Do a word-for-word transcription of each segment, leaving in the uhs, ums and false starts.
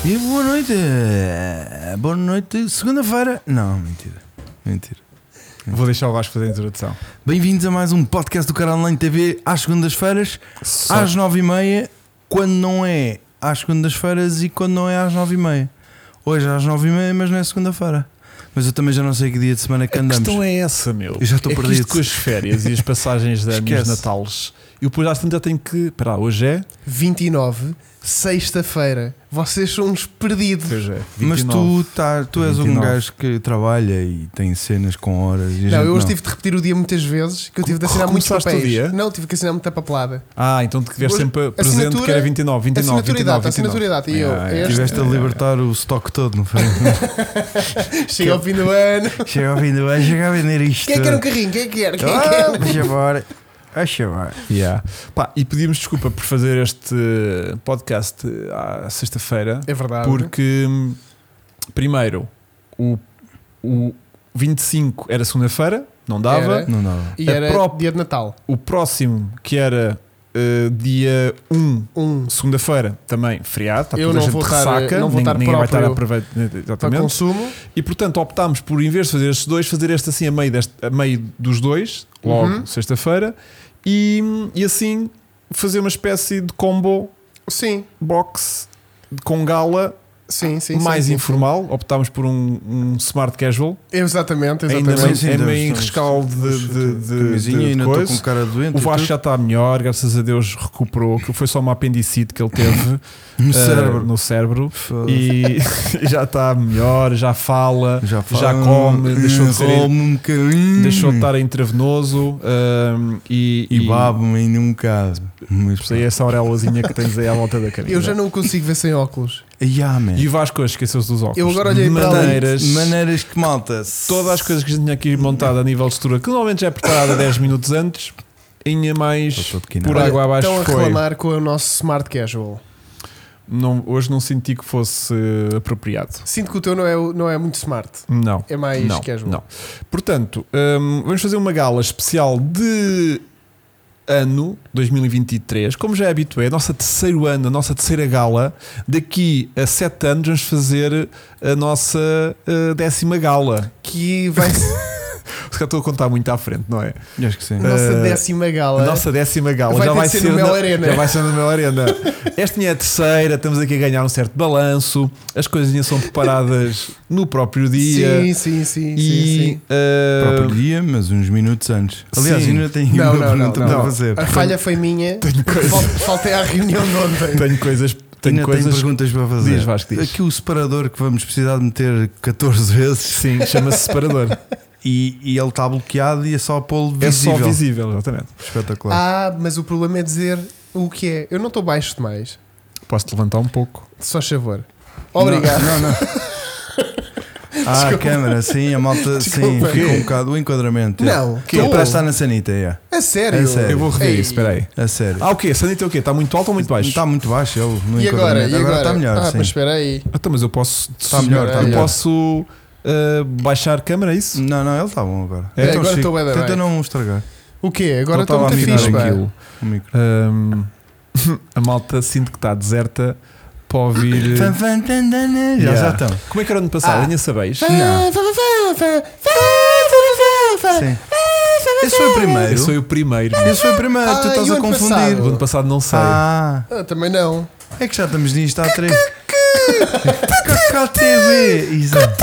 E boa noite. Boa noite. Segunda-feira. Não, mentira. Mentira. Vou deixar o Vasco fazer a introdução. Bem-vindos a mais um podcast do Canal Online T V às segundas-feiras, Só. às nove e meia, quando não é às segundas-feiras e quando não é às nove e meia. Hoje é às nove e meia, mas não é segunda-feira. Mas eu também já não sei que dia de semana que andamos. A questão é essa, meu. Eu já estou é perdido. Que isto com as férias e as passagens de anos natales. E depois às tantas já tenho que... Espera, hoje é... vinte e nove, sexta-feira. Vocês são uns perdidos. Hoje é Mas tu, tá, tu és vinte e nove. Um gajo que trabalha e tem cenas com horas. E não, eu hoje não. tive de repetir o dia muitas vezes, que eu tive de assinar muitos papéis. O dia? Não, tive que assinar muita papelada. Ah, então te tiveste sempre presente que era vinte e nove, vinte e nove, assinatura e data, assinatura e data. E eu, ah, é. Tiveste a libertar o estoque todo, não foi? Chega ao fim do ano. Chega ao fim do ano, chega a vender isto. Quem é que quer um carrinho? Quem é que quer? Quem é ah, que quer? Deixa embora. Deixa embora. Yeah. Pá, e pedimos desculpa por fazer este podcast à sexta-feira. É verdade. Porque, primeiro, o, o vinte e cinco era segunda-feira, não dava. Era. Não dava. E A era pró- dia de Natal. O próximo, que era uh, dia um, Um. segunda-feira, também feriado. Está Eu toda a não gente vou de estar- ressaca, não vou ninguém, estar ninguém vai estar a próprio aproveitar. Para Exatamente. consumo. E portanto optámos por, em vez de fazer estes dois, fazer este assim a meio, deste, a meio dos dois, logo Uhum. sexta-feira, e, e assim fazer uma espécie de combo Sim, box com gala sim, sim. mais sim, sim, informal. Optámos por um, um smart casual. Exatamente, Ainda exatamente. meio, sim, é estamos- meio em estamos- rescaldo de, de, de, Camisinha, de, de ainda estou coisa. com cara doente. O Vasco e já está melhor, graças a Deus recuperou, que foi só uma apendicite que ele teve no uh, cérebro. no cérebro Foda-se. e já está melhor, já fala, já, já come, deixou de, ser, come um bocadinho. deixou de estar intravenoso um, e, E babe-me ainda um bocado. Mas Isso aí é essa aurelazinha que tens aí à volta da carinha. Eu já não consigo ver sem óculos. yeah, man. E o Vasco hoje esqueceu-se dos óculos. Eu agora olhei de para maneiras, maneiras que malta. todas as coisas que a gente tinha aqui montada a nível de estrutura, que normalmente já é preparada dez minutos antes, ainda mais Estou todo por quinado. água abaixo Estão a foi. reclamar com o nosso Smart Casual. Não, hoje não senti que fosse uh, apropriado. Sinto que o teu não é, não é muito smart. Não. É mais Não, casual. não. Portanto, hum, vamos fazer uma gala especial de ano dois mil e vinte e três. Como já é habitué, a nossa terceiro ano, a nossa terceira gala. Daqui a sete anos vamos fazer a nossa uh, décima gala. Que vai ser Se calhar estou a contar muito à frente, não é? Eu acho que sim. a nossa Uh, décima gala. A nossa décima gala Vai já ter vai de ser ser no Mel na- Arena. Já vai ser no Mel Arena. Esta é a terceira, estamos aqui a ganhar um certo balanço. As coisinhas são preparadas no próprio dia. Sim, sim, sim. E sim, sim. uh, Próprio dia, mas uns minutos antes. Aliás, sim. ainda tenho Não, uma não, não, pergunta não. para fazer. A falha foi minha. porque fal- Faltei à reunião de ontem. tenho coisas. Tenho Ainda coisas. tenho perguntas para fazer. Diz, Vasco, diz. Aqui o separador que vamos precisar de meter catorze vezes Sim, chama-se separador. e, e ele está bloqueado e é só pô-lo É visível. só visível, exatamente. Espetacular. Ah, mas o problema é dizer o que é. Eu não estou baixo demais. Posso-te levantar um pouco. Só favor. Obrigado. Não, não. não. Ah, a Desculpa. câmera, sim, a malta, sim, Desculpa. ficou um bocado o enquadramento. Não, que tô. é para estar na sanita, é. A sério? É sério. Eu vou rever Ei. isso, espera aí. A sério. Ah, o quê? Sanita é o quê? Está muito alto ou muito baixo? Está muito baixo ele no E agora? enquadramento. E agora? está melhor, ah, sim. mas espera aí. Ah, então, mas eu posso. Está melhor, está eu melhor. posso uh, baixar a câmera, é isso? Não, não, ele está bom agora. É, Então, agora Chico, estou bué da tenta bem. não estragar O quê? Agora Não estou estava a muito afinar fixe, pá. aquilo. o micro. Um, a malta sinto que está deserta para ouvir. Fan, fan, tan, tan, tan. Já, Yeah. já estão. Como é que era o ano passado? Ah. Ainda sabeis? Não. Sim. Esse foi o primeiro. Esse foi o primeiro. Esse foi o primeiro, tu Ah, estás e o a ano confundir. passado? O ano passado não sei. Ah, Ah, também não. é que já estamos nisto há três. K T V. Exato.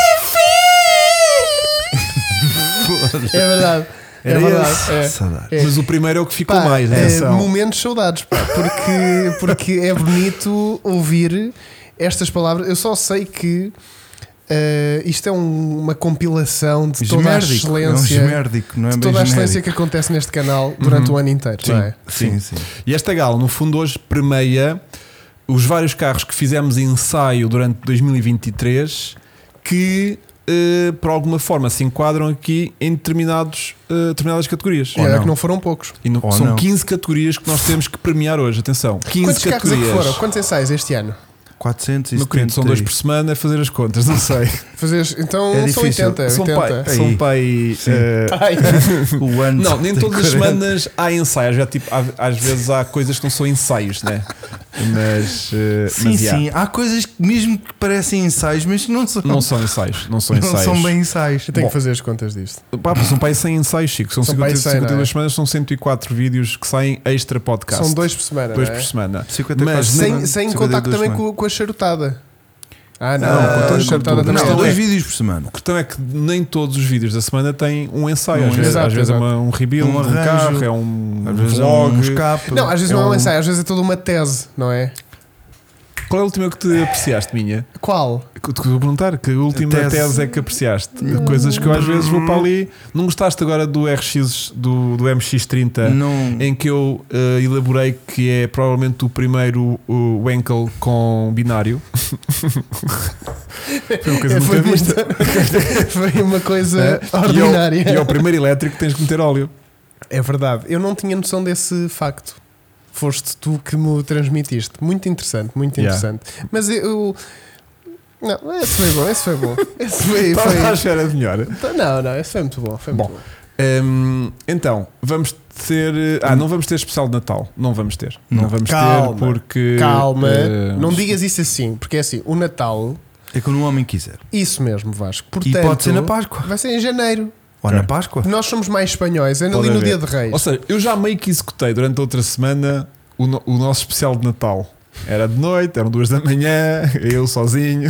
É verdade. É Era verdade. esse. É. Saudades. É. Mas o primeiro é o que ficou Pá, mais, é, atenção. momentos saudades, pá, porque, porque é bonito ouvir estas palavras. Eu só sei que eh, isto é um- uma compilação de toda a Esmérdico, é um excelência, esmérdico, não é de bem toda a excelência genérico. que acontece neste canal durante Uhum. o ano inteiro, Sim. não é? Sim, sim. E esta gala, no fundo, hoje permeia os vários carros que fizemos ensaio durante dois mil e vinte e três que, eh, por alguma forma, se enquadram aqui em determinados, eh, determinadas categorias. E Ou é não. que não foram poucos. E não- Ou são não. quinze categorias que nós temos que premiar hoje. Atenção, quinze Quantos carros é categorias. que foram? Quantos ensaios este ano? quatrocentos e Meu querido, são dois por setenta. semana a fazer as contas, não sei. Fazeres, então É são difícil. oitenta. São oitenta. pai, Aí. são pai Sim. eh, Ai, O ano não, nem tem todas as quarenta. semanas há ensaios. Já, tipo, há- às vezes há coisas que não são ensaios, né? Mas, uh, Sim, mas, yeah, sim. Há coisas que mesmo que parecem ensaios, mas que não são. não são ensaios. Não são Não ensaios. são bem ensaios. Eu tenho Bom. que fazer as contas disto. Pá, são para aí cem ensaios, Chico. São, São para aí cinquenta, cem, cinquenta e duas não é? semanas, são cento e quatro vídeos que saem extra podcast. São dois por semana. Dois não é? por semana. cinquenta e quatro Mas semanas, Sem, sem cinquenta e contacto duas também semanas. com, com a charutada. Ah, não. Não, com com a tudo, charutada com tudo. também. Não, Não, dois é- vídeos por semana. A questão é que nem todos os vídeos da semana têm um ensaio. Um às vezes, exato, às vezes é exato. uma- um rebuild Um de um arranjo, carro, é um Às vezes é vlog. um escape. Não, às vezes É não é um um- ensaio, às vezes é toda uma tese, não é? Qual é a última que te apreciaste, minha? Qual? Que te vou perguntar, que a última Tese. tese. é que apreciaste? Coisas que eu às vezes vou para ali. Não gostaste agora do R X, do, do M X trinta, Não. em que eu eh, elaborei que é provavelmente o primeiro o Wankel com binário? Foi uma coisa É, foi, muito vista. muito- foi uma coisa É? ordinária. E é o, e é o primeiro elétrico que tens que meter óleo. É verdade, eu não tinha noção desse facto. Foste tu que me o transmitiste. Muito interessante, muito Yeah. interessante. Mas eu. Não, esse foi bom, esse foi bom. Esse foi. Estava à foi... espera de melhor. Não, não, esse foi muito bom. Foi muito Bom. bom. Hum, então, vamos ter. Ah, não vamos ter especial de Natal. Não vamos ter. Não, Não. vamos Calma, ter porque. Calma, eh, não digas isso assim, porque é assim: o Natal, É quando o homem quiser. isso mesmo, Vasco. E Portanto, pode ser na Páscoa. vai ser em janeiro. Ou Ok. na Páscoa. Nós somos mais espanhóis, é Pode ali no haver. dia de Reis. Ou seja, eu já meio que executei durante outra semana o, no- o nosso especial de Natal. Era de noite, eram duas da manhã, eu sozinho.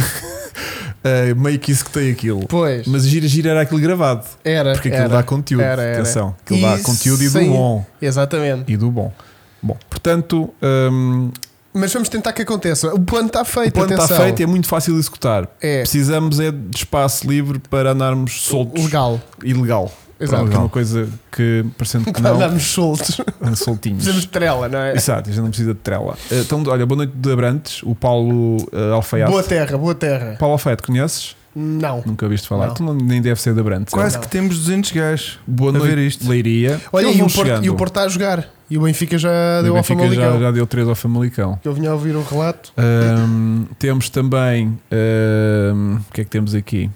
Eh, meio que executei aquilo. Pois, Mas gira gira era aquilo gravado. era. Porque aquilo era, dá conteúdo. era, era. Atenção, aquilo dá E conteúdo e do sem- bom. Exatamente. E do bom. Bom, portanto, hum, Mas vamos tentar que aconteça. O plano está feito. o plano está atenção. feito e é muito fácil de executar. É Precisamos é de espaço livre para andarmos soltos. legal. Ilegal. Exato. Pronto, é uma coisa que, parecendo que Para não, andarmos soltos. soltinhos. Precisamos de trela, não é? Exato, a gente não precisa de trela. Eh, Então, olha, boa noite de Abrantes, o Paulo uh, Alfaiate. Boa terra, boa terra. Paulo Alfaiate, conheces? Não. Nunca ouviste falar. Não. Tu não, nem deve ser de Abrantes. Quase Não. que temos duzentos gajos. Boa a noite, ver isto. Leiria. Olha, Eles e vão o, Porto, chegando. e o Porto está a jogar. E o Benfica já E o deu ao Benfica Famalicão. já, já deu três ao Famalicão. Eu vinha a ouvir o relato. Ahm, temos também. ahm, o que é que temos aqui?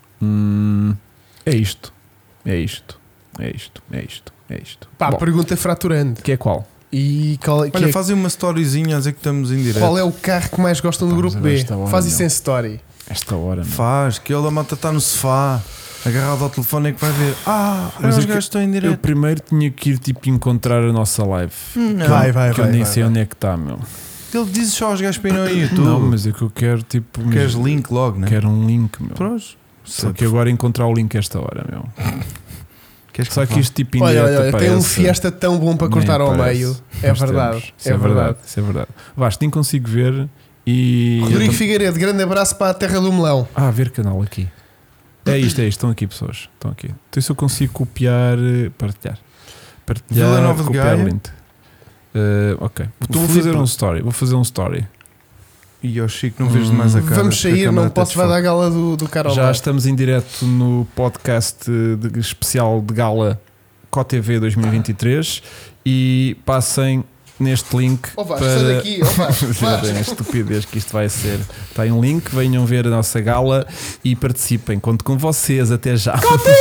Hum, é isto. É isto. É isto. É isto. É isto. Pá, Bom, pergunta fraturante. que é qual? E qual, é- que Olha, é- fazem uma storyzinha a dizer que estamos em direto. qual é o carro que mais gostam do Pá, grupo mas B? esta hora Faz não. isso em story. Esta hora, não. Faz, que ele a malta está no sofá, agarrado ao telefone, é que vai ver. Ah, Mas os é que gajos estão em Eu direto. primeiro tinha que ir tipo encontrar a nossa live. Não. Vai, vai, que eu vai. nem vai, sei vai. onde é que está, meu. Ele diz só aos gajos para irem ao YouTube. Não, mas é que eu quero tipo. Queres link logo, né? Quero um link, meu. Pronto. Só que agora encontrar o link esta hora, meu. Queres Só que isto tipo em Olha, direto olha, tem um aparece. fiesta tão bom para Nem cortar ao aparece. meio. É Nós verdade. temos. Isso É verdade. Isso é verdade. Vasco, nem consigo ver e. Rodrigo eu tam- Figueiredo, grande abraço para a terra do melão. Ah, ver canal aqui. É isto, é isto. Estão aqui pessoas. Estão aqui. Então isso eu consigo copiar, eh, partilhar. Partilhar, Vila Nova de copiar Gaia. link. Eh, ok. Então vou Filipe- fazer um story. Vou fazer um story. E ao Chico, não vejo mais a cara. Vamos porque a sair, câmara não está posso vai dar a gala do, do Carol. Já estamos em direto no podcast de, especial de gala C O T V dois mil e vinte e três e passem neste link Oh, Vasco, para sai daqui, oh, Vasco, Vasco. verem a estupidez que isto vai ser. Está aí um link, venham ver a nossa gala e participem. Conto com vocês, até já. C O T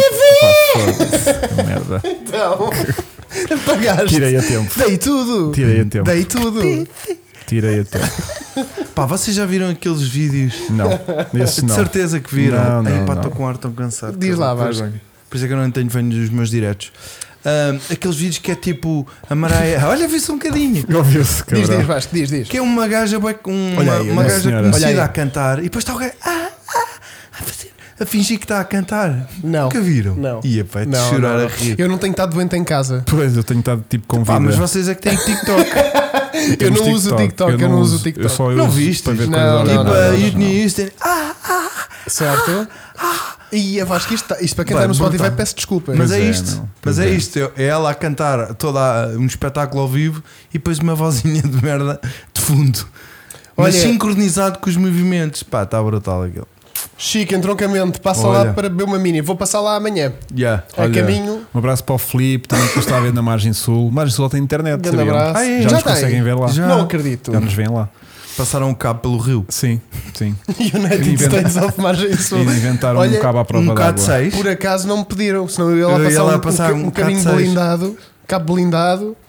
V! Merda. Então, pagaste. Tirei a tempo. Dei tudo. Tirei a tempo. Dei tudo. Tirei a tempo. Pá, vocês já viram aqueles vídeos? Não, esse De não. certeza que viram. Não, não, Ai, pá, não. estou com ar tão cansado. Diz que lá, vergonha. Vasco. Por isso é que eu não tenho venho dos meus diretos. Ah, aqueles vídeos que é tipo a Maraia. Olha, vi-se um bocadinho. Ouviu-se, Diz, cabrão. diz, Vasco, diz, diz. Que é uma gaja, bué- um- Olha uma, aí, uma uma gaja senhora. Olha conhecida aí. a cantar e depois está o gajo ah, ah, a, fazer, a fingir que está a cantar. Não. Nunca viram? Não. Ia vai te Não, chorar não, a rir. Eu não tenho estado doente em casa. Pois, eu tenho estado tipo com vida. Pá, mas vocês é que têm TikTok. Eu Temos não uso o TikTok, eu não uso o Eu TikTok. só Não uso viste? para ver Não, coisas não, Tipo, não, a não, Whitney Houston. Ah, Certo? E a Vasco, isto, isto para quem Vai, está no Spotify, brutal. peço desculpa. Mas Pois é é, isto. não. Mas Pois é é. isto. É ela a cantar toda um espetáculo ao vivo e depois uma vozinha de merda de fundo. Mas Olha- sincronizado com os movimentos. Pá, está brutal aquilo. Chico, entroncamento, passa Olha. lá para beber uma mini. Vou passar lá amanhã. Yeah. A Olha, caminho. Um abraço para o Filipe, também que está a ver na Margem Sul. Margem Sul tem internet, Grande sabiam? abraço. Ah, é? Já, Já nos tem? conseguem ver lá. Já. Não acredito. Já nos veem lá. Passaram um cabo pelo rio. Sim, sim. United Inventa- States of Margem Sul. E inventaram Olha, um cabo à prova Um K de d'água. seis. Por acaso não me pediram, senão eu ia lá Eu ia passar, lá um, passar um, um um caminho Cat seis. blindado, cabo blindado.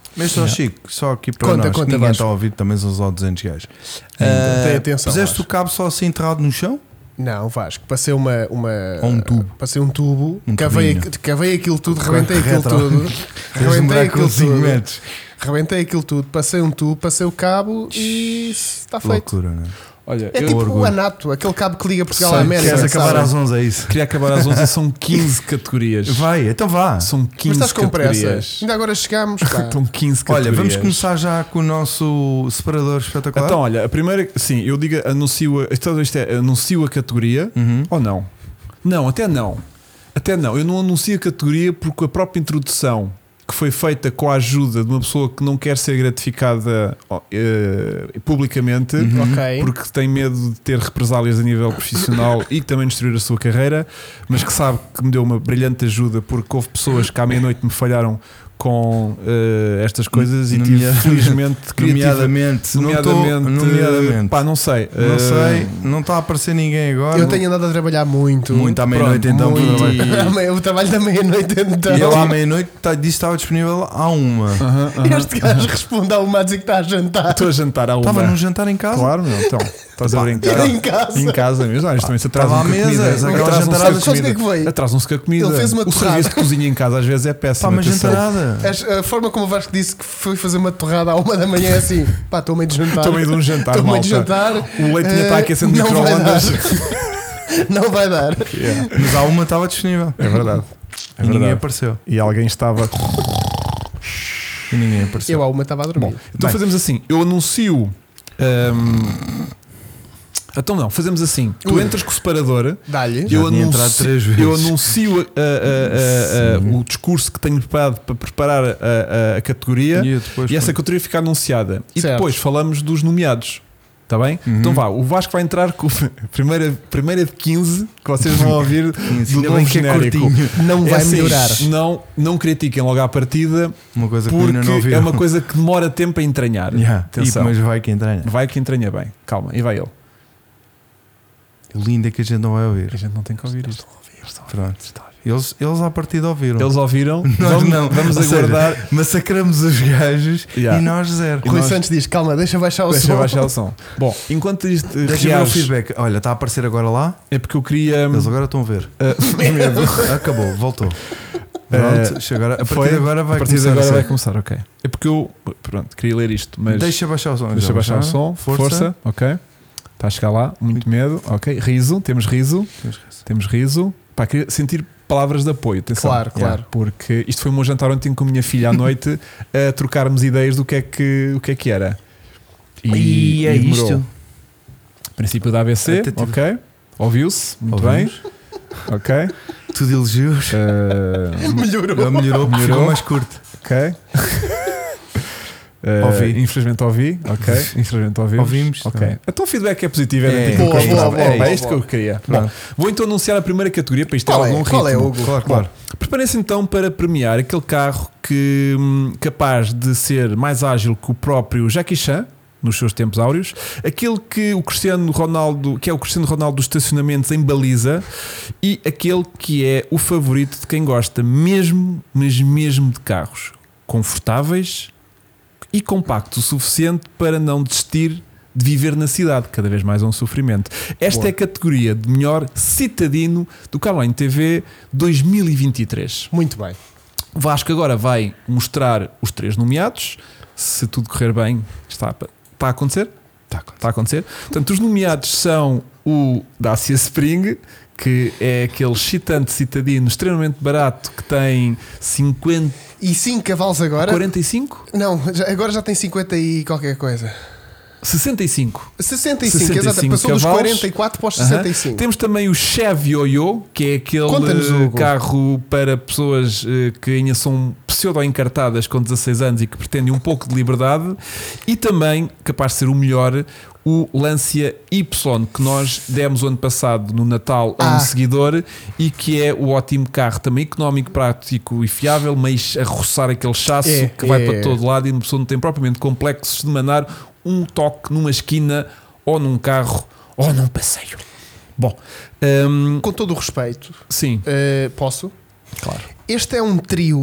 Mas só, Yeah. Chico, só aqui para Conta, nós, conta, ninguém Vasco. está a ouvir, também são só duzentos gajos. Então, Ah, tem atenção, puseste Vasco. o cabo só assim enterrado no chão? Não, Vasco, passei uma, uma. Ou um tubo. Passei um tubo, Um cavei, tubinho. cavei aquilo tudo, Com rebentei aquilo retro. tudo. Tens de Rebentei demorar aquilo com cinco tudo. metros. Rebentei aquilo tudo, passei um tubo, passei o cabo e está feito. Loucura, não é? Olha, É eu tipo orgulho. o Anato, aquele cabo que liga Portugal à Sei, América. Queres acabar sabe? às onze, é isso? queria acabar às onze e são quinze categorias. Vai, então vá. São Mas quinze estás com pressa. categorias. Ainda agora chegámos. Pá. Estão quinze Olha, categorias. vamos começar já com o nosso separador espetacular. Então, olha, a primeira, sim, eu digo, anuncio, a- então isto é, anuncio a categoria Uhum. ou não? Não, até não. Até não. Eu não anuncio a categoria porque a própria introdução que foi feita com a ajuda de uma pessoa que não quer ser gratificada ó, eh, publicamente, Uhum. Ok. porque tem medo de ter represálias a nível profissional e que também destruir a sua carreira, mas que sabe que me deu uma brilhante ajuda porque houve pessoas que à meia-noite me falharam com eh, estas coisas e tive Nomeadamente- felizmente criativa- Nomeadamente, nomeadamente, não tô- nomeadamente. pá, não sei, Não eh, sei, não está a aparecer ninguém agora. Eu tenho andado a trabalhar muito. muito à meia-noite, Pronto, então. muito. para trabalhar. O trabalho da meia-noite então. E ele à meia-noite tá, disse que estava disponível à uma. aham, aham. Este gajo responde a uma a dizer que está a jantar. Estou a jantar à uma. Estava num jantar em casa. Claro, meu, então, estás a brincar. Em casa. Em casa mesmo. Ah, isto também se atrasa Estava à com a mesa, comida. aquelas Atrasam-se jantaradas. com a Sabes o que é comida. que veio? Atrasam-se com a comida. Ele fez uma o torrada. serviço de cozinha em casa às vezes é Pá, péssimo. mas atenção. jantarada. As- A forma como o Vasco disse que foi fazer uma torrada à uma da manhã é assim: pá, estou meio de jantar. Estou meio de um jantar, Estou meio de malta. jantar. O leite ainda está Eh, aquecendo no não vai micro-ondas. dar. Não vai dar. Yeah, Mas à uma estava disponível. É verdade. É E ninguém verdade. apareceu. E alguém estava. E ninguém apareceu. Eu à uma estava a dormir. Bom, então Bem. fazemos assim: eu anuncio. hum, Então não, fazemos assim: tu Ui. entras com o separador. Dá-lhe. Já Eu tinha entrado anuncio, três vezes. eu anuncio a- a- a- a- Sim. o discurso que tenho preparado para preparar a, a- a categoria E eu depois e essa categoria fica anunciada. E Certo. depois falamos dos nomeados. Está bem? Uhum. Então vá, o Vasco vai entrar com a primeira, primeira de quinze que vocês vão ouvir do Ainda novo bem que é genérico. curtinho. Não É vai assim, melhorar. Não, não critiquem logo à partida Uma coisa que ainda não porque ouviram. é uma coisa que demora tempo a entranhar. Yeah. Atenção. E, mas vai que entranha. Vai que entranha bem. Calma, e vai ele. O lindo é que a gente não vai ouvir. A gente não tem que ouvir isto. Pronto. Eles, eles à partida ouviram. Eles ouviram? Nós vamos, não. Vamos Ou seja, aguardar. Massacramos os gajos Yeah. e nós zero. E Rui nós- Santos diz: calma, deixa baixar o Deixa som. baixar o som. Bom, enquanto isto eh, Deixa ver o reage, feedback. Olha, está a aparecer agora lá. é porque eu queria. Eles agora estão a ver. eh, medo. Acabou, voltou. Pronto, agora, a partir Foi? de agora vai a partir de começar agora a vai ser. começar, ok. É porque eu, pronto, queria ler isto, mas Deixa baixar o som. deixa Já baixar o som. Força. Força. ok. Está a chegar lá, muito medo, ok. Riso, temos riso, temos riso. Pá, queria sentir palavras de apoio, atenção. Claro, claro. Porque isto foi o meu jantar ontem com a minha filha à noite a trocarmos ideias do que é que, o que, é que era. E é demorou. isto. Princípio da A B C, Até tive- ok. Ouviu-se, muito Ouvimos. bem. Ok. Tudo elogios. Eh, Melhorou. Ele melhorou, porque Melhorou. ficou mais curto. ok. Eh, Ouvi. Infelizmente ouvi. Ok. Infelizmente ouvimos. Ouvimos, Ok. tá. Então o feedback é positivo. Era É, tipo boa, o que eu boa, gostava. boa, É, boa, é isto boa. que eu queria. Pronto. Bom, vou então anunciar a primeira categoria para isto ter Qual é? algum Qual é, ritmo. Hugo? Claro, Bom, claro. preparem-se então para premiar aquele carro que hum, capaz de ser mais ágil que o próprio Jackie Chan nos seus tempos áureos, aquele que o Cristiano Ronaldo, que é o Cristiano Ronaldo dos estacionamentos em baliza, e aquele que é o favorito de quem gosta mesmo, mas mesmo de carros confortáveis e compactos o suficiente para não desistir de viver na cidade, cada vez mais é um sofrimento. Esta Boa. é a categoria de melhor citadino do Caroline T V dois mil e vinte e três. Muito bem. O Vasco agora vai mostrar os três nomeados. Se tudo correr bem, está, está a acontecer? Tá, Está a acontecer. Portanto, os nomeados são o Dacia Spring, que é aquele excitante citadino extremamente barato que tem cinquenta, E cinco cavalos agora? quarenta e cinco? Não, já- agora já tem cinquenta e qualquer coisa. sessenta e cinco. sessenta e cinco, sessenta e exato. cinco Passou dos cavalos. quarenta e quatro para os Aham. sessenta e cinco. Temos também o Chevy Oyo, que é aquele Conta-nos, Hugo. carro para pessoas eh, que ainda são pseudo-encartadas com dezasseis anos e que pretendem um pouco de liberdade. E também, capaz de ser o melhor, o Lancia Y, que nós demos o ano passado no Natal a um Ah. seguidor e que é o ótimo carro, também económico, prático e fiável, mas a roçar aquele chasso É, que vai é. para todo lado e uma pessoa não tem propriamente complexos de mandar um toque numa esquina ou num carro ou num passeio. Bom, hum, Com todo o respeito, sim, eh, posso? claro. Este é um trio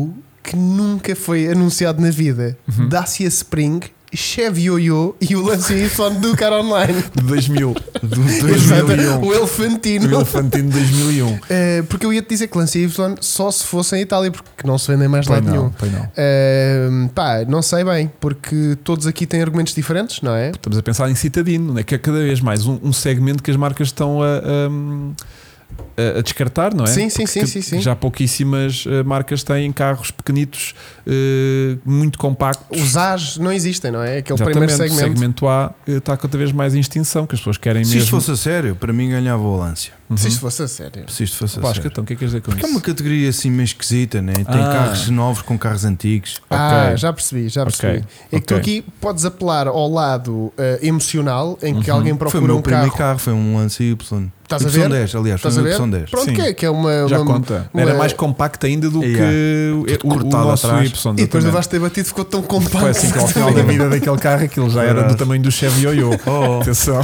que nunca foi anunciado na vida. Uhum. Dacia Spring, Chevy Yo-Yo e o Lancia Y do Car Online. De dois mil. Do dois mil e um. O Elefantino. O Elefantino de dois mil e um. Uh, porque eu ia te dizer que Lancia Y só se fosse em Itália, porque não se vendem mais Pois lado nenhum. não, pois não. Uh, pá, não sei bem, porque todos aqui têm argumentos diferentes, não é? Estamos a pensar em citadino, né? Que é cada vez mais um, um segmento que as marcas estão a, a, a descartar, não é? Sim, sim, sim, Porque sim, sim. já pouquíssimas uh, marcas têm carros pequenitos, uh, muito compactos. Os A's não existem, não é? Aquele Exatamente, primeiro segmento. O segmento A uh, está cada vez mais em extinção, que as pessoas querem Se mesmo. isto fosse a sério, para mim ganhava o Lancia. Uhum. Se isto fosse a sério. Se isto fosse a Pá, sério. então, o que é que queres dizer com Porque é isso? uma categoria assim meio esquisita, né? Tem Ah. carros novos com carros antigos. Ah, Ok. já percebi, já percebi. Ok, É que tu ok. aqui podes apelar ao lado uh, emocional em que Uhum. alguém Foi o procura meu um primeiro carro. carro, foi um Lancia Y. Estás a Y ver? dez, aliás, foi Estás a um ver? Y dez. Pronto, Sim. que é, que é uma. Já uma- conta. uma- Era mais compacto ainda do Yeah. que o, Tudo o, cortado nosso atrás. Y. E depois do exatamente. vais ter batido ficou tão compacto. Foi assim que ao final da vida daquele carro aquilo já era do Verdade. tamanho do Chevy Yo-Yo. Oh. Atenção.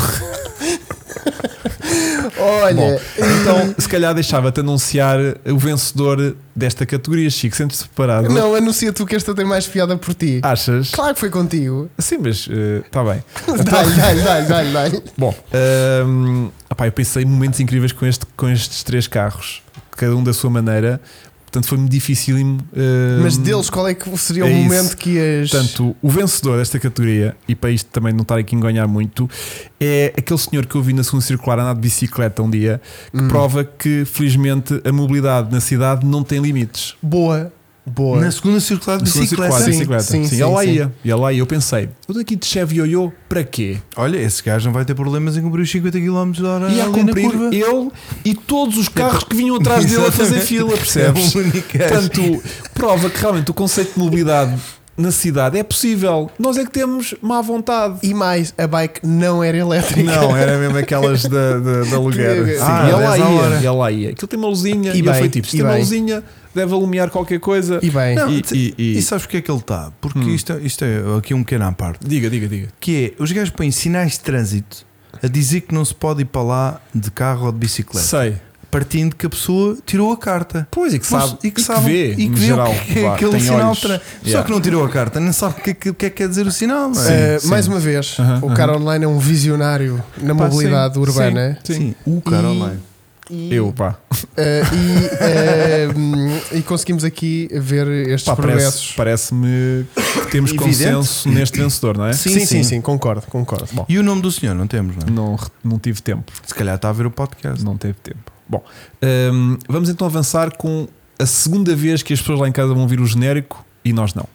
Olha, Bom, então se calhar deixava-te anunciar o vencedor desta categoria, Chico. Sentes-te preparado? não, anuncia tu que esta tem mais piada por ti. Achas? Claro que foi contigo. Sim, mas está bem. Dá-lhe, dá-lhe, dá-lhe, dá-lhe, dá-lhe. Bom, hum, opá, eu pensei em momentos incríveis com, este, com estes três carros, cada um da sua maneira. Portanto, foi-me dificílimo. hum, Mas deles, qual é que seria o é isso. momento que ias. Portanto, o vencedor desta categoria, e para isto também não estar aqui a enganhar muito, é aquele senhor que eu vi na segunda circular andar de bicicleta um dia, que Hum. prova que, felizmente, a mobilidade na cidade não tem limites. Boa, boa. Na segunda circular de Na segunda bicicleta. circular de Sim, bicicleta. sim, Sim, sim, ele lá sim. ia. E ele lá ia. Eu pensei, eu daqui de Chevy Yo-Yo, para quê? Olha, esse gajo não vai ter problemas em cumprir os cinquenta quilómetros por hora Ia a ali na cumprir curva. ele e todos os carros que vinham atrás dele a fazer fila, percebes? É o único gajo. Portanto, prova que realmente o conceito de mobilidade na cidade é possível. Nós é que temos má vontade. E mais, a bike não era elétrica. Não, era mesmo aquelas da, da, da Lugueira. Que- Sim, Ah, e ele lá dez à hora. ia. E ele lá ia. Aquilo tem uma luzinha E e, ele bem, foi tipo: se e tem uma bem. luzinha, deve alumiar qualquer coisa. E bem, Não, E, e, e- E sabes porque é que ele está? Porque Hum. isto, é- isto é aqui um pequeno à parte. Diga, diga, diga. Que é, os gajos põem sinais de trânsito a dizer que não se pode ir para lá de carro ou de bicicleta. Sei. Partindo que a pessoa tirou a carta. Pois, e que Mas- sabe, e que, sabe, vê, e que no vê geral. o que é Vá, aquele tem sinal. olhos. Tra... Só Yeah. que não tirou a carta, não sabe o que, é que- o que é que quer dizer o sinal, não Sim. é? Uh, mais uma vez, Aham, o aham. Car Online é um visionário na Pá, mobilidade sim, urbana. Sim. Sim, o cara E- online. E, Eu, pá. uh, e, uh, e conseguimos aqui ver estes Pá, parece- progressos. Parece-me que temos Evidente. consenso neste vencedor, não é? Sim, Sim, sim, sim, sim. concordo, concordo. Bom, E o nome do senhor, não temos, não é? não, não tive tempo. Se calhar está a ver o podcast. Não teve tempo. Bom, hum, vamos então avançar com a segunda vez que as pessoas lá em casa vão ouvir o genérico e nós não.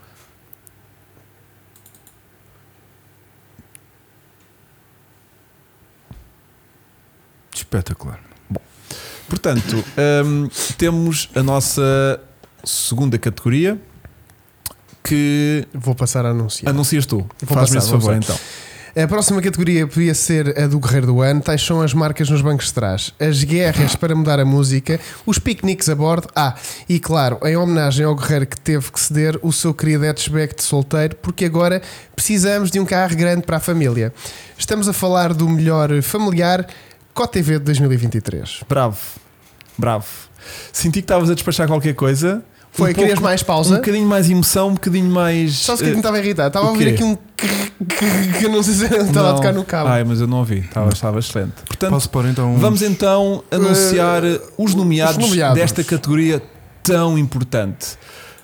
Espetacular. Portanto, hum, temos a nossa segunda categoria que Vou passar a anunciar. anuncias tu. Vou Faz-me passar, esse vou favor passar. então. A próxima categoria podia ser a do Guerreiro do Ano. Tais são as marcas nos bancos de trás, as guerras para mudar a música, os piqueniques a bordo. Ah, e claro, em homenagem ao guerreiro que teve que ceder o seu querido hatchback de solteiro, porque agora precisamos de um carro grande para a família. Estamos a falar do melhor familiar C O T V de dois mil e vinte e três. Bravo, bravo. Senti que estavas a despachar qualquer coisa. Foi, um querias pouco- mais pausa? Um bocadinho mais emoção, um bocadinho mais. Sabes o que é que me eh, estava a irritar? Estava a o ouvir quê? aqui um que eu não sei se estava a tocar no cabo. Ai, mas eu não ouvi, estava, estava excelente. Portanto, Posso pôr então um... vamos então anunciar Eh, os nomeados, os nomeados. desta categoria tão importante.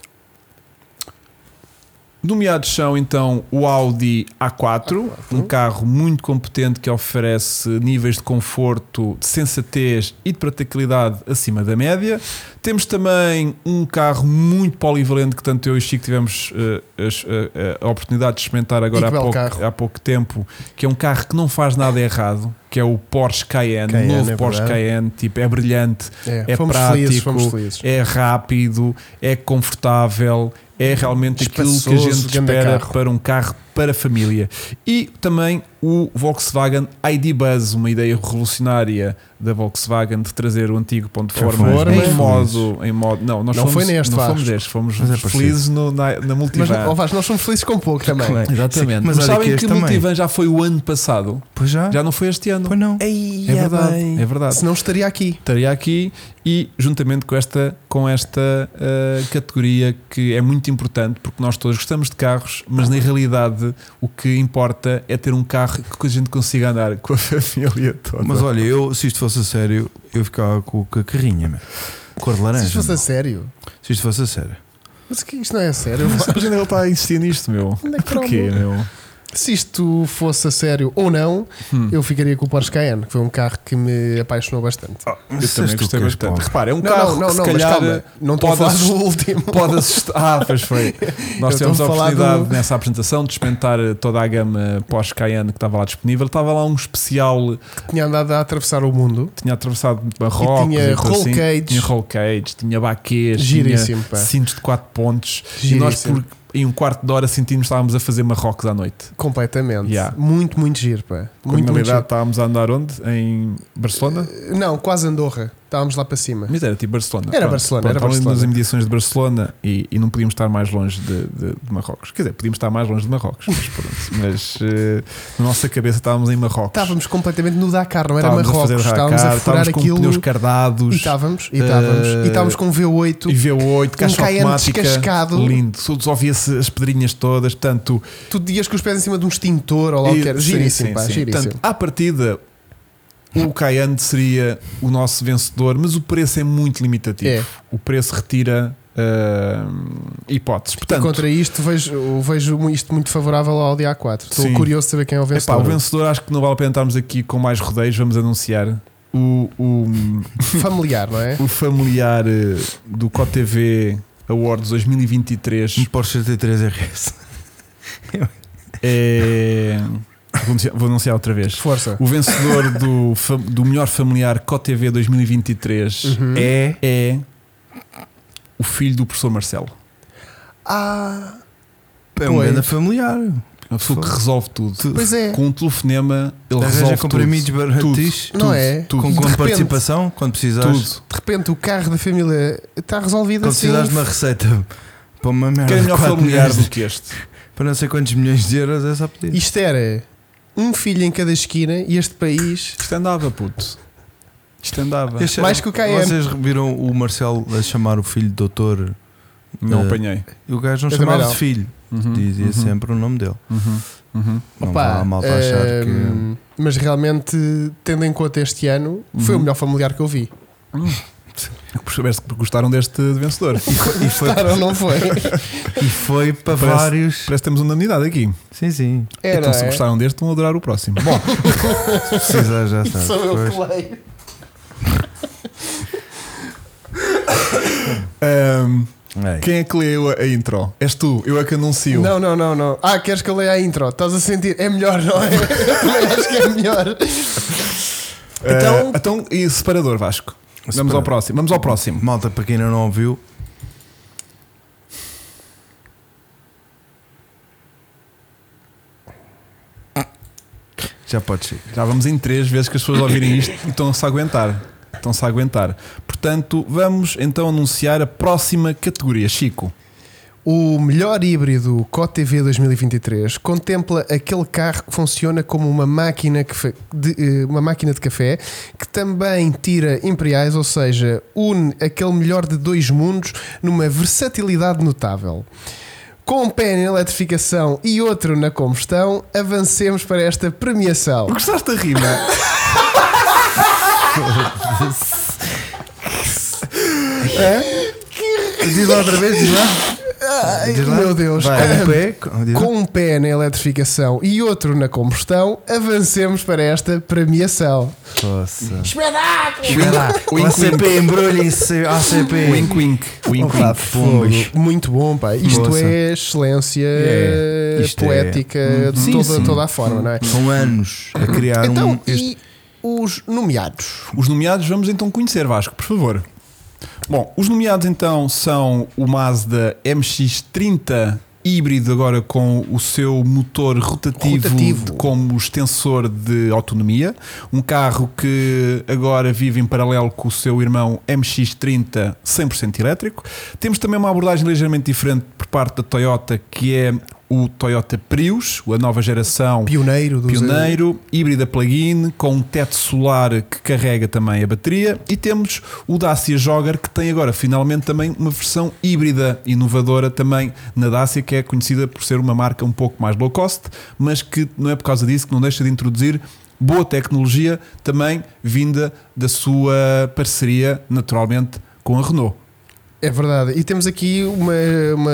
Nomeados são então o Audi A quatro, um carro muito competente que oferece níveis de conforto, de sensatez e de praticabilidade acima da média. Temos também um carro muito polivalente que tanto eu e o Chico tivemos uh, as- uh, a oportunidade de experimentar agora E há que belo pouco, carro. há pouco tempo, que é um carro que não faz nada errado, que é o Porsche Cayenne, Cayenne, o novo é Porsche verdade. Cayenne, tipo, é brilhante, É, é fomos prático, felizes, fomos felizes. é rápido, é confortável, é realmente aquilo que a Espaçoso, gente grande espera carro. para um carro para a família. E também o Volkswagen I D Buzz, uma ideia revolucionária da Volkswagen de trazer o antigo ponto de forma Forma. em modo, em modo. Não, nós Não fomos, foi neste, não Vasco. fomos neste, fomos Mas é parecido. felizes no, na, na Mas Multivan. oh, Vasco, nós somos felizes com pouco também. Exatamente. Mas Mas, olha sabem que que, este o também. Multivan já foi o ano passado, Pois já? já não foi este ano. Pois não. Ei, É verdade, bem. é verdade. Senão estaria aqui. Estaria aqui e juntamente com esta, com esta uh, categoria que é muito muito importante porque nós todos gostamos de carros, mas na realidade o que importa é ter um carro que a gente consiga andar com a família toda. Mas olha, eu, se isto fosse a sério, eu ficava com, com a carrinha, meu. Cor de laranja. Se isto fosse a meu. sério. Se isto fosse a sério. Mas que isto não é a sério. Mas ele está a insistir nisto, meu. Onde é que Porquê, tromo? meu? Se isto fosse a sério ou não, Hum. eu ficaria com o Porsche Cayenne, que foi um carro que me apaixonou bastante. Eu Mas também és tu gostei que és bastante. pobre. Repara, é um Não, carro não, não, que se não, mas calhar calma, não estou a pode falar assustar- do último. pode assustar. Ah, pois foi. Nós Eu tivemos estou a a falar oportunidade do- nessa apresentação de experimentar toda a gama Porsche Cayenne que estava lá disponível. Estava lá um especial, Que tinha andado a atravessar o mundo. tinha atravessado Marrocos, E tinha e tudo roll assim. cage. tinha roll cage, tinha baquês, Giríssimo, tinha pá. cintos de quatro pontos. E nós, Giríssimo. por, em um quarto de hora, sentimos que estávamos a fazer Marrocos à noite. Completamente. Yeah. Muito, muito giro, pá. Quando Muito, na muito realidade giro. estávamos a andar onde? Em Barcelona? Não, quase Andorra. Estávamos lá para cima. Mas era tipo Barcelona. Era Barcelona, era estávamos Barcelona. nas imediações de Barcelona e, e não podíamos estar mais longe de, de- de Marrocos. Quer dizer, podíamos estar mais longe de Marrocos, mas, pronto. Mas eh, na nossa cabeça estávamos em Marrocos. Estávamos completamente no Dakar, não era Estávamos a Marrocos. fazer Estávamos Dakar, a furar estávamos com aquilo. pneus E cardados estávamos, e estávamos. Eh, E estávamos com V oito. e V oito, caixa Cayenne automática. descascado. Lindo. Só ouvia-se as pedrinhas todas. Portanto, Tu dias com os pés em cima de um extintor ou lá o que era. sim, Giríssimo, sim, pá, sim. giríssimo. Portanto, à partida, o Cayenne seria o nosso vencedor, mas o preço é muito limitativo. É. O preço retira ah, hipóteses. E Portanto, contra isto, vejo, vejo isto muito favorável ao D A quatro. Estou Sim. curioso de saber quem é o epá, vencedor. o vencedor acho que não vale a pena estarmos aqui com mais rodeios. Vamos anunciar o, o, Familiar, não é? o familiar eh, do C O T V Awards dois mil e vinte e três. Um Porsche T três R S. É... Vou anunciar, vou anunciar outra vez. Força. O vencedor do, fa- do melhor familiar C O T V dois mil e vinte e três Uhum. é, é o filho do professor Marcelo. Ah, É um Pois. grande familiar. Uma pessoa que resolve tudo. Tu- pois é. Com um telefonema, ele Arranja resolve comprimidos tudo. baratis. Não tudo, é? tudo. Com De conta de repente- participação, quando precisares. Tudo. De repente o carro da família está resolvido Quando assim. precisares de uma receita para uma merda. Que é de melhor quatro familiar milhões do de- que este. Para não sei quantos milhões de euros é só pedir. Isto era um filho em cada esquina e este país. Isto andava, puto. Isto andava. Este- Mais que o Cayenne. Vocês viram o Marcelo a chamar o filho de doutor? Não Eh, apanhei. E o gajo não Eu chamava também de não. filho. Uhum, Dizia uhum, sempre o nome dele. uhum, uhum. Não Opa, vá a malta achar que. hum, Mas realmente, tendo em conta este ano, foi Uhum. o melhor familiar que eu vi. Por saber se gostaram deste vencedor. E foi, e foi, Claro, não foi? e foi para Parece- vários. Parece que temos unanimidade aqui. Sim, sim. Era, então, se é? gostaram deste, vão adorar o próximo. Bom, Se precisar, já sabes. Sou eu Pois. que leio. ahm, É. quem é que leu a, a intro? És tu, eu é que anuncio. Não, não, não, não. Ah, queres que eu leia a intro? Estás a sentir? É melhor, não é? Eu também acho que é melhor. Ah, Então- então, e separador, Vasco? Vamos Separador. ao próximo. Vamos ao próximo. Malta, para quem ainda não ouviu. Já pode ser. Já vamos em três vezes que as pessoas ouvirem isto e estão-se a aguentar. Estão-se a aguentar. Portanto, vamos então anunciar a próxima categoria. Chico. O melhor híbrido C O T V dois mil e vinte e três contempla aquele carro que funciona como uma máquina, que fe- de, eh, uma máquina de café que também tira imperiais, ou seja, une aquele melhor de dois mundos numa versatilidade notável. Com um pé na eletrificação e outro na combustão, avancemos para esta premiação. Gostaste da rima? Diz lá outra vez, diz lá. Ai, Diz lá. meu Deus. Vai, um pé. Diz lá. Com um pé na eletrificação e outro na combustão, avancemos para esta premiação. Nossa. O O A C P, embrulhem-se. A C P. Wink wink. Wink Opa, wink. pombos. Muito bom, pá. Isto Moça. é excelência É, isto é. poética de Sim, toda, sim. toda a forma, não é? São anos a criar Então, um. Este... e os nomeados? Os nomeados vamos então conhecer, Vasco, por favor. Bom, os nomeados então são o Mazda M X trinta híbrido, agora com o seu motor rotativo, Rotativo. de- como extensor de autonomia, um carro que agora vive em paralelo com o seu irmão M X trinta cem por cento elétrico. Temos também uma abordagem ligeiramente diferente por parte da Toyota, que é o Toyota Prius, a nova geração Pioneiro dos Pioneiro, híbrida plug-in, com um teto solar que carrega também a bateria. E temos o Dacia Jogger, que tem agora finalmente também uma versão híbrida inovadora também na Dacia, que é conhecida por ser uma marca um pouco mais low cost, mas que não é por causa disso que não deixa de introduzir boa tecnologia também vinda da sua parceria naturalmente com a Renault. É verdade. E temos aqui uma. uma...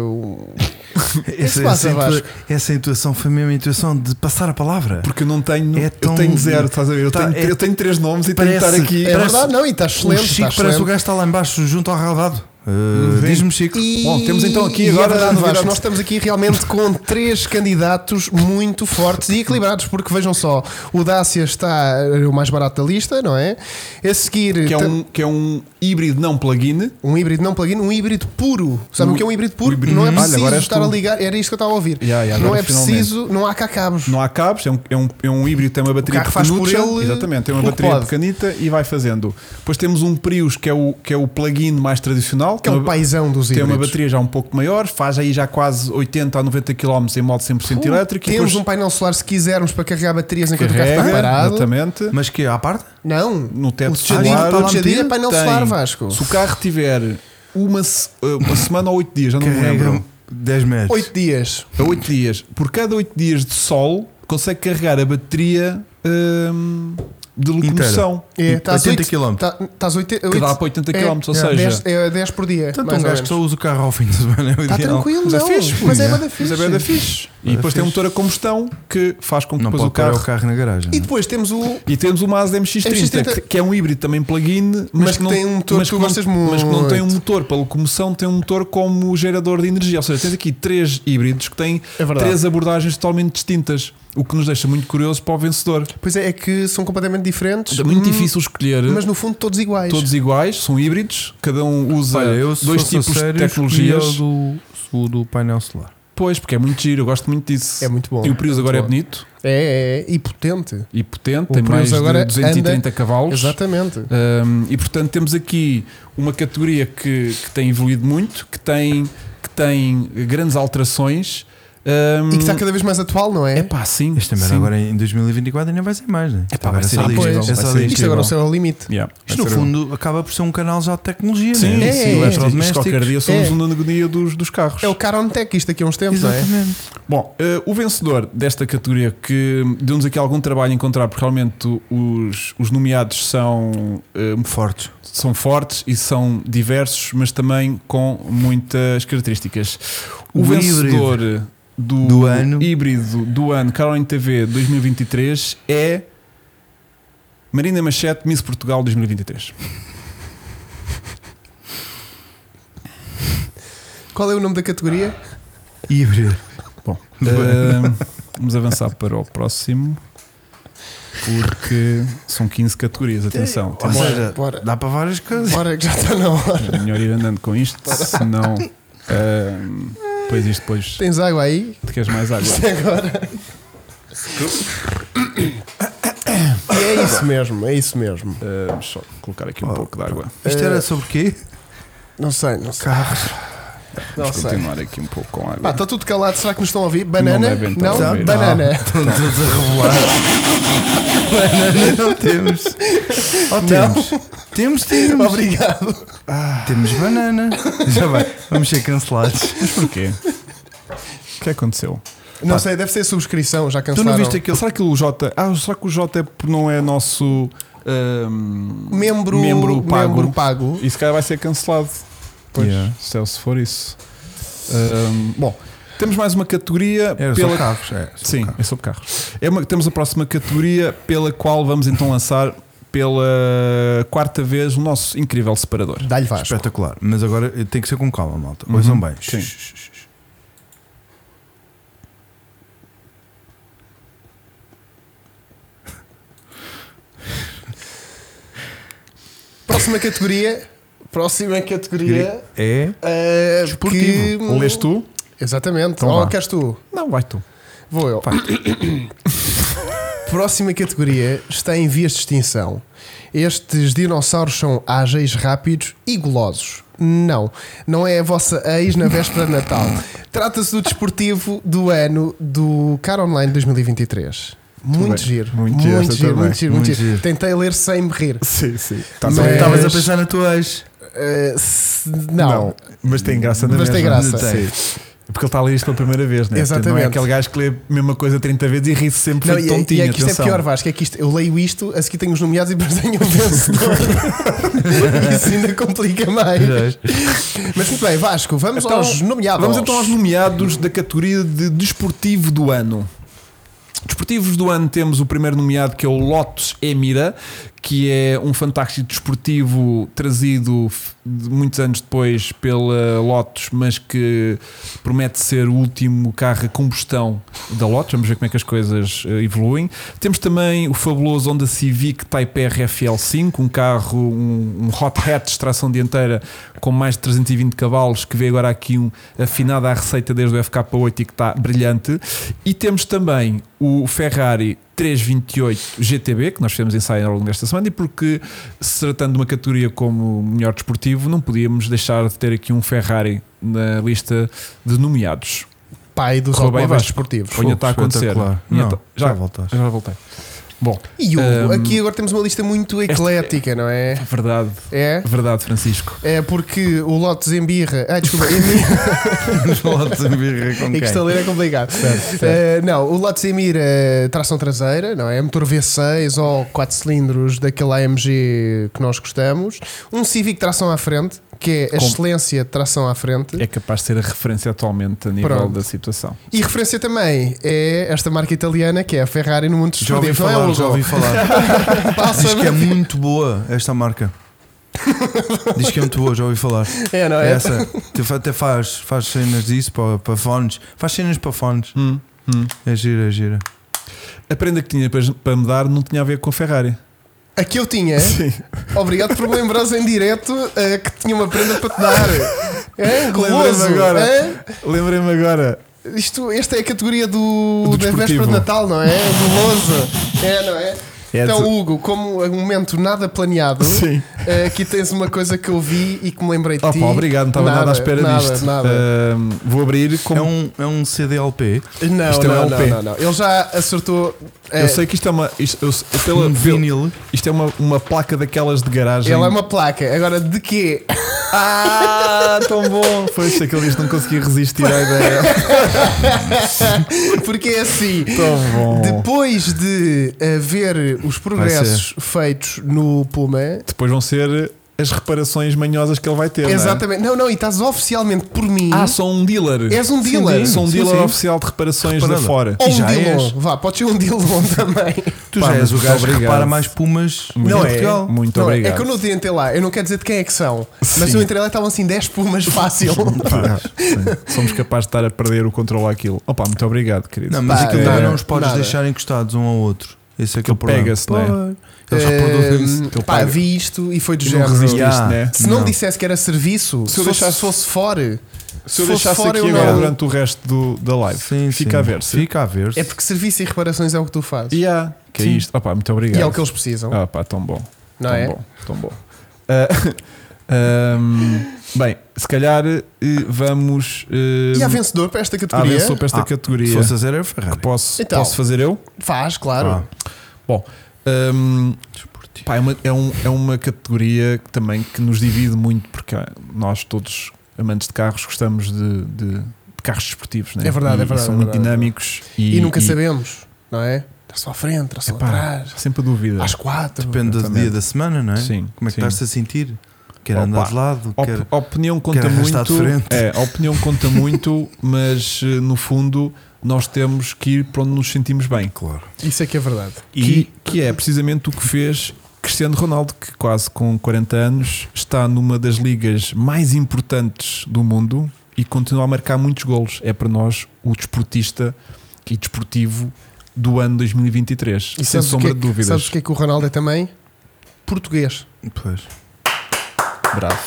Essa, essa, intua, essa intuação foi mesmo a intuação de passar a palavra. Porque eu não tenho, é tão, eu tenho zero, estás a ver? Eu, tá, tenho, é, eu tenho três nomes e parece, tenho que estar aqui. É verdade, não, e está excelente. O Chico está parece excelente. o gajo está lá embaixo junto ao relvado. Uh, Diz-me, Chico. E... Bom, temos então aqui agora. É verdade, Vasco, nós estamos aqui realmente com três candidatos muito fortes e equilibrados, porque vejam só, o Dacia está o mais barato da lista, não é? A seguir. Que é um, que é um híbrido não plug-in. Um híbrido não plug-in, um híbrido puro. Sabe Um, o que é um híbrido puro? híbrido, não é olha, preciso agora és estar tu. a ligar. Era isto que eu estava a ouvir. Yeah, yeah, não agora é preciso, não há cá cabos. Não há cabos, é um, é um, é um híbrido, tem uma bateria O carro faz por pequenucha, ele exatamente, tem uma o que bateria pode. pequenita e vai fazendo. Depois temos um Prius que é o, que é o plug-in mais tradicional, Que é o uma- paizão dos tem híbridos. uma bateria já um pouco maior, faz aí já quase oitenta a noventa quilómetros em modo cem por cento elétrico. E Temos depois um painel solar se quisermos para carregar baterias enquanto o carro está carrega, parado. exatamente. Mas que à parte? Não, No teto o tejadilho, solar, o tejadilho é painel tem- solar, Vasco. Se o carro tiver uma, se- uma semana ou oito dias, já não me Carrega lembro, dez metros. oito dias. a oito dias, por cada oito dias de sol, consegue carregar a bateria hum, de locomoção. É, estás oitenta oito- quilómetros. tá- estás oitenta- Que dá oito- para oitenta é, quilómetros, ou é, seja, dez, é dez por dia. Tanto mais um ou gajo que só menos. usa o carro ao fim de semana é o Está ideal. tranquilo, Mas é não. fixe, mas é é. bada mas fixe. é bem da fixe. E Bué depois da tem um fixe. motor a combustão que faz com que Não depois pode o pôr carro. o carro na garagem. E depois temos o. E temos o Mazda M X trinta, M X trinta, que, que é um híbrido também plug-in, mas, Mas que tem um motor mas que tu não- gostas mas que não tem um muito. motor para locomoção, tem um motor como gerador de energia. Ou seja, tens aqui três híbridos que têm É verdade. três abordagens totalmente distintas, o que nos deixa muito curiosos para o vencedor. Pois é, é que são completamente diferentes. É muito hum, difícil escolher. Mas no fundo todos iguais. Todos iguais, são híbridos, cada um usa Olha, eu, se dois fosse tipos sério, de tecnologias. escolhia o do, o do painel solar. Pois, porque é muito giro, eu gosto muito disso. É muito bom. E o Prius agora é Muito bom. bonito É, é, é. E potente. e potente, O tem Prius mais agora de duzentos e trinta cavalos. Exatamente. Um, e portanto temos aqui uma categoria que, que tem evoluído muito, que tem, que tem grandes alterações. Um, E que está cada vez mais atual, não é? é pá, sim. Este também sim. agora em dois mil e vinte e quatro ainda vai ser mais, né? Epá, Agora vai ser é só incrível, disto, vai é só ser disto. Isto agora é o céu ao limite. Yeah, vai Isto no ser- fundo acaba por ser um canal já de tecnologia, Sim, né? é, sim, é, isto- é. isto Eletrodomésticos. qualquer dia somos É. uma agonia dos, dos carros. É o Caron Tech isto aqui há uns tempos, não é? Exatamente. Bom, eh, o vencedor desta categoria, que deu-nos aqui algum trabalho encontrar, porque realmente os, os nomeados são, eh, Fortes. são fortes e são diversos, mas também com muitas características. O, O vencedor do, do ano. híbrido do ano Caroline T V dois mil e vinte e três é Marina Machete, Miss Portugal dois mil e vinte e três. Qual é o nome da categoria? Híbrido. Bom, eh, vamos avançar para o próximo, porque são quinze categorias. Atenção, Ou temos- seja, bora. dá para várias coisas. Bora que já está na hora. é melhor ir andando com isto, senão ehm, depois isto depois Tens água aí? te queres mais água. Isto é agora. E é isso mesmo, é isso mesmo. Eh, Vamos só colocar aqui um Oh, pouco de água. Isto era sobre quê? Não sei, não sei. Carros. Não Vamos sei. continuar aqui um pouco com água. Pá, está tudo calado, será que nos estão a ouvir? Banana? devem estar a Não, ouvir. banana. Estão todos a revelar. Banana não temos. Oh, temos. Temos, temos. Obrigado. Temos banana. Já vai. Vamos ser cancelados. Mas porquê? O que aconteceu? Não sei, deve ser subscrição, já Tu cancelaram. não viste aquele. Será que o J. Ah, será que o J não é nosso ehm, Membro, membro pago? membro pago. E se calhar vai ser cancelado. Pois, Yeah. se, se for isso. Ehm, bom, temos mais uma categoria. Era pela... só carros. É, só Sim, carros. é sobre carros. É uma, temos a próxima categoria pela qual vamos então lançar pela quarta vez o nosso incrível separador. Dá-lhe Vasco. Espetacular. Mas agora tem que ser com calma, malta. Uhum. Ouçam bem. Sim. Shh, shh, shh. Próxima categoria. Próxima categoria. É. eh, Desportivo. que- Lês tu? Exatamente. Então Ou vá. queres tu? Não, vai tu. Vou eu. Próxima categoria está em vias de extinção. Estes dinossauros são ágeis, rápidos e golosos. Não, não é a vossa ex na véspera de Natal. Trata-se do desportivo do ano do Car Online dois mil e vinte e três. Muito bem. giro, Muito muito, giro, muito, esta giro, também. muito giro, muito Muito giro. giro. Tentei ler sem me rir. Sim, sim. Mas- Estavas a pensar na tua ex. Uh, se- não. Mas tem graça na Mas tem mesma. graça. Sim. Porque ele está a ler isto pela primeira vez, né? Exatamente. Portanto, não é aquele gajo que lê a mesma coisa trinta vezes e ri-se sempre Não, feito e, tontinho. e é que isto atenção. é pior, Vasco, é que isto, eu leio isto, a seguir tenho os nomeados e depois tenho o vencedor. Isso ainda complica mais. Mas muito bem, Vasco, vamos Então, aos nomeados. Vamos então aos nomeados da categoria de desportivo do ano. Desportivos do ano temos o primeiro nomeado, que é o Lotus Emira, que é um fantástico desportivo trazido f- de muitos anos depois pela Lotus, mas que promete ser o último carro a combustão da Lotus. Vamos ver como é que as coisas eh, evoluem. Temos também o fabuloso Honda Civic Type R F L cinco, um carro, um, um hot hatch de tração dianteira com mais de trezentos e vinte cavalos, que vê agora aqui um afinado à receita desde o F K oito e que está brilhante. E temos também o Ferrari trezentos e vinte e oito G T B, que nós fizemos ensaio ao longo desta semana, e porque, se tratando de uma categoria como melhor desportivo, não podíamos deixar de ter aqui um Ferrari na lista de nomeados. Pai dos Correu bem, automóveis Vasco? desportivos. Ainda está a acontecer. Espetacular. Ainda Não, está- já já- voltaste. Já voltei. Bom, E Hugo, Um, aqui agora temos uma lista muito eclética, não é? verdade, É? verdade, Francisco. É porque o Lotus em birra. Ah, desculpa, Emira. Lotus em birra com É que quem? isto a ler é complicado. Eh, não, o Lotus Emira, tração traseira, não é? Motor V seis ou quatro cilindros daquele A M G que nós gostamos. Um Civic tração à frente, que é a Com- excelência de tração à frente. É capaz de ser a referência atualmente a nível Pronto. da situação. E referência também é esta marca italiana que é a Ferrari no mundo dos Já ouvi desportivos, não é, falar, Hugo? já ouvi falar. Passa- Diz que é muito boa esta marca. Diz que é muito boa, já ouvi falar. É, não é? Essa tipo, até faz, faz cenas disso para, para fones. Faz cenas para fones. Hum, hum. É gira, é gira. A prenda que tinha para, para me dar não tinha a ver com a Ferrari. Aqui eu tinha. Sim. Obrigado por me lembrares em direto eh, que tinha uma prenda para te dar. É, Lembrei-me goloso. agora. É? Lembrei-me agora. Isto, esta é a categoria do, Do da desportivo. véspera de Natal, não é? Goloso. É, não é? É Então, de- Hugo, como um momento nada planeado, Sim. eh, aqui tens uma coisa que eu vi e que me lembrei de Opa, ti. obrigado, não estava nada, à espera nada, disto. Nada. Ahm, vou abrir como. É um, é um C D L P. Não, isto é um não, L P. não, não, não. Ele já acertou. eh, Eu sei que isto é uma. Isto, eu, eu- pela, Um pela- vinil. isto é uma, uma placa daquelas de garagem. Ele é uma placa. Agora, de quê? Ah, tão bom! Foi isso, aquele dia que não consegui resistir à ideia. Porque é assim. Tão bom. Depois de haver os progressos feitos no Puma, Depois vão ser as reparações manhosas que ele vai ter. não é? exatamente, não, não, e estás oficialmente por mim. Ah, sou um dealer. És um dealer. Sou um Sim, dealer sim. oficial de reparações Reparador. da fora. Ou E um já Dillon. és. Vá, pode ser um Dillon também. Tu Pá, já és mas o muito gajo que obrigado. repara mais pumas Muito em Não é? Portugal. Muito Não, é, obrigado. é que eu não te entrei lá, eu não quero dizer de quem é que são, mas Sim. eu entrei lá e estavam assim dez pumas fácil. Pá, sim. Somos capazes de estar a perder o controle àquilo. Opa, muito obrigado, querido. Não, mas Pá, aquilo é, também não os podes nada. deixar encostados um ao outro. Esse é que é o problema. Pega-se, não é? Pô, Eles reproduzem-se. Ehm, Ele pá, paga. vi isto e foi do E não género. resististe, Yeah. né? Se não, Não. dissesse que era serviço, Se se eu fosse, deixasse- se fosse fora, Se eu fosse deixasse fora, aqui eu agora não- durante o resto do, da live, Sim, fica sim. a ver-se. Fica a ver-se. é porque serviço e reparações é o que tu fazes. E há, que é Sim. isto. Opa, muito obrigado. E é o que eles precisam, Ah, pá, tão bom. não tão é? bom, tão bom. Ah, ahm, bem, se calhar eh, vamos. eh, E há vencedor para esta há categoria? vencedor para esta Ah, categoria. Se fosse a zero, era Ferrari. Que posso, Então. posso fazer eu? Faz, claro. Ah, Bom, ahm, desportivo. pá, é, uma, é, um- é uma categoria que também que nos divide muito, porque ah, nós todos amantes de carros gostamos de, de- de carros desportivos, né? É verdade, E- é verdade, e são é muito verdade. dinâmicos E, nunca sabemos, não é? Está-se à frente, está-se Epá, atrás, sempre a dúvida. às quatro. Depende do Exatamente. dia da semana, não é? Sim, Como é que sim. estás-te a sentir? Quer Opa. andar de lado? A Quer... op- a opinião conta quer arrastar muito. de frente. É, a opinião conta muito, mas eh, no fundo nós temos que ir para onde nos sentimos bem. Claro. Isso é que é verdade. Que, que é precisamente o que fez Cristiano Ronaldo, que quase com quarenta anos está numa das ligas mais importantes do mundo e continua a marcar muitos golos. É para nós o desportista e desportivo do ano dois mil e vinte e três, E sem sabes o sombra que é de que- dúvidas. Sabes o que é que o Ronaldo é também? Português. Pois. Bravo.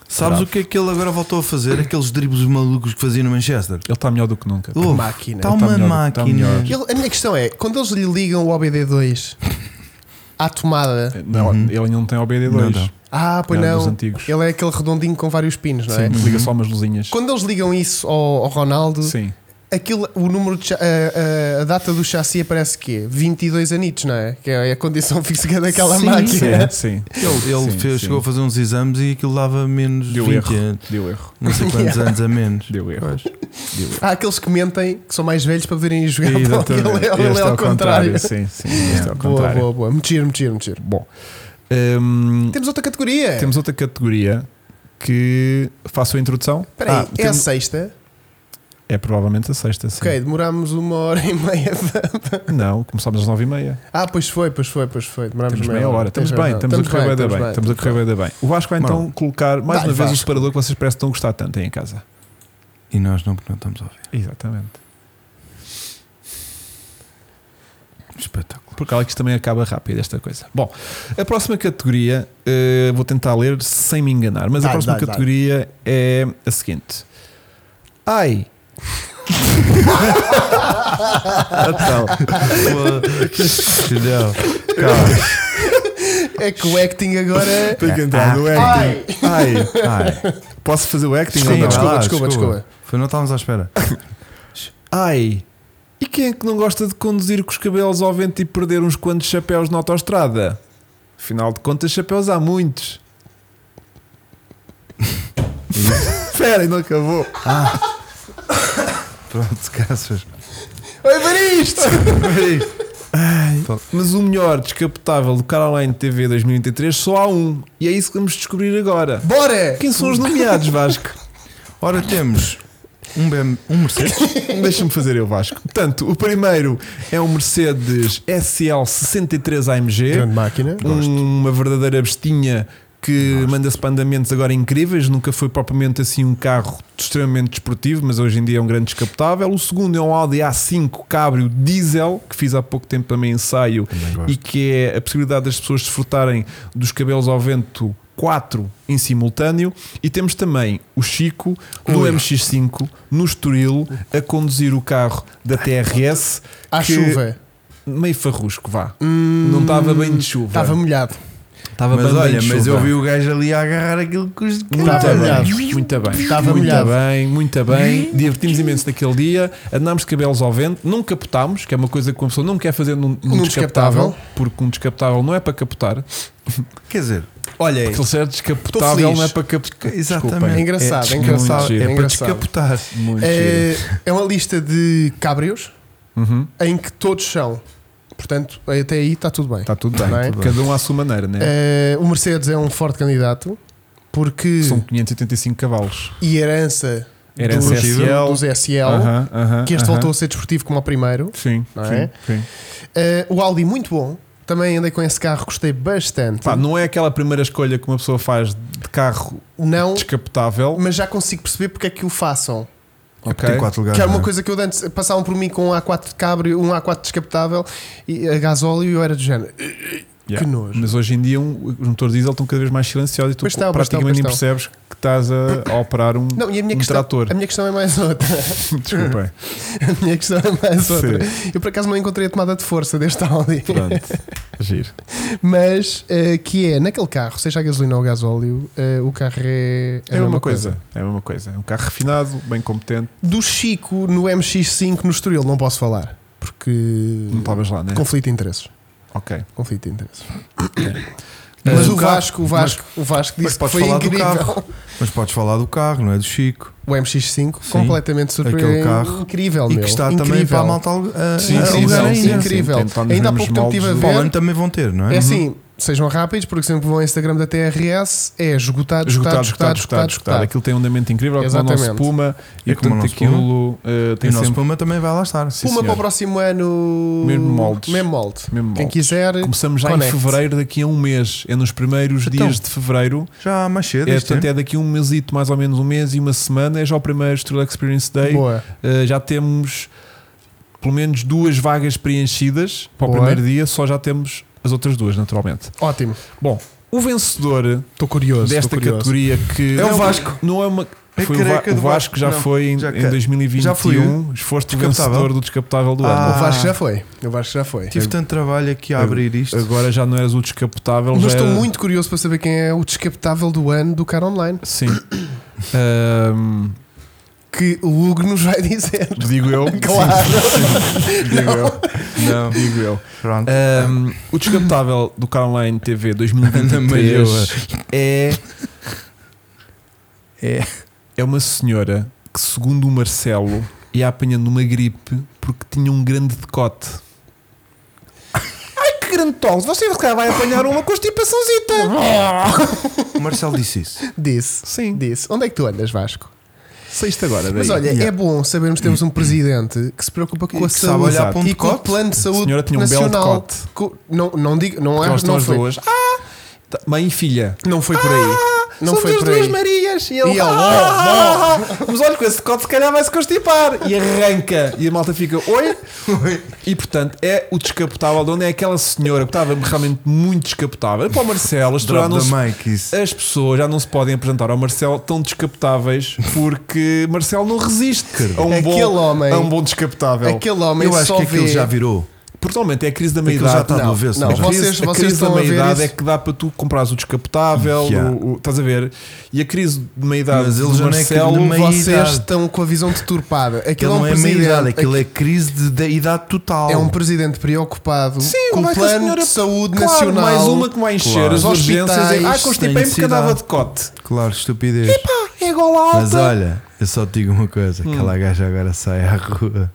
Sabes Bravo. o que é que ele agora voltou a fazer? Aqueles dribles malucos que fazia no Manchester. Ele está melhor do que nunca. Oh, máquina. Está Ele tá uma melhor, tá máquina. melhor. Ele- a minha questão é: quando eles lhe ligam o O B D dois à tomada, Não, Uhum. ele ainda não tem O B D dois. Não, não. ah, pois É, não, dos antigos. ele é aquele redondinho com vários pinos, não é? Sim, liga só umas luzinhas. Quando eles ligam isso ao, ao Ronaldo, Sim. aquilo, o número de cha- a, a- a data do chassi aparece quê? vinte e dois anitos, não é? Que é a condição física daquela Sim, máquina. Sim. Ele, ele Sim, fez, sim. chegou a fazer uns exames e aquilo dava menos Deu vinte erro. anos. Deu erro. Não sei quantos Yeah. anos a menos. Deu erro. Pois. Deu erro. Há aqueles que mentem que são mais velhos para poderem ir jogar. Ele, Exatamente. ele, ele Este é ao contrário. Sim, sim. Este é ao Boa, contrário. boa, boa. Muito giro, muito giro, muito giro. Bom. hum, Temos outra categoria. temos outra categoria que faço a introdução. Espera aí, Ah, é a temos- sexta? é provavelmente a sexta, sim. Ok, demorámos uma hora e meia. Não, começámos às nove e meia. Ah, pois foi, pois foi, pois foi. Demorámos Temos meia hora. Estamos Tens bem, razão. estamos a correr bem, da bem. estamos Estamos a correr bem, da bem. O Vasco vai então Bom. colocar mais Vai, uma vez o Vasco. separador que vocês parecem que estão a gostar tanto aí em casa. E nós não, porque não estamos a ouvir. Exatamente. Espetáculo. Porque ela que isto também acaba rápido esta coisa. Bom, a próxima categoria, eh, vou tentar ler sem me enganar, mas a Dá, próxima dá, dá. categoria é a seguinte. Ai, Então, não. Calma. É que o acting agora. tem que entrar no Ai. acting. Ai, Ai. posso fazer o acting Sim, ou não? vai desculpa, lá, desculpa, desculpa. Foi, não estávamos à espera. Ai, e quem é que não gosta de conduzir com os cabelos ao vento e perder uns quantos chapéus na autoestrada? Afinal de contas, chapéus há muitos. Espera, ainda não acabou. Pronto, caças. Oi, ver isto! Mas o melhor descapotável do Caroline T V dois mil e vinte e três só há um. E é isso que vamos descobrir agora. Bora! Quem são os nomeados, Vasco? Ora, temos um, B M, um Mercedes. Deixa-me fazer eu, Vasco. Portanto, o primeiro é um Mercedes S L sessenta e três A M G. Grande máquina. Uma verdadeira bestinha que manda-se para andamentos agora incríveis. Nunca foi propriamente assim um carro extremamente desportivo, mas hoje em dia é um grande descapotável. O segundo é um Audi A cinco Cabrio Diesel, que fiz há pouco tempo também ensaio, e que é a possibilidade das pessoas desfrutarem dos cabelos ao vento quatro em simultâneo. E temos também o Chico no Ui. M X cinco no Estoril a conduzir o carro da T R S À que- chuva. meio farrusco, vá. Hum, Não estava bem de chuva. Estava molhado. Estava Mas bem olha, de mas chuva. eu vi o gajo ali a agarrar aquilo com os. Muito Estava molhado. bem, muito bem, Estava muito molhado. bem, muito bem. Divertimos imenso naquele dia. Andámos de cabelos ao vento, não capotámos, que é uma coisa que uma pessoa não quer fazer num, num Num descapotável, descapotável. porque um descapotável não é para capotar. Quer dizer, Olha aí. Aquele ser descapotável feliz. não é para capotar. exatamente. É engraçado, é muito engraçado. giro. É é para engraçado. descapotar. Muito giro. É, é uma lista de cabrios Uhum. em que todos são. Portanto, até aí está tudo bem. Está tudo bem, Não é? tudo bem. Cada um à sua maneira, né? É, o Mercedes é um forte candidato porque São quinhentos e oitenta e cinco cavalos. e herança, Herança dos, S L. dos S L, Aham, aham, que este aham. voltou a ser desportivo como o primeiro. Sim, Não sim, é? sim. É, o Audi, muito bom. Também andei com esse carro, gostei bastante. Pá, não é aquela primeira escolha que uma pessoa faz de carro Não, descapotável. mas já consigo perceber porque é que o façam. Ok. Tem quatro lugares. Que era uma não é? coisa que eu antes passavam por mim com um A quatro de cabrio, um A quatro descapotável e a gasóleo e eu era do género. Yeah. Que nojo. Mas hoje em dia um, os motores diesel estão cada vez mais silenciosos e tu Pois estão, pois praticamente nem estão, pois percebes que estás a, a operar um, Não, e a minha, um questão, trator. a minha questão é mais outra. Desculpa. A minha questão é mais outra. Sim. Eu por acaso não encontrei a tomada de força deste Audi. Pronto. Giro. Mas eh, que é naquele carro, seja a gasolina ou a gasóleo, eh, o carro é, É a mesma coisa. É a mesma coisa. É um carro refinado, bem competente. Do Chico no M X cinco no Estoril não posso falar porque Não estavas lá, né? conflito de interesses. Ok. Conflito de interesses. Mas Mas o o carro- Vasco, o Vasco, o Vasco mas disse que podes foi falar do incrível. carro. Mas podes falar do carro, não é do Chico. O M X cinco, Sim. completamente surpreendente. Aquele carro. Incrível, E meu. que está incrível. também para a malta a, Sim, a sim, alugar sim, ainda. sim, sim. incrível. Tem de estar nos Ainda há mesmos pouco tempo estive a moldes Para o ver. ano também vão ter, não é? É assim, sejam rápidos, porque sempre vão ao Instagram da T R S, é esgotado, Esgotado, esgotado, esgotado, esgotado, esgotado. Aquilo tem um andamento incrível, como o nosso Exatamente. Puma. E E como o portanto nosso aquilo uh, E tem o nosso sempre Puma também vai lá estar. Sim, Puma senhor. para o próximo ano. Mesmo moldes. Mesmo molde. mesmo Quem moldes. quiser. Começamos já Connect. em fevereiro, daqui a um mês. É nos primeiros Então, dias de fevereiro. Já mais cedo. É, este portanto, ano. é daqui a um mêsito, mais ou menos um mês e uma semana. É já o primeiro Estoril Experience Day. Boa. Uh, já temos pelo menos duas vagas preenchidas para o Boa. primeiro dia. Só já temos as outras duas, naturalmente. Ótimo. Bom, O vencedor Estou curioso. desta estou curioso. categoria que É o não, Vasco. não é uma É foi o, Va- careca o do Vasco Vasco. já Não, foi em, já em ca- dois mil e vinte e um. já fui. Foste o Descapotável. vencedor do descapotável do Ah. ano. O Vasco já foi. O Vasco já foi. Tive tanto trabalho aqui a abrir isto. Agora já não és o descapotável. Mas já estou é- muito curioso para saber quem é o descapotável do ano do Car Online. Sim. Ahm, Que o Hugo nos vai dizer. digo eu. Claro. Digo eu. Não, Digo eu. pronto. Um, o descapotável do Car Online T V dois mil e vinte Ana e três Malhoa. é, É. é uma senhora que, segundo o Marcelo, ia apanhando uma gripe porque tinha um grande decote. Ai, que grande tosse! Você se calhar vai apanhar uma constipaçãozita. O Marcelo disse isso. Disse. Sim, Disse. Onde é que tu andas, Vasco? saíste agora daí. Mas olha, Yeah. é bom sabermos que temos um presidente que se preocupa com E a que sabe saúde olhar para um e com o decote. plano de A saúde senhora tinha um belo nacional. decote. Co- Não, não digo, não é, Elas estão não as foi, duas. Ah! Tá- Mãe e filha. não foi por aí. Não São foi das por duas aí. Marias. E E ele, ele, ah, ah, mas olha, com esse decote se calhar vai se constipar. E arranca. E a malta fica, oi? E portanto, é o descapotável de onde é aquela senhora que estava realmente muito descapotável. Para o Marcelo, as pessoas já Drop não the se- mic, isso. as pessoas já não se podem apresentar ao Marcelo tão descapotáveis porque Marcelo não resiste a um, Aquele bom, homem- a um bom descapotável. Aquele homem Eu acho só que vê. aquilo já virou. Portualmente é a crise da Aquilo já meia-idade. está Não, do avesso. não, mas A vocês- crise, a vocês crise estão da a ver meia-idade isso? é que dá para tu comprares o descapotável, Yeah. o, o- estás a ver? E a crise de meia-idade Mas ele do já não é que Marcelo, de meia- Vocês idade. estão com a visão deturpada. Aquilo Aquilo é um não é meia presidente. idade, aquilo é crise de, de idade total. É um presidente preocupado Sim, com vai o que a plano senhora- de saúde claro, nacional. mais uma que vai encher Claro. as Os urgências. hospitais, Ah, constipei porque sem andava de necessidade. cote. Claro, estupidez. É igual alta. Mas olha, eu só te digo uma coisa: Hum. aquela gaja agora sai à rua.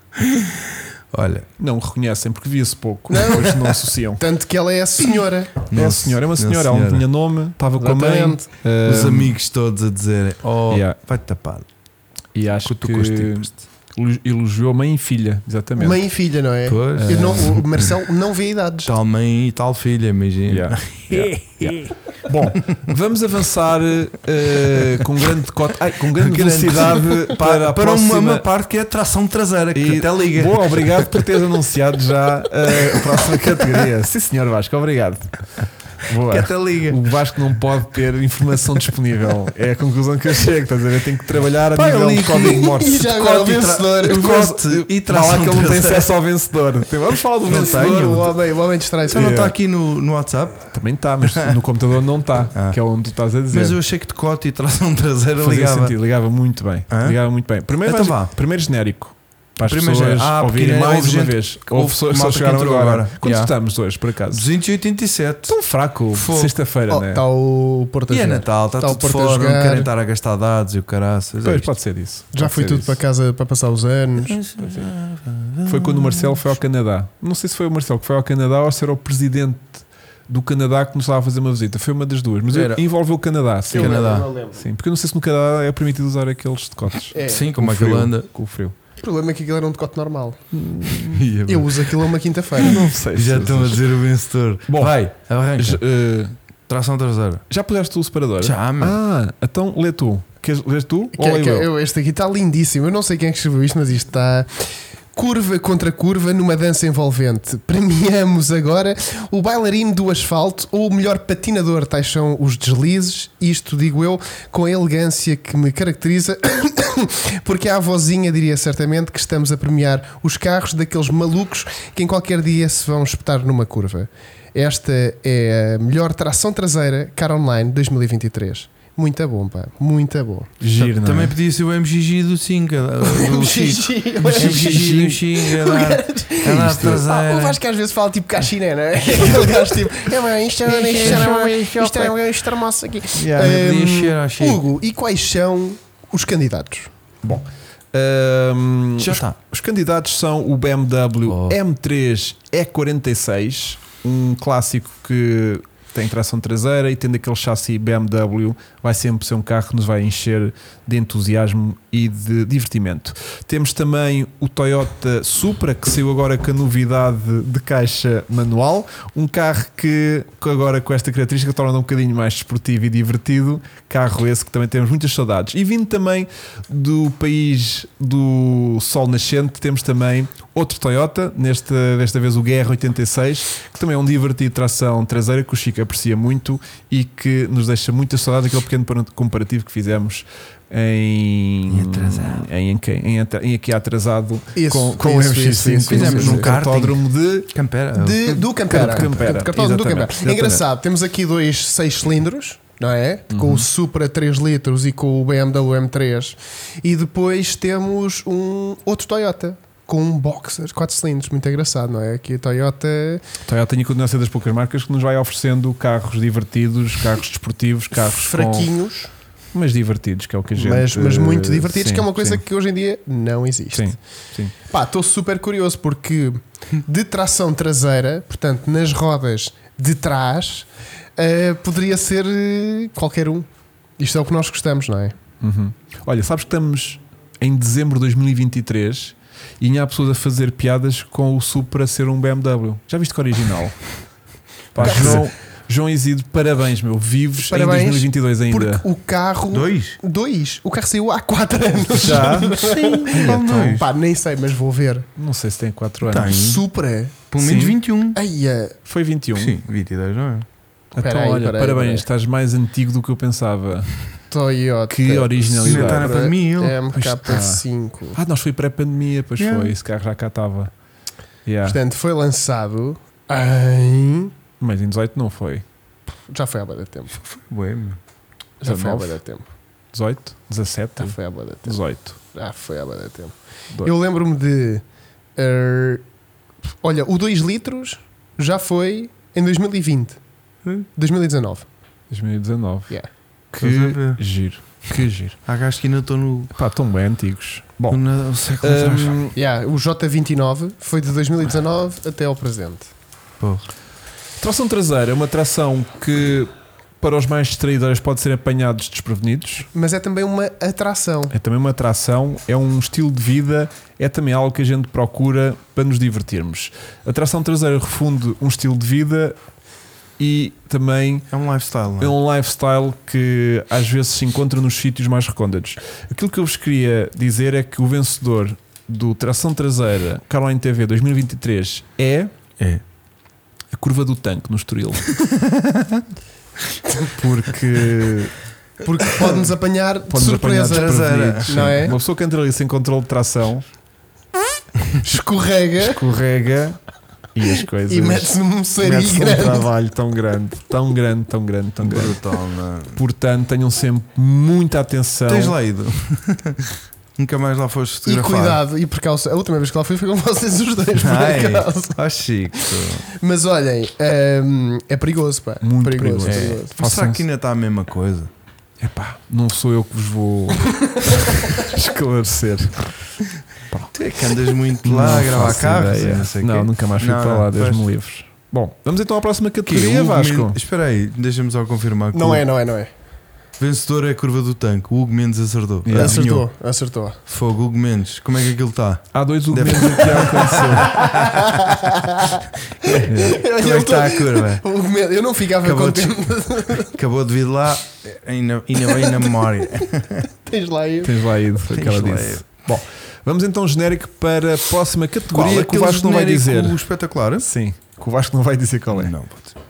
Olha, Não reconhecem porque via-se pouco. Depois não associam. Tanto que ela é a senhora. É a senhora, é uma senhora, ela não tinha nome, estava com a mãe. Exatamente. os Ah, amigos todos a dizerem: Oh, Yeah. vai tapado. E acho Que tu que constipaste. elo- elogiou mãe e filha, exatamente. Mãe e filha, não é? Pois. Eu não- o Marcelo não vê idades. Tal mãe e tal filha, imagina. Yeah. Yeah. Yeah. Bom, vamos avançar eh, com grande decote, ai, com grande Grande- velocidade para, Para, a para próxima. uma, uma parte que é a tração traseira, que E- até liga. Boa, obrigado por teres anunciado já eh, a próxima categoria. Sim, senhor Vasco, obrigado. Boa. Que até liga. O Vasco não pode ter informação disponível. É a conclusão que eu chego. Estás a ver? Tem que trabalhar a Pá, nível ali de código que- Morse. E já agora o Decote e tra- vencedor. decote e Vá lá tração que ele não tem traseira. acesso ao vencedor. Tem- Vamos falar do Não vencedor. tenho. O homem, o homem distrai-se. Já não está Yeah. aqui no, no WhatsApp? Também está, mas no computador não está. Ah. Que é onde tu estás a dizer. Mas eu achei que decote e tração traseira Fazia ligava. sentido, ligava muito bem. Hã? Ligava muito bem. Primeiro, Então vais- vá. primeiro genérico. Para as Primeiro pessoas genérico. Ah, ouvirem porque mais houve uma gente vez. que- Houve houve pessoas que só malta que chegaram entrou agora. agora. Quantos Yeah. estamos hoje, por acaso? duzentos e oitenta e sete. Tão fraco. Fogo. Sexta-feira, Oh, né? está o Porto a E é jogar. Natal, está Está o tudo Porto a fora, não jogar. querem estar a gastar dados e o caraças. Pois, pode ser isso. Já Pode fui ser tudo isso. para casa para passar os anos. Foi quando o Marcelo foi ao Canadá. Não sei se foi o Marcelo que foi ao Canadá ou se era o presidente do Canadá que nos estava a fazer uma visita. Foi uma das duas. Mas eu- Era. envolveu o Canadá. Sim. Eu Canadá. não lembro. Sim, porque eu não sei se no Canadá é permitido usar aqueles decotes. É. Sim, Com como o é que ele frio. anda. Com o frio. O problema é que aquilo era um decote normal. Ia, Eu uso aquilo a uma quinta-feira. Não sei. Já se- estão a dizer o vencedor. Bom, Vai, arranca. Já, eh, Tração traseira. já puseste o separador? Já, meu. Ah, então lê tu. Queres ler tu Que- ou leio que- eu? eu- este aqui está lindíssimo. Eu não sei quem é que escreveu isto, mas isto está curva contra curva numa dança envolvente. Premiamos agora o bailarino do asfalto ou o melhor patinador. Tais são os deslizes. Isto digo eu com a elegância que me caracteriza, porque a avózinha diria certamente que estamos a premiar os carros daqueles malucos que em qualquer dia se vão espetar numa curva. Esta é a melhor tração traseira Car Online dois mil e vinte e três. Muito bom, pá. Muito bom. Giro, não é? Também podia ser o M G G do Singa. Do Chico. O M G G do Chico. A dar- a dar Ah, o traseira. Vasco às vezes fala tipo cachiné, não é? Aquele gajo tipo, é, mas isto é isto é isto é isto é moço aqui. Yeah, podia Hum, cheirar a Chico. Hugo, e quais são os candidatos? Bom, ahm, Já os, está. os candidatos são o B M W Oh. M três E quarenta e seis, um clássico que tem tração traseira e tendo aquele chassi B M W, vai sempre ser um carro que nos vai encher de entusiasmo e de divertimento. Temos também o Toyota Supra, que saiu agora com a novidade de caixa manual, um carro que que agora com esta característica torna um bocadinho mais desportivo e divertido, carro esse que também temos muitas saudades. E vindo também do país do sol nascente, temos também outro Toyota, nesta, desta vez o G R oitenta e seis, que também é um divertido de tração traseira, que o Chico que aprecia muito e que nos deixa muita saudade daquele pequeno comparativo que fizemos em Em atrasado. em, em, em, em, em aqui atrasado Isso, com, com isso, o M X cinco isso, isso, Fizemos isso, num isso. cartódromo de Campera. De, do Campera. Do Campera, Cartódromo do exatamente, Campera. exatamente. É engraçado, temos aqui dois seis cilindros, não é? Com o Supra três litros e com o B M W M três. E depois temos um outro Toyota com um Boxer quatro cilindros, muito engraçado, não é? Aqui a Toyota. A Toyota tem continua a ser das poucas marcas que nos vai oferecendo carros divertidos, carros desportivos, carros fraquinhos, com, mas divertidos, que é o que a gente mas, mas muito divertidos, sim, que é uma coisa sim, que hoje em dia não existe. sim, sim. Pá, estou super curioso porque de tração traseira, portanto, nas rodas de trás, uh, poderia ser uh, qualquer um. Isto é o que nós gostamos, não é? Uhum. Olha, sabes que estamos em dezembro de dois mil e vinte e três e ainda há pessoas a fazer piadas com o Supra ser um B M W. Já viste que original? Pá, João, João Isidro, parabéns, meu. Vives Parabéns, em dois mil e vinte e dois ainda. Porque o carro. Dois? Dois. O carro saiu há quatro anos. Já? Sim. Então, Pá, nem sei, mas vou ver. Não sei se tem quatro anos. Tem. Supra. Pelo menos Sim. vinte e um. Eia. Foi vinte e um. Sim, vinte e dois, não é? Então, Peraí, olha, peraí, parabéns, peraí. estás mais antigo do que eu pensava. Toyota. Que originalidade. Ainda está na pandemia, ele. M K cinco. Ah, nós foi pré-pandemia, pois Yeah. foi. Esse carro já cá estava. Yeah. Portanto, foi lançado em. Mas em dezoito não foi. Já foi há bué de tempo. Bué, meu. Já foi há dezenove? bué de tempo. dezoito? dezassete? Já foi há bué de tempo. dezoito. Já foi há bué de tempo. Dois. Eu lembro-me de. er, olha, o dois litros já foi em dois mil e vinte. Hum? dois mil e dezanove. dois mil e dezanove. Yeah. Estás a Que ver? giro. Que giro. Há gajos que ainda estão no, Pá, tão bem antigos. Bom, no século atrás. hum, Yeah, o J vinte e nove foi de dois mil e dezanove até ao presente. Pô. tração traseira é uma tração que para os mais distraidores pode ser apanhados desprevenidos. Mas é também uma atração. É também uma atração, é um estilo de vida, é também algo que a gente procura para nos divertirmos. A tração traseira refunde um estilo de vida e também É um lifestyle, não é? é um lifestyle que às vezes se encontra nos sítios mais recôndatos. Aquilo que eu vos queria dizer é que o vencedor do tração traseira Caroline T V dois mil e vinte e três é É. a curva do tanque no Estoril. Porque Porque pode-nos apanhar de pode-nos apanhar surpresa. desprevenidos, sim. não é? Uma pessoa que entra ali sem controle de tração Escorrega escorrega e as coisas e mete-se num moçarinho mete-se num grande. trabalho tão grande, tão grande, tão grande, tão grande. Brutal, não é? Portanto, tenham sempre muita atenção. Tens lá ido? Nunca mais lá foste E fotografar? cuidado, e precaução. A última vez que lá fui foi com vocês os dois, por Ai, acaso. ó Chico. Mas olhem, hum, é perigoso, pá. Muito perigoso. perigoso. perigoso. Mas será Façam-se- que ainda está a mesma coisa? Epá, não sou eu que vos vou esclarecer. Tu é que andas muito lá a Não gravar faço carros ideia. e não sei o Não, quê. nunca mais fui Não, para não, lá, Deus pois. me livre. Bom, vamos então à próxima Que categoria, Hugo Vasco. Men- Espera aí, deixa-me só confirmar que Não o é, não é, não é. vencedor é a curva do tanque. O Hugo Mendes acertou. Yeah. Adivinhou. Acertou, acertou. Fogo, Hugo Mendes. Como é que aquilo está? Há dois Deve- argumentos que já aconteceu. Como é que está a curva? O medo- Eu não ficava Acabou de- contente. Acabou de vir lá, ainda, ainda bem na memória. Tens lá aí. Tens lá ido, foi o que ela lá disse. ido. Bom, vamos então genérico para a próxima categoria que o Aquele Vasco não vai dizer. genérico espetacular? Sim, que o Vasco não vai dizer qual é. Não, pode ser.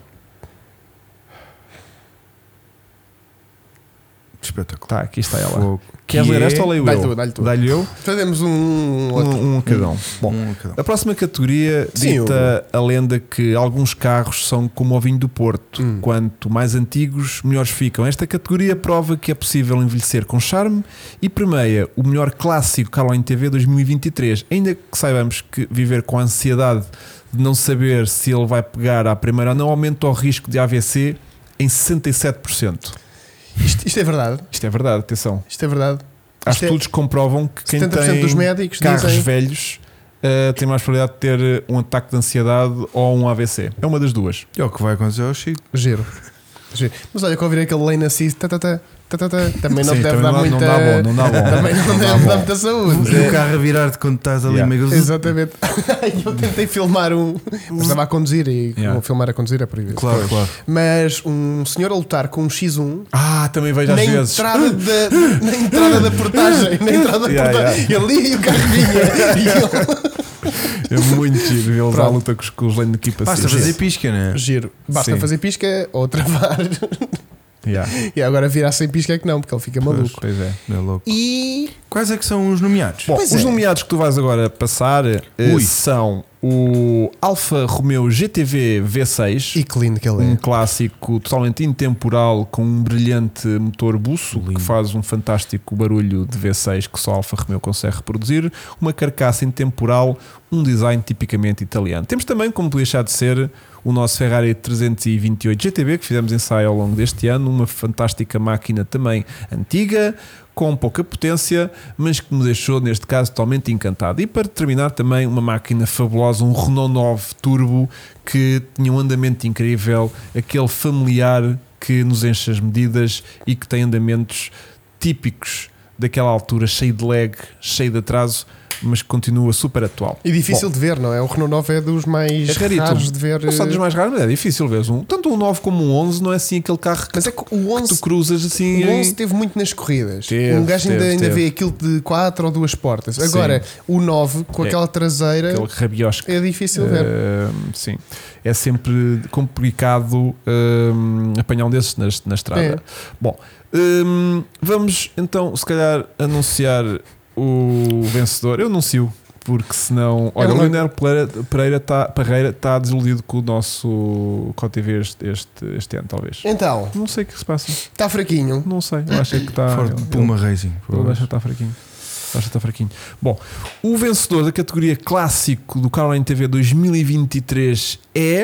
Espetacular. Tá, aqui está ela. Fogo. Queres Que ler é- esta ou leio Dá-lhe eu? tu, dá-lhe tu. Dá-lhe eu? Fazemos um, um outro. Um, um a cada um. Bom, Um a cada um. a próxima categoria Sim, dita a lenda que alguns carros são como o vinho do Porto. Hum. Quanto mais antigos, melhores ficam. Esta categoria prova que é possível envelhecer com charme e premia o melhor clássico Caroline T V dois mil e vinte e três. Ainda que saibamos que viver com a ansiedade de não saber se ele vai pegar à primeira ou não, aumenta o risco de A V C em sessenta e sete por cento. Isto, isto é verdade. Isto é verdade, atenção. Isto é verdade. Há Isto é- estudos que comprovam que quem setenta por cento tem dos médicos carros dizem. velhos uh, tem mais probabilidade de ter um ataque de ansiedade ou um A V C. É uma das duas. É o que vai acontecer ao Chico. Giro. Giro. Mas olha, que eu ouvi aquele Lane Assist, tá, tá, tá, tá, tá, tá, também não Sim, deve também dar não, muita. não dá bom, não dá bom. Também não, Não dá deve bom. dar muita saúde. E o carro a virar-te quando estás ali Yeah. meio. Exatamente. Eu tentei filmar um. Mas estava a conduzir e Yeah. vou filmar a conduzir é proibido. Claro, claro. Mas um senhor a lutar com um X um Ah, também vejo às na vezes. entrada, da, na entrada da portagem. Na entrada da Yeah, portagem. Ele ia e o carro vinha. E ele É muito giro vê-los à luta com os, com os lane equipa. Basta assim. fazer pisca, né? Giro. Basta Sim. fazer pisca ou travar. Yeah. E agora virar sem pisca é que não, porque ele fica maluco. Pois é. É louco. E Quais é que são os nomeados? Bom, Pois os é. nomeados que tu vais agora passar eh, Ui. são o Alfa Romeo G T V V seis. E que lindo que ele Um é. clássico totalmente intemporal com um brilhante motor buço Lindo. que faz um fantástico barulho de V seis que só a Alfa Romeo consegue reproduzir, uma carcaça intemporal, um design tipicamente italiano. Temos também, como podia deixar de ser, o nosso Ferrari trezentos e vinte e oito G T B que fizemos ensaio ao longo deste ano, uma fantástica máquina também antiga, com pouca potência, mas que me deixou neste caso totalmente encantado. E para terminar também uma máquina fabulosa, um Renault nove Turbo que tinha um andamento incrível, aquele familiar que nos enche as medidas e que tem andamentos típicos daquela altura, cheio de lag, cheio de atraso, mas que continua super atual. E difícil Bom, de ver, não é? O Renault nove é dos mais É rarito. raros de ver. não só dos mais raros, mas é difícil ver um. Tanto um nove como um onze não é assim aquele carro que, Mas é que o que tu onze, cruzas assim. o em- onze teve muito nas corridas. Teve, um gajo ainda, teve, ainda teve. vê aquilo de quatro ou duas portas. Agora, o nove com É. aquela traseira Aquele rabiosco. é difícil de ver. Uh, sim, é sempre complicado um, apanhar um desses na, na estrada. É. Bom, um, vamos então, se calhar, anunciar o vencedor. Eu anuncio, porque senão. Olha, É o uma- Leonardo Pereira Pereira está Parreira está desiludido com o nosso Q T V este, este, este ano, talvez. Então, Não sei o que se passa. está fraquinho. Não sei. Eu acho é que está. Ford ele- Puma Racing. ele acha que está fraquinho. Acho que está fraquinho. Bom, o vencedor da categoria clássico do Caroline T V dois mil e vinte e três é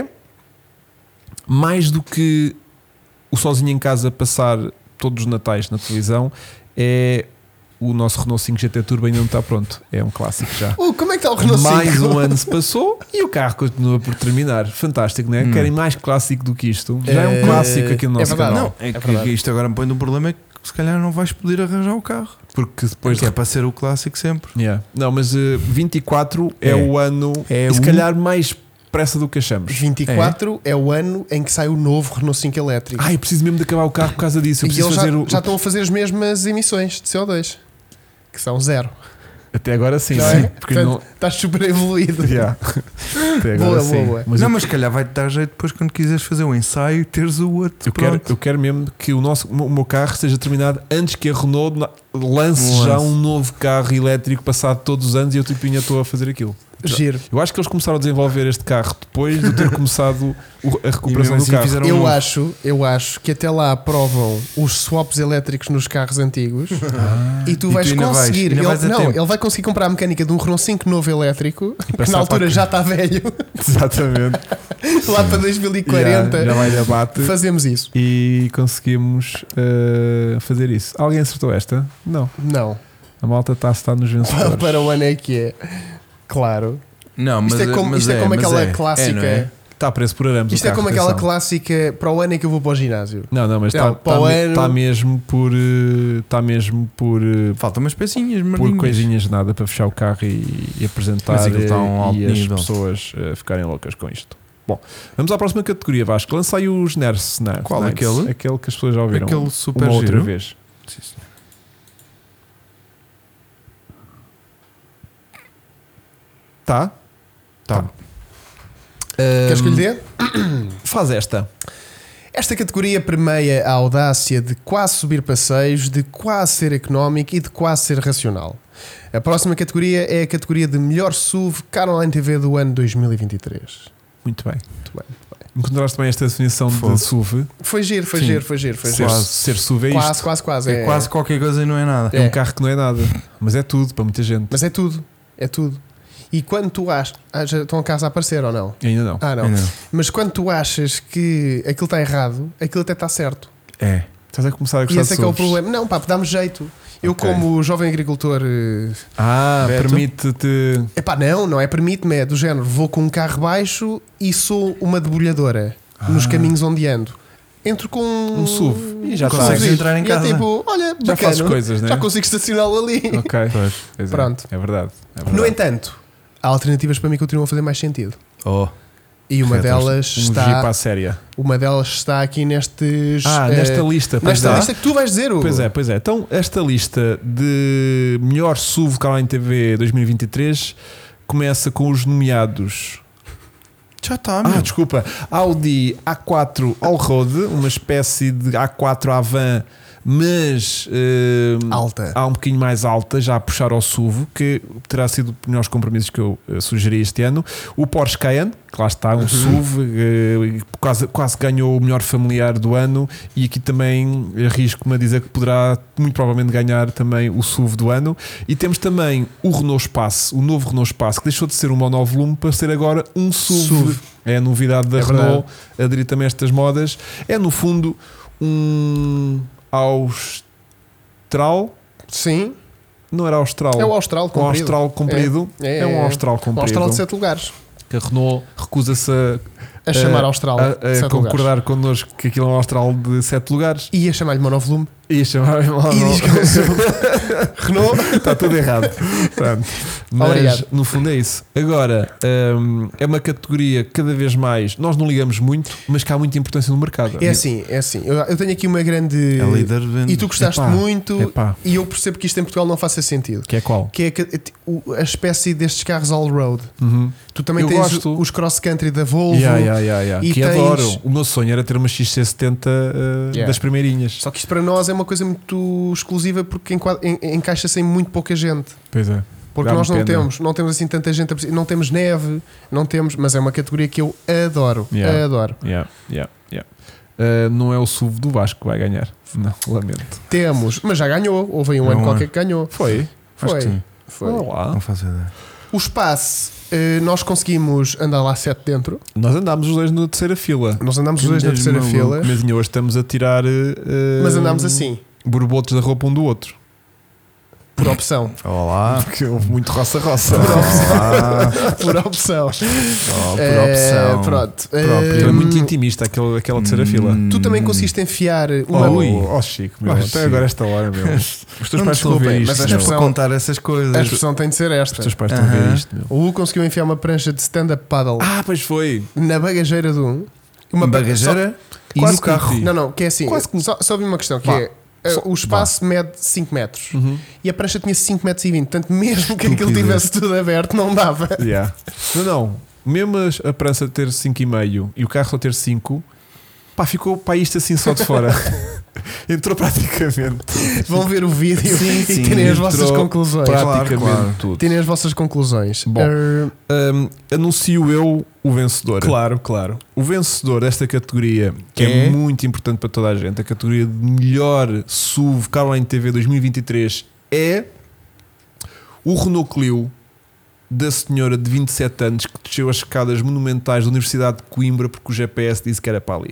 mais do que o sozinho em casa passar todos os natais na televisão, é o nosso Renault cinco G T Turbo ainda não está pronto. É um clássico já. Uh, como é que está o Renault Mais cinco? um ano se passou e o carro continua por terminar. Fantástico, não é? Hum. Querem mais clássico do que isto? Já é um É- clássico aqui no é nosso verdade. canal. Não, é, É que verdade. isto agora me põe no problema é que se calhar não vais poder arranjar o carro. Porque depois Porque é para ser o clássico sempre. Yeah. Não, mas uh, vinte e quatro é, É. o ano, É e se o- calhar mais pressa do que achamos. vinte e quatro é. o ano em que sai o novo Renault cinco elétrico. Ai, preciso mesmo de acabar o carro por causa disso. Eu e preciso eles já, fazer o. já estão a fazer as mesmas emissões de C O dois, que são zero. Até agora sim, Não sim. é? Porque Portanto, não. Estás super evoluído. Yeah. Até agora Boa, sim. boa, boa. Mas não, eu, mas se calhar vai-te dar jeito depois quando quiseres fazer o ensaio teres o outro. eu quero, pronto. eu quero mesmo que o, nosso, o meu carro esteja terminado antes que a Renault na- lance Lance. já um novo carro elétrico passado todos os anos e eu tipo ainda estou a fazer aquilo. Giro. Eu acho que eles começaram a desenvolver este carro depois de ter começado o- a E recuperação mesmo do assim carro. fizeram- Eu novo. acho, eu acho que até lá aprovam os swaps elétricos nos carros antigos e tu E vais tu ainda vais, conseguir. ainda ele, vais a não, tempo. ele vai conseguir comprar a mecânica de um Renault cinco novo elétrico, que passar na altura para a- já está velho, Exatamente. lá para dois mil e quarenta. Yeah, já vai de abate. Fazemos isso. E conseguimos uh, fazer isso. Alguém acertou esta? Não. Não. A malta está a estar nos vencedores. Para o ano é que é. Claro. Não, mas Isto é como, mas isto é como mas aquela é. clássica. É, não é? Está a preço por arames. Isto o é como carro, aquela atenção. clássica para o ano é que eu vou para o ginásio. Não, não, mas Não, está, para o está, me- ano- está mesmo por. uh, Está mesmo por. uh, Faltam umas pecinhas, Por Marquinhos. coisinhas de nada para fechar o carro e, e apresentar Mas aquilo está a um uh, alto e as nível. pessoas uh, ficarem loucas com isto. Bom, vamos à próxima categoria, Vasco. Lança aí os Ners. Não, Qual, Nights. aquele? Aquele que as pessoas já ouviram Aquele super uma outra giro. vez. Sim, sim. Tá? Tá. Queres que lhe Um, dê? Faz esta. Esta categoria permeia a audácia de quase subir passeios, de quase ser económico e de quase ser racional. A próxima categoria é a categoria de melhor S U V Caroline T V do ano dois mil e vinte e três. Muito bem. Muito bem. Encontraste bem esta definição Fogo. de S U V? Foi giro, foi Sim. giro, foi giro. Foi Ser, giro. Quase. ser S U V é isto. Quase, quase, quase. É quase qualquer coisa e não é nada. É um É. carro que não é nada, mas é tudo para muita gente. Mas é tudo, é tudo. E quando tu achas. Ah, já estão a casa a aparecer ou não? Ainda não. Ah, não. É, não. Mas quando tu achas que aquilo está errado, aquilo até está certo. É. Estás a começar a E gostar esse de é que é o S U Vs. problema. Não, pá, dá-me jeito. Eu, Ok. como jovem agricultor. eh, Ah, Beto? permite-te. Epá, não, não é permite-me, é do género. Vou com um carro baixo e sou uma debulhadora nos Ah. caminhos onde ando. Entro com Um S U V. E já Consegues estás. entrar em E casa. É tipo, olha, Já fazes bacana, coisas, né? já consigo estacioná-lo ali. Ok. Pois. Pois é. Pronto. É verdade. É verdade. No entanto, há alternativas para mim que continuam a fazer mais sentido. Oh. E uma Retas. delas um Jeep está, à séria. uma delas está aqui nestes. Ah, eh, nesta lista. Pois nesta é. lista que tu vais dizer, Hugo. Pois é, pois é. Então, esta lista de melhor S U V Caroline T V dois mil e vinte e três começa com os nomeados. Já está, Ah, meu. desculpa. Audi A quatro Allroad, uma espécie de A quatro Avant, mas eh, Alta. há um bocadinho mais alta, já a puxar ao S U V, que terá sido um dos compromissos que eu eh, sugeri este ano. O Porsche Cayenne, que lá está, um S U V, eh, quase, quase ganhou o melhor familiar do ano, e aqui também arrisco-me a dizer que poderá muito provavelmente ganhar também o S U V do ano. E temos também o Renault Espace, o novo Renault Espace, que deixou de ser um monovolume para ser agora um S U V. S U V. É a novidade da É Renault, aderir também a estas modas. É no fundo um Austral. Sim, Não era Austral. é o Austral um comprido. Austral comprido. É, É, um é. Austral O comprido. Austral de sete lugares. Que a Renault recusa-se a, A chamar a- Austral a, de a sete concordar lugares. connosco que aquilo é um Austral de sete lugares. E a chamar-lhe monovolume. E a chamar E diz que é um S U V. Renault. Está tudo errado. Pronto. Mas Obrigado. no fundo é isso. Agora, hum, é uma categoria que cada vez mais nós não ligamos muito, mas que há muita importância no mercado. É assim, é assim. Eu, eu tenho aqui uma grande. É líder de vendas. E tu gostaste Epá, muito. epá. E eu percebo que isto em Portugal não faça sentido. Que é qual? Que é que- o- a espécie destes carros all-road. Uhum. Tu também Eu tens gosto. os cross-country da Volvo. Yeah, yeah, yeah, yeah. E Que tens- adoro. O meu sonho era ter uma X C setenta uh, Yeah. das primeirinhas. Só que isto para nós é uma coisa muito exclusiva porque enquadra- en- encaixa-se em muito pouca gente. Pois é. Porque Dá-me nós não pena. temos, não temos assim tanta gente, a precisar- não temos neve, não temos, mas é uma categoria que eu adoro. Yeah. Adoro. Yeah, yeah, yeah. Uh, não é o S U V do Vasco que vai ganhar. Não, lamento. Temos, mas já ganhou. Houve aí um Não ano é. qualquer que ganhou. Foi. Acho Foi. que sim. Foi. Olá. Não faço ideia. O espaço, eh, nós conseguimos andar lá sete dentro. Nós andámos os dois na terceira fila. Nós andámos os dois na Mesmo terceira maluco. fila, Mas hoje estamos a tirar uh, mas andámos assim, borbotos da roupa um do outro. por opção. Olá. Porque houve muito roça-roça. Olá. Por opção. Oh, por Eh, opção. pronto. própria. Era Eh, muito intimista aquele, aquela terceira fila. Hum. Tu também conseguiste enfiar uma. Oh, Ui. oh, Chico, meu. Oh, Até Chico. agora esta hora, meu. Os teus Não pais estão a ver desculpem, isto. mas a Mas meu. é expressão- para contar essas coisas. A expressão tem de ser Os esta. teus pais estão a ver Aham. isto, meu. O Hugo conseguiu enfiar uma prancha de stand-up paddle Ah, pois foi. na bagageira do um. Uma pa- bagageira e quase no carro. que- só- Não, não, que é assim. Quase que- Só, só vi uma questão: que Vá. é. eh, Só- o espaço mede cinco metros Uhum. e a prancha tinha cinco metros e vinte. Portanto, mesmo que aquilo Estupidez. tivesse tudo aberto, não dava. Yeah. Não, não. Mesmo as- a prança ter cinco e meio e o carro só ter cinco, pá, ficou para isto assim só de fora. Entrou praticamente. Vão ver o vídeo Sim, e sim, terem as vossas entrou conclusões. Claro, praticamente claro. tudo. Terem as vossas conclusões. Bom. Eh, Um, anuncio eu o vencedor. claro, claro. O vencedor desta categoria, que é, É? muito importante para toda a gente, a categoria de melhor S U V Caroline T V dois mil e vinte e três, é o Renault Clio da senhora de vinte e sete anos que desceu as escadas monumentais da Universidade de Coimbra porque o G P S disse que era para ali.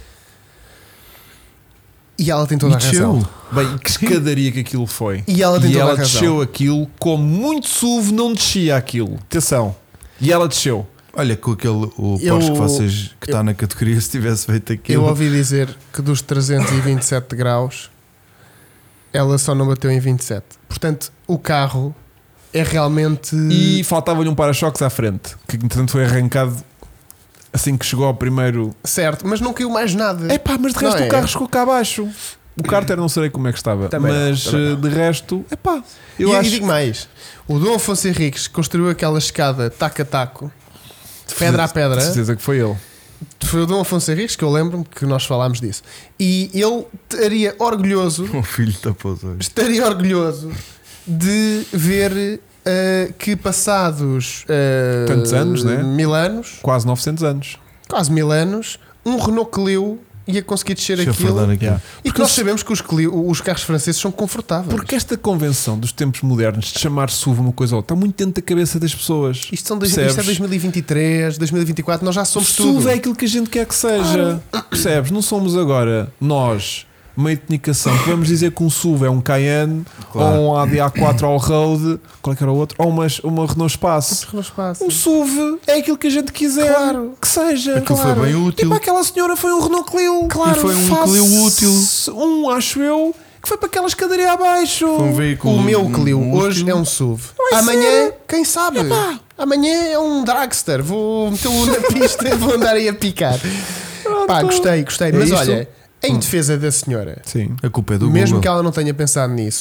E ela tem toda a E desceu. razão. Bem, que escadaria que aquilo foi. E ela tem E toda ela a razão. desceu aquilo como muito S U V não descia aquilo. Atenção. E ela desceu. Olha, com aquele o Eu- Porsche que vocês que está na categoria, se tivesse feito Eu aquilo. ouvi dizer que dos trezentos e vinte e sete graus ela só não bateu em vinte e sete. Portanto, o carro é realmente. E faltava-lhe um para-choques à frente, que entretanto foi arrancado assim que chegou ao primeiro. Certo, mas não caiu mais nada. É pá, mas de resto Não o é? carro chegou cá abaixo. O cárter não sei como é que estava, Também não, mas também não. eh, de resto, é pá, eu e, acho. e digo mais: o Dom Afonso Henriques construiu aquela escada taco a taco, pedra a pedra. De certeza que foi ele. Foi o Dom Afonso Henriques, que eu lembro-me que nós falámos disso. E ele estaria orgulhoso, O filho tapou os olhos. estaria orgulhoso de ver uh, que passados uh, Tantos anos, né? mil anos, Quase novecentos anos. quase mil anos, um Renault Clio ia conseguir descer Deixa eu aquilo. fardar aqui. Yeah. E que nós sabemos que os, Clio, os carros franceses são confortáveis. Porque esta convenção dos tempos modernos de chamar S U V uma coisa ou outra está muito dentro da cabeça das pessoas. Isto, são dois, isto é Percebes? dois mil e vinte e três, dois mil e vinte e quatro, nós já somos S U V tudo. é aquilo que a gente quer que seja. Percebes? Não somos agora nós, meio de comunicação, que vamos dizer que um S U V é um Cayenne Claro. ou um Audi A quatro Allroad, qual é que era o outro? Ou uma, uma Renault Espace. Renault Espaço. Um S U V é aquilo que a gente quiser Claro. que seja. Aquilo claro. foi bem útil. E para aquela senhora foi um Renault Clio. Claro, E foi um Faz Clio útil. Um, acho eu, que foi para aquela escadaria abaixo. Foi um veículo. O meu Clio um hoje útil. é um S U V. Vai Amanhã, ser. quem sabe? Epá. Amanhã é um Dragster. Vou metê-lo na pista e vou andar aí a picar. Pá, gostei, gostei. É Mas isto? olha, em defesa da senhora, Sim. A culpa é do mesmo Google. que ela não tenha pensado nisso,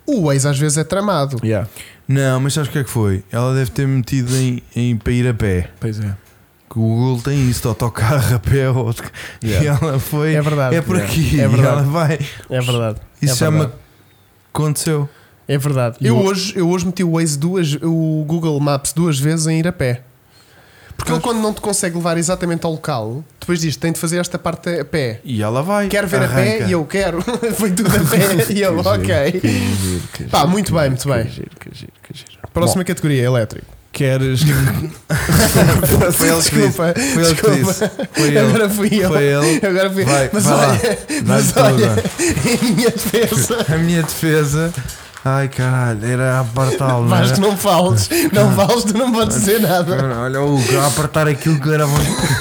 O Waze às vezes é tramado. Yeah. Não, mas sabes o que é que foi? Ela deve ter metido em, em para ir a pé. Pois é. Que o Google tem isso, de autocarro a pé. Ou... Yeah. E ela foi. É verdade. É por Yeah. aqui. É e verdade. ela vai. É verdade. Isso é já verdade. me aconteceu. É verdade. E Eu o- hoje, eu hoje meti o Waze duas, o Google Maps duas vezes em ir a pé. Porque ele, quando não te consegue levar exatamente ao local, depois diz: tem de fazer esta parte a pé. E ela vai. Quero ver arranca. a pé e eu quero. Foi tudo a pé. E eu, ok. Pá, muito bem, muito bem. Que giro, que giro, que giro. Próxima categoria: elétrico. Queres. Foi ele que disse. Desculpa. Foi ele que desculpa. disse. Foi ele. Agora fui eu. Foi ele. Agora fui Vai, Mas vai lá. olha, Vai mas toda. olha, em minha defesa. A minha defesa. Ai caralho, era a apartá-lo. não Vasco, era? não fales. Não fales, tu não podes dizer nada. Olha o Hugo a apertar aquilo que era.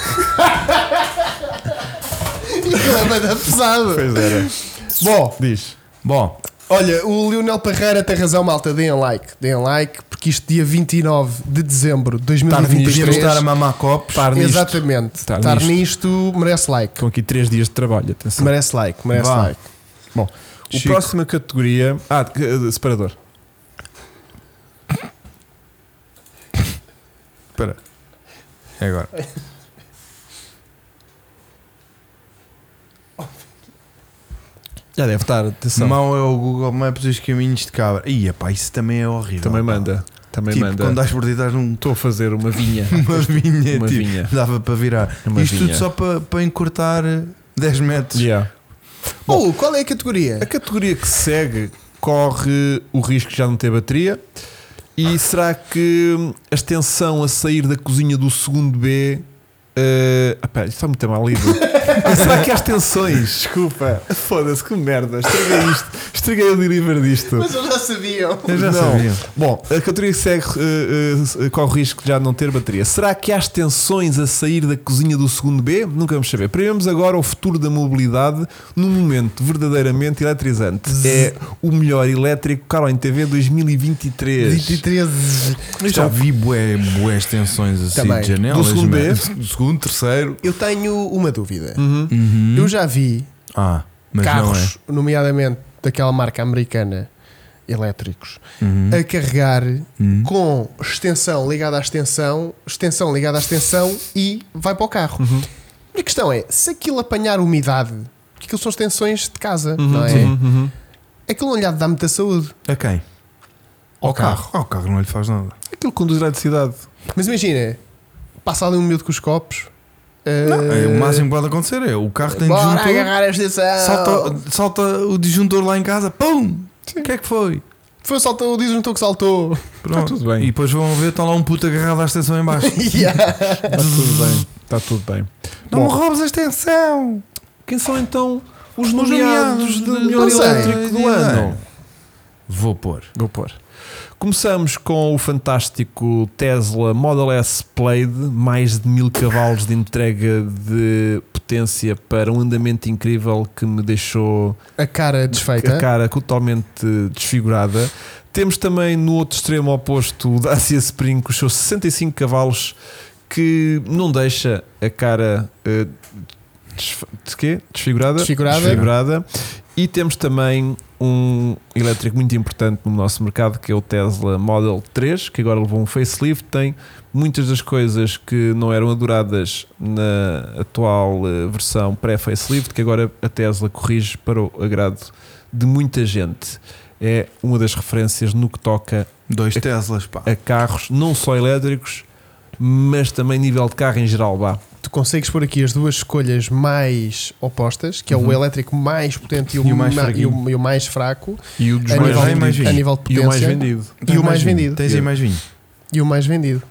Aquilo é bem pesado. Pois era. Bom, Diz. Bom, olha, o Leonel Parreira tem razão, malta. Deem like. Deem like, porque isto dia vinte e nove de dezembro de dois mil e vinte e tínhamos de estar a três. mamar copos. Estar nisto. Exatamente. Estar Estar nisto. nisto merece like. Com aqui três dias de trabalho. Atenção. Merece like, merece Vá. like. Bom, a Chico. próxima categoria. Ah, de- separador. Espera. É agora. Já deve estar. Atenção. Mau é o Google Maps dos caminhos de cabra. Ia pá, isso também é horrível. Também pá. manda. Também Tipo, manda. quando dás por ti, estás num. Estou a fazer uma vinha. Uma vinha, Uma tipo, vinha. dava para virar. Uma Isto vinha. tudo só para, para encurtar dez metros. Yeah. Oh, qual é a categoria? A categoria que segue corre o risco de já não ter bateria. E será que a extensão a sair da cozinha do segundo B. Uh, ah, pera, isto está muito mal lido. Ah, será que há extensões? Desculpa. Foda-se, que merda. Estraguei isto. Estraguei o delivery disto. Mas eu já sabiam. Eu já Não. sabia. Bom, a categoria que segue uh, uh, corre o risco de já não ter bateria. Será que há extensões a sair da cozinha do segundo B? Nunca vamos saber. Prevemos agora o futuro da mobilidade num momento verdadeiramente eletrizante. É o melhor elétrico Caroline T V dois mil e vinte e três. vinte e três. Eu já vi bué, bué extensões assim Também. de janelas. Do segundo B? mas- Do segundo, terceiro. Eu tenho uma dúvida. Uhum. Uhum. Eu já vi Ah, mas carros, nomeadamente daquela marca americana, elétricos, não é. Uhum. a carregar Uhum. com extensão ligada à extensão, extensão ligada à extensão e vai para o carro. Uhum. A minha questão é, se aquilo apanhar umidade, porque aquilo são extensões de casa, Uhum. não é? Uhum. Uhum. Aquilo não lhe há de dar muita saúde A quem? ao carro. Ao carro não lhe faz nada. Aquilo conduz eletricidade. Mas imagina, passa ali um miúdo com os copos. Não, eh, é, o máximo que pode acontecer é o carro tem bora disjuntor, agarrar a extensão. salta, salta o disjuntor lá em casa, pum! O que é que foi? Foi saltou, o disjuntor que saltou. Pronto. tudo bem. E depois vão ver, está lá um puto agarrado à extensão em baixo. Yeah. Está tudo bem. Está tudo bem. Não me Bom, roubes a extensão! quem são então os Os nomeados nomeados do de- melhor não sei. elétrico do ano? Vou pôr. Vou pôr. Começamos com o fantástico Tesla Model S Plaid, mais de mil cavalos de entrega de potência para um andamento incrível que me deixou A cara desfeita. a cara totalmente desfigurada. Temos também no outro extremo oposto o Dacia Spring com os seus sessenta e cinco cavalos que não deixa a cara eh, desf- de quê? Desfigurada? Desfigurada. Desfigurada. E temos também um elétrico muito importante no nosso mercado que é o Tesla Model três, que agora levou um facelift, tem muitas das coisas que não eram adoradas na atual eh, versão pré-facelift, que agora a Tesla corrige para o agrado de muita gente. É uma das referências no que toca Dois Teslas, pá. a carros, não só elétricos, mas também nível de carro em geral. Vá. Tu consegues pôr aqui as duas escolhas mais opostas, que é Uhum. o elétrico mais potente e o, E o mais ma- e fraquinho. o, e o mais fraco, E o dos a mais nível, bem, mais de, vinho. a nível de E potência. o mais vendido. E o mais vendido. Tens aí mais vinho. E o mais vendido.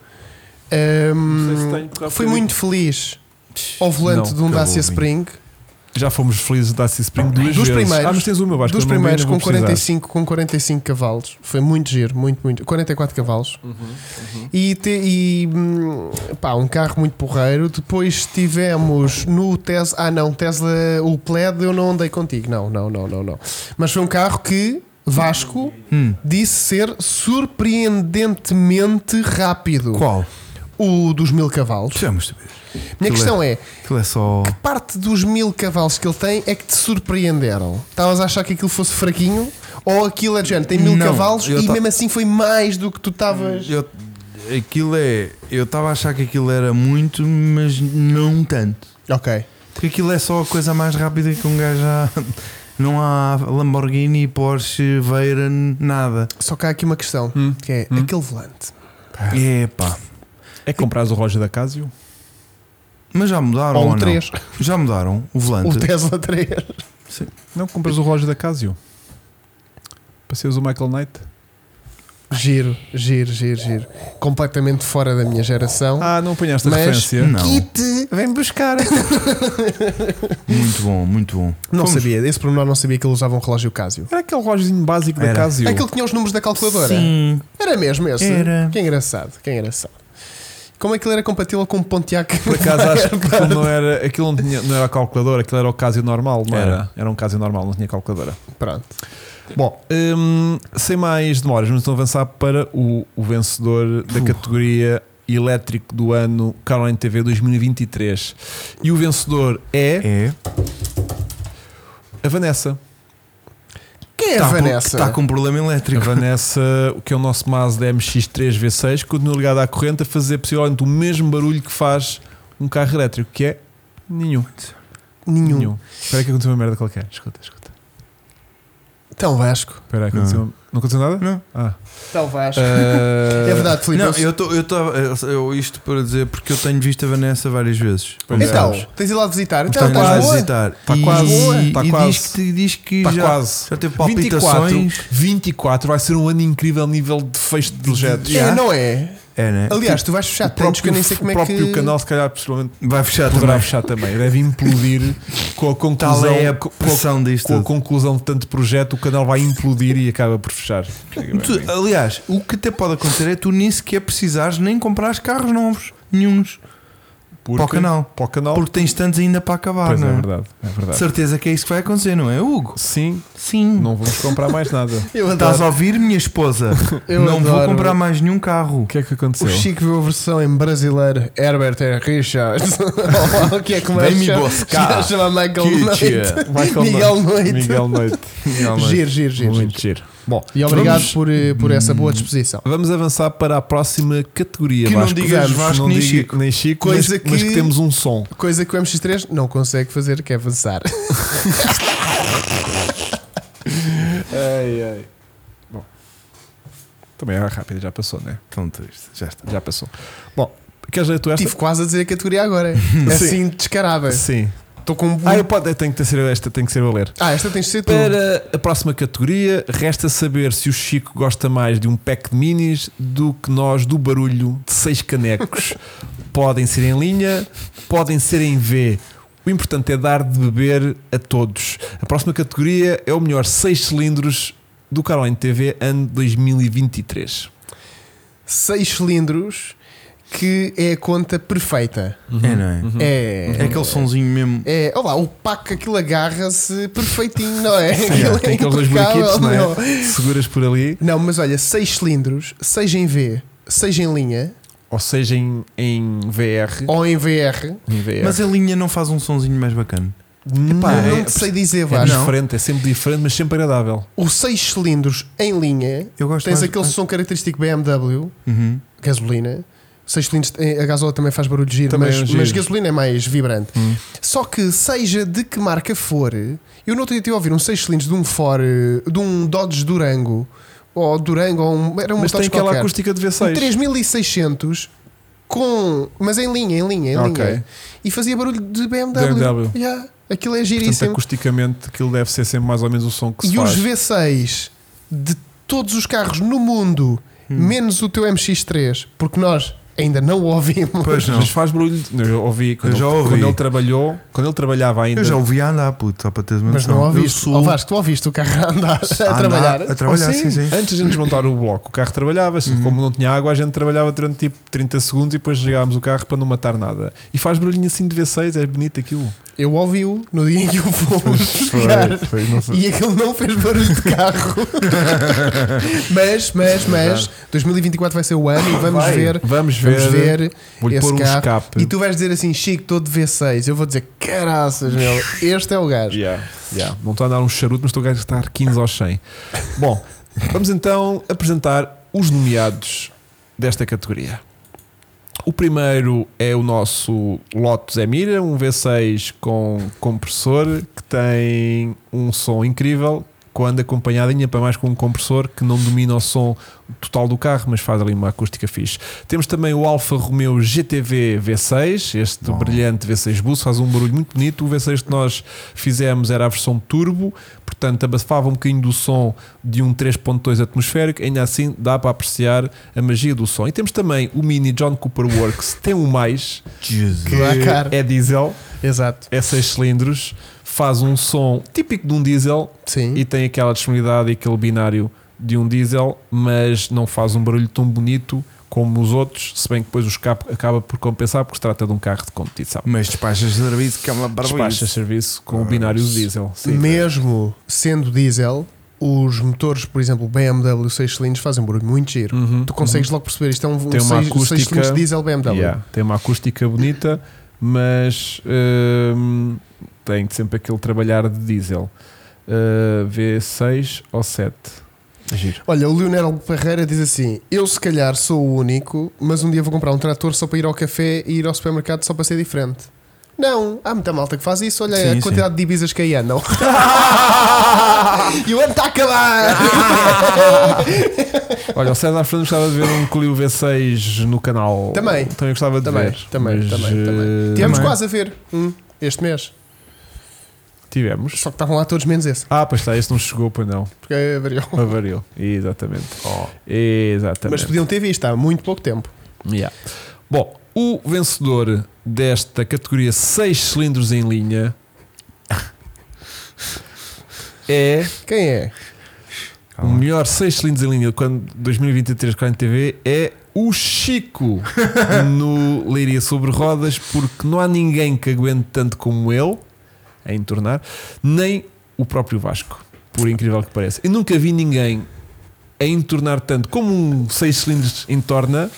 Ahm, Não sei se tenho, porque há fui bocadinho- muito feliz ao volante Não, de um acabou Dacia o vinho. Spring, Já fomos felizes da Dacia Spring duas Dos vezes. primeiros- ah, mas tens uma, eu acho dos que eu não vi, primeiros não vou com quarenta e precisar. cinco com quarenta e cinco cavalos. Foi muito giro, muito, muito. quarenta e quatro cavalos. Uhum, uhum. E, te, e hum, pá, um carro muito porreiro. Depois tivemos no Tesla. Ah, não, Tesla, o Plaid eu não andei contigo. Não, não, não, não, não. Mas foi um carro que Vasco Hum. disse ser surpreendentemente rápido. Qual? O dos mil cavalos. Chama saber. Minha questão é: Aquilo é só. que parte dos mil cavalos que ele tem é que te surpreenderam? Estavas a achar que aquilo fosse fraquinho? Ou aquilo é de género, tem mil Não, cavalos eu e ta- mesmo assim foi mais do que tu estavas. Eu, aquilo é. Eu estava a achar que aquilo era muito, mas não tanto. Ok. Porque aquilo é só a coisa mais rápida que um gajo já. Não há Lamborghini, Porsche, Veyron, nada. Só que há aqui uma questão, Hum. que é Hum. aquele volante. Epá. É comprares o relógio da Casio? Mas já mudaram Ou ou o não? três. Já mudaram o volante. O Tesla três. Não, compras o relógio da Casio. Para seres o Michael Knight. Giro, giro, giro, giro. Completamente fora da minha geração. Ah, não apanhaste a Mas- referência? Não. Kit, vem buscar. Muito bom, muito bom. Não Fomos- sabia, esse pormenor não sabia que ele usava um relógio Casio. Era aquele relógiozinho básico da Era. Casio. Aquele que tinha os números da calculadora. Sim. Era mesmo esse? Era. Que engraçado, que engraçado. Como é que ele era compatível com o Pontiac? Por acaso acho que aquilo não era, aquilo não, tinha, não era a calculadora, aquilo era o Casio normal, não era? Era. Era um Casio normal, não tinha calculadora. Pronto. Bom, hum, sem mais demoras, vamos então avançar para o, o vencedor da Uh. categoria elétrico do ano Caroline T V dois mil e vinte e três. E o vencedor é É. a Vanessa. Quem é Tá a por- Vanessa? Está com um problema A elétrico. Vanessa, que é o nosso Mazda M X três V seis, continua ligado à corrente a fazer possivelmente o mesmo barulho que faz um carro elétrico, que é nenhum. Nenhum. Espera que aconteceu uma merda qualquer. Escuta, escuta. Então Vasco. Espera, aconteceu, não. não aconteceu nada? Não. Ah. Então Vasco. Uh, É verdade, Filipe. Não, eu- eu estou. Eu tô, eu, isto para dizer porque eu tenho visto a Vanessa várias vezes. Pois Então, sabes. tens ido lá visitar. Então, Tenho Tá estás lá a quase. boa? visitar. Tá e, quase. E, Tá e quase. diz que, diz que Está já, quase. já teve vinte e quatro, palpitações. vinte e quatro vai ser um ano incrível a nível de fecho de projetos. É, não é? É, né? Aliás, tu vais fechar O tantos que eu nem sei como o é próprio que. canal, se calhar, possivelmente Vai fechar poderá também. fechar também. Deve implodir com a Tal conclusão. é a com, pressão disto. com a tudo. conclusão de tanto projeto, o canal vai implodir e acaba por fechar. Tu- aliás, o que até pode acontecer é tu nem sequer precisares nem comprar carros novos. Nenhuns. Porque- Para o canal. Para o canal. Porque tens tantos ainda para acabar, Pois é, não é? verdade. É De verdade. certeza que é isso que vai acontecer, não é, Hugo? Sim, Sim. não vamos comprar mais nada. Eu Estás adoro. a ouvir, minha esposa? Eu não vou adoro. comprar mais nenhum carro. O que é que aconteceu? O Chico viu a versão em brasileiro. Herbert Richards. O que é que Vem-me chama? buscar. Chama Michael Que Knight. tia. Michael Miguel Noite. Miguel Noite. Giro, giro, giro. Muito giro. Bom, E obrigado vamos, por, eh, por essa boa disposição. vamos avançar para a próxima categoria. Que não Vasco. digas Vamos, Vasco não nem diga- Chico. nem Chico, Coisa mas, mas que- que temos um som. Coisa que o M X três não consegue fazer, que é avançar. Ai, ai. Bom, também é rápido, já passou, né? Tão triste. Já está. Já passou. Bom, queres ler tu esta? Tive quase a dizer a categoria agora. Assim, descarada. Sim. Estou com um. Ah, eu pode, tem que ter sido esta, tem que ser eu a ler. Ah, esta tens de ser tu. Para a próxima categoria, resta saber se o Chico gosta mais de um pack de minis do que nós do barulho de seis canecos. Podem ser em linha, podem ser em V. O importante é dar de beber a todos. A próxima categoria é o melhor seis cilindros do Caroline T V ano dois mil e vinte e três. Seis cilindros, que é a conta perfeita. É, não é? É. É aquele sonzinho mesmo. É, olha lá, o pack aquilo agarra-se perfeitinho, não é? Aquilo Yeah, é tem aqueles dois impecável, buraquitos, não meu. é? Seguras por ali, Não, mas olha, seis cilindros, seja em V, seja em linha, ou seja em, em V R. ou em V R, Em V R. Mas a linha não faz um sonzinho mais bacana. Epá, eu não é- te sei dizer, é Vasco. diferente, é sempre diferente, mas sempre agradável. Os seis cilindros em linha, Eu gosto tens mais- aquele som característico B M W, Uhum. gasolina. Seis cilindros, a gasola também faz barulho de giro, Também mas, é um giro. mas gasolina é mais vibrante. Hum. Só que seja de que marca for, eu não estive a ouvir um seis cilindros de um Ford, de um Dodge Durango, ou Durango, ou um, era um Mas tem Dodge aquela qualquer. acústica de V Um seis. três mil e seiscentos com, mas em linha, em linha, em Ok. linha. E fazia barulho de B M W. B M W. Yeah, aquilo é Portanto, giríssimo. acusticamente, aquilo deve ser sempre mais ou menos o som que se E faz. os V seis de todos os carros no mundo, Hum. menos o teu M X três, porque nós ainda não o ouvimos. Pois não. Mas faz barulho. de- Eu ouvi quando, Eu já ele, ouvi. quando ele trabalhou, quando ele trabalhava ainda. Eu já ouvi a andar, puto, só para teres uma Mas noção. não Eu ouviste. sou Ou Vasco, tu ouviste o carro a andar, a, a trabalhar. andar, a trabalhar, Oh, sim, sim. Antes de a gente desmontar o bloco, o carro trabalhava. Uhum. Como não tinha água, a gente trabalhava durante tipo trinta segundos e depois desligávamos o carro para não matar nada. E faz barulhinho assim de V seis, é bonito aquilo. Eu ouvi-o no dia em que o fomos buscar foi, não sei. e aquele não fez barulho de carro. mas, mas, mas, dois mil e vinte e quatro vai ser o ano e vamos Vai. ver. Vamos ver. Vamos ver Vou-lhe esse pôr um carro. escape. E tu vais dizer assim, Chico, todo de V seis. Eu vou dizer, caraças, meu, este é o gajo. Yeah, yeah. Não estou a dar um charuto, mas estou a gastar quinze aos cem. Bom, vamos então apresentar os nomeados desta categoria. O primeiro é o nosso Lotus Emira, um V seis com compressor que tem um som incrível quando acompanhado ainda para mais com um compressor que não domina o som total do carro, mas faz ali uma acústica fixe. Temos também o Alfa Romeo G T V V seis, este Bom. brilhante V seis Boost, faz um barulho muito bonito. O V seis que nós fizemos era a versão turbo, portanto abafava um bocadinho do som de um três ponto dois atmosférico, ainda assim dá para apreciar a magia do som. E temos também o Mini John Cooper Works, tem um mais, Jesus. Que dá cara. é diesel, Exato. é seis cilindros, faz um som típico de um diesel Sim. e tem aquela disponibilidade e aquele binário de um diesel, mas não faz um barulho tão bonito como os outros, se bem que depois o escape acaba por compensar porque se trata de um carro de competição. Mas despachas de serviço que é uma Despacha barbaridade. serviço com o binário de diesel. Sim. Mesmo sendo diesel, os motores, por exemplo, B M W seis cilindros fazem um barulho muito giro. Uhum, Tu consegues logo perceber, isto é um, um Tem uma seis acústica- cilindros diesel B M W. Yeah, tem uma acústica bonita, mas hum, tem sempre aquele trabalhar de diesel. Uh, V seis ou sete? Giro. Olha, o Leonel Parreira diz assim: eu se calhar sou o único, mas um dia vou comprar um trator só para ir ao café e ir ao supermercado só para ser diferente. Não, há muita malta que faz isso. Olha Sim, a sim. quantidade de Ibizas que aí andam. E o ano está a acabar. Olha, o César Fernandes gostava de ver um Clio V seis no canal. Também. Também gostava de Também, ver. também, mas, também, eh, também. Tivemos também. quase a ver um, este mês. Tivemos. Só que estavam lá todos menos esse. Ah, pois está, este não chegou, pois não. Porque variou. Avariou. Exatamente. Oh. Exatamente. Mas podiam ter visto há muito pouco tempo. Yeah. Bom, o vencedor desta categoria seis cilindros em linha é Quem é? o melhor seis cilindros em linha quando dois mil e vinte e três com a N T V é o Chico no Leiria sobre rodas, porque não há ninguém que aguente tanto como ele a entornar, nem o próprio Vasco, por incrível que pareça. Eu nunca vi ninguém a entornar tanto como um seis cilindros entorna.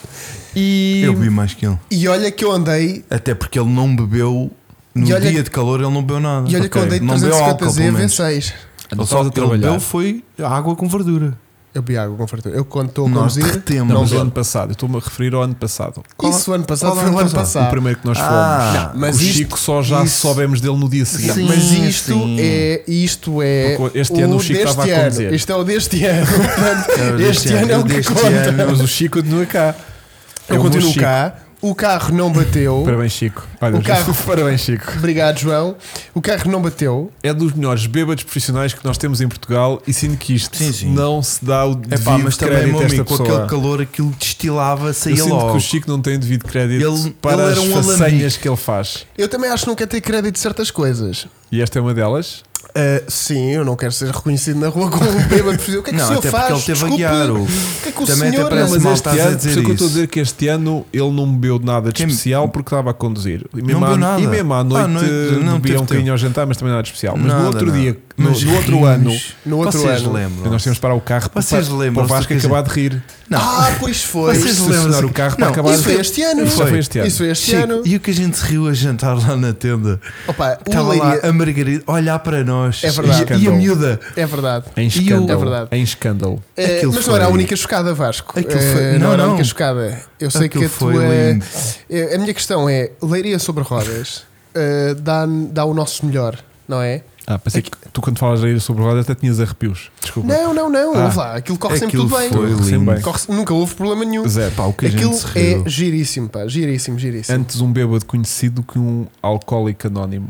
E Eu vi mais que ele. E olha que eu andei. Até porque ele não bebeu. No E olha dia que- de calor ele não bebeu nada. E olha que eu andei de não bebeu trezentos e álcool, cinquenta Z pelo V menos. seis. Ele Ele só só a ele trabalhar. bebeu foi água com verdura. Eu bebi água com fartura. Eu quando estou a Nós conduzir. derretemos. Não, Não mas o bebo. ano passado, eu estou-me a referir ao ano passado. Qual- Isso o ano passado qual foi o ano ano passado? passado. O primeiro que nós fomos. Ah, Não, mas o isto- Chico só já isso- soubemos dele no dia seguinte. Sim, Mas isto sim. é isto é Porque este ano o Chico deste estava a ano. conduzir. Isto é o deste ano. Portanto, É o este deste ano é ano, o que deste conta. ano. Mas o Chico continua cá. É Eu o continuo meu Chico. cá. O carro não bateu. Parabéns, Chico. Olha, O carro- Parabéns, Chico. Obrigado, João. O carro não bateu. É dos melhores bêbados profissionais que nós temos em Portugal e sinto que isto Sim, sim. não se dá o É devido pá, mas também, crédito meu a esta amigo, com pessoa. aquele calor, aquilo destilava, Eu saía sinto logo. que o Chico não tem devido crédito Ele- para ele as era um façanhas alambique. que ele faz. Eu também acho que não quer ter crédito de certas coisas. E esta é uma delas. Uh, sim, eu não quero ser reconhecido na rua como um bêbado. O que é que Não, o senhor até faz? porque ele teve a Desculpe, guiar. O... O que é que o Também até senhor... parece Não, mas mal este estás a ano, por dizer isso é que eu estou a isso. dizer que este ano ele não bebeu nada de Quem- especial porque estava a conduzir. E mesmo, Não à, bebeu nada. e mesmo à noite, À noite não bebia teve um bocadinho tempo. ao jantar, mas também nada de especial. Mas no Nada, outro nada. dia, no, Mas no outro rimos. ano, No outro Vocês ano. lembram? nós tínhamos de parar o carro para, Vocês para, lembram-se para o Vasco do que- acabar de rir. Não. Ah, pois foi. Vocês Isto lembram-se estacionar que- o carro para Não, acabar Isso de foi rir. este ano. Isso foi este ano. Isso foi este Chico, ano. e o que a gente se riu a jantar lá na tenda? Opa, o Estava lá Leiria... a Margarida a olhar para nós. É verdade. E, e a miúda. É verdade. Em E o- escândalo. É verdade. Em escândalo. Eh, Aquilo mas não era a foi- única chocada, Vasco. Aquilo Eh, foi- não, não, era a não. única chocada. Eu sei Aquilo que a foi tua. lindo. eh, A minha questão é: Leiria sobre rodas eh, dá, dá o nosso melhor, não é? Ah, pensei que tu quando falas aí sobre rodas até tinhas arrepios. Desculpa. Não, não, não. Ah. Ouve lá, aquilo corre sempre Aquilo tudo bem. foi Sempre lindo. bem. Corre- nunca houve problema nenhum. Zero. Pá, o que a Aquilo gente se riu. é giríssimo, pá. Giríssimo, giríssimo. Antes um bêbado conhecido que um alcoólico anónimo.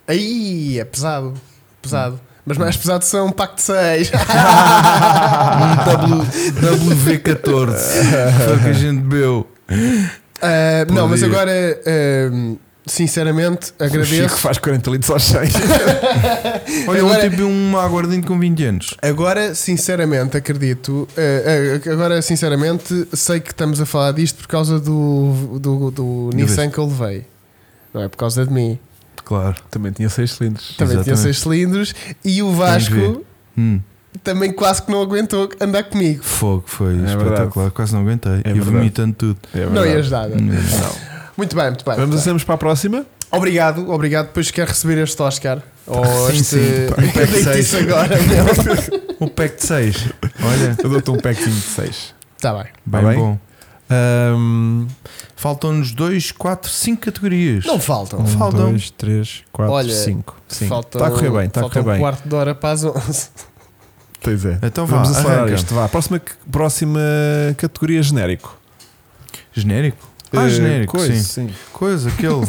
Aí é pesado. Pesado. Mas mais pesado são um pack de seis. Um W- W V catorze. Foi o que a gente bebeu. Ah, não, mas dia. agora, ah, sinceramente, O Chico agradeço. faz quarenta litros aos cem. Olha, Agora- ontem bebi uma aguardente com vinte anos. Agora, sinceramente, acredito. ah, ah, agora, sinceramente, sei que estamos a falar disto por causa do, do, do Nissan que eu levei. Não é por causa de mim. Claro. Também tinha seis cilindros. Também Exatamente. tinha seis cilindros. E o Vasco Hum. também quase que não aguentou andar comigo. Fogo, foi É espetacular. verdade. Quase não aguentei. É e verdade. vomitando tudo. É Não verdade. ias nada. Não. Muito bem, muito bem. Vamos, muito bem. vamos para a próxima? Obrigado, obrigado. Depois quer receber este Oscar. Ou Sim, este. sim. Eu Pack deito seis. isso agora, meu. O pack de seis. Olha, Eu dou-te um packzinho de seis. Tá bem. bem, bem? bom. Um, Faltam-nos dois, quatro, cinco categorias. Não faltam. um, faltam. dois, três, quatro, Olha, cinco. Sim. Faltam, Está a correr bem, está a falta correr um bem. quarto de hora para as onze. Pois é. Então vá, Vamos acelerar arranca. isto. Vá. Próxima, próxima categoria genérico. Genérico? Ah, Eh, genérico, coisa, sim. sim. Coisa, aquele.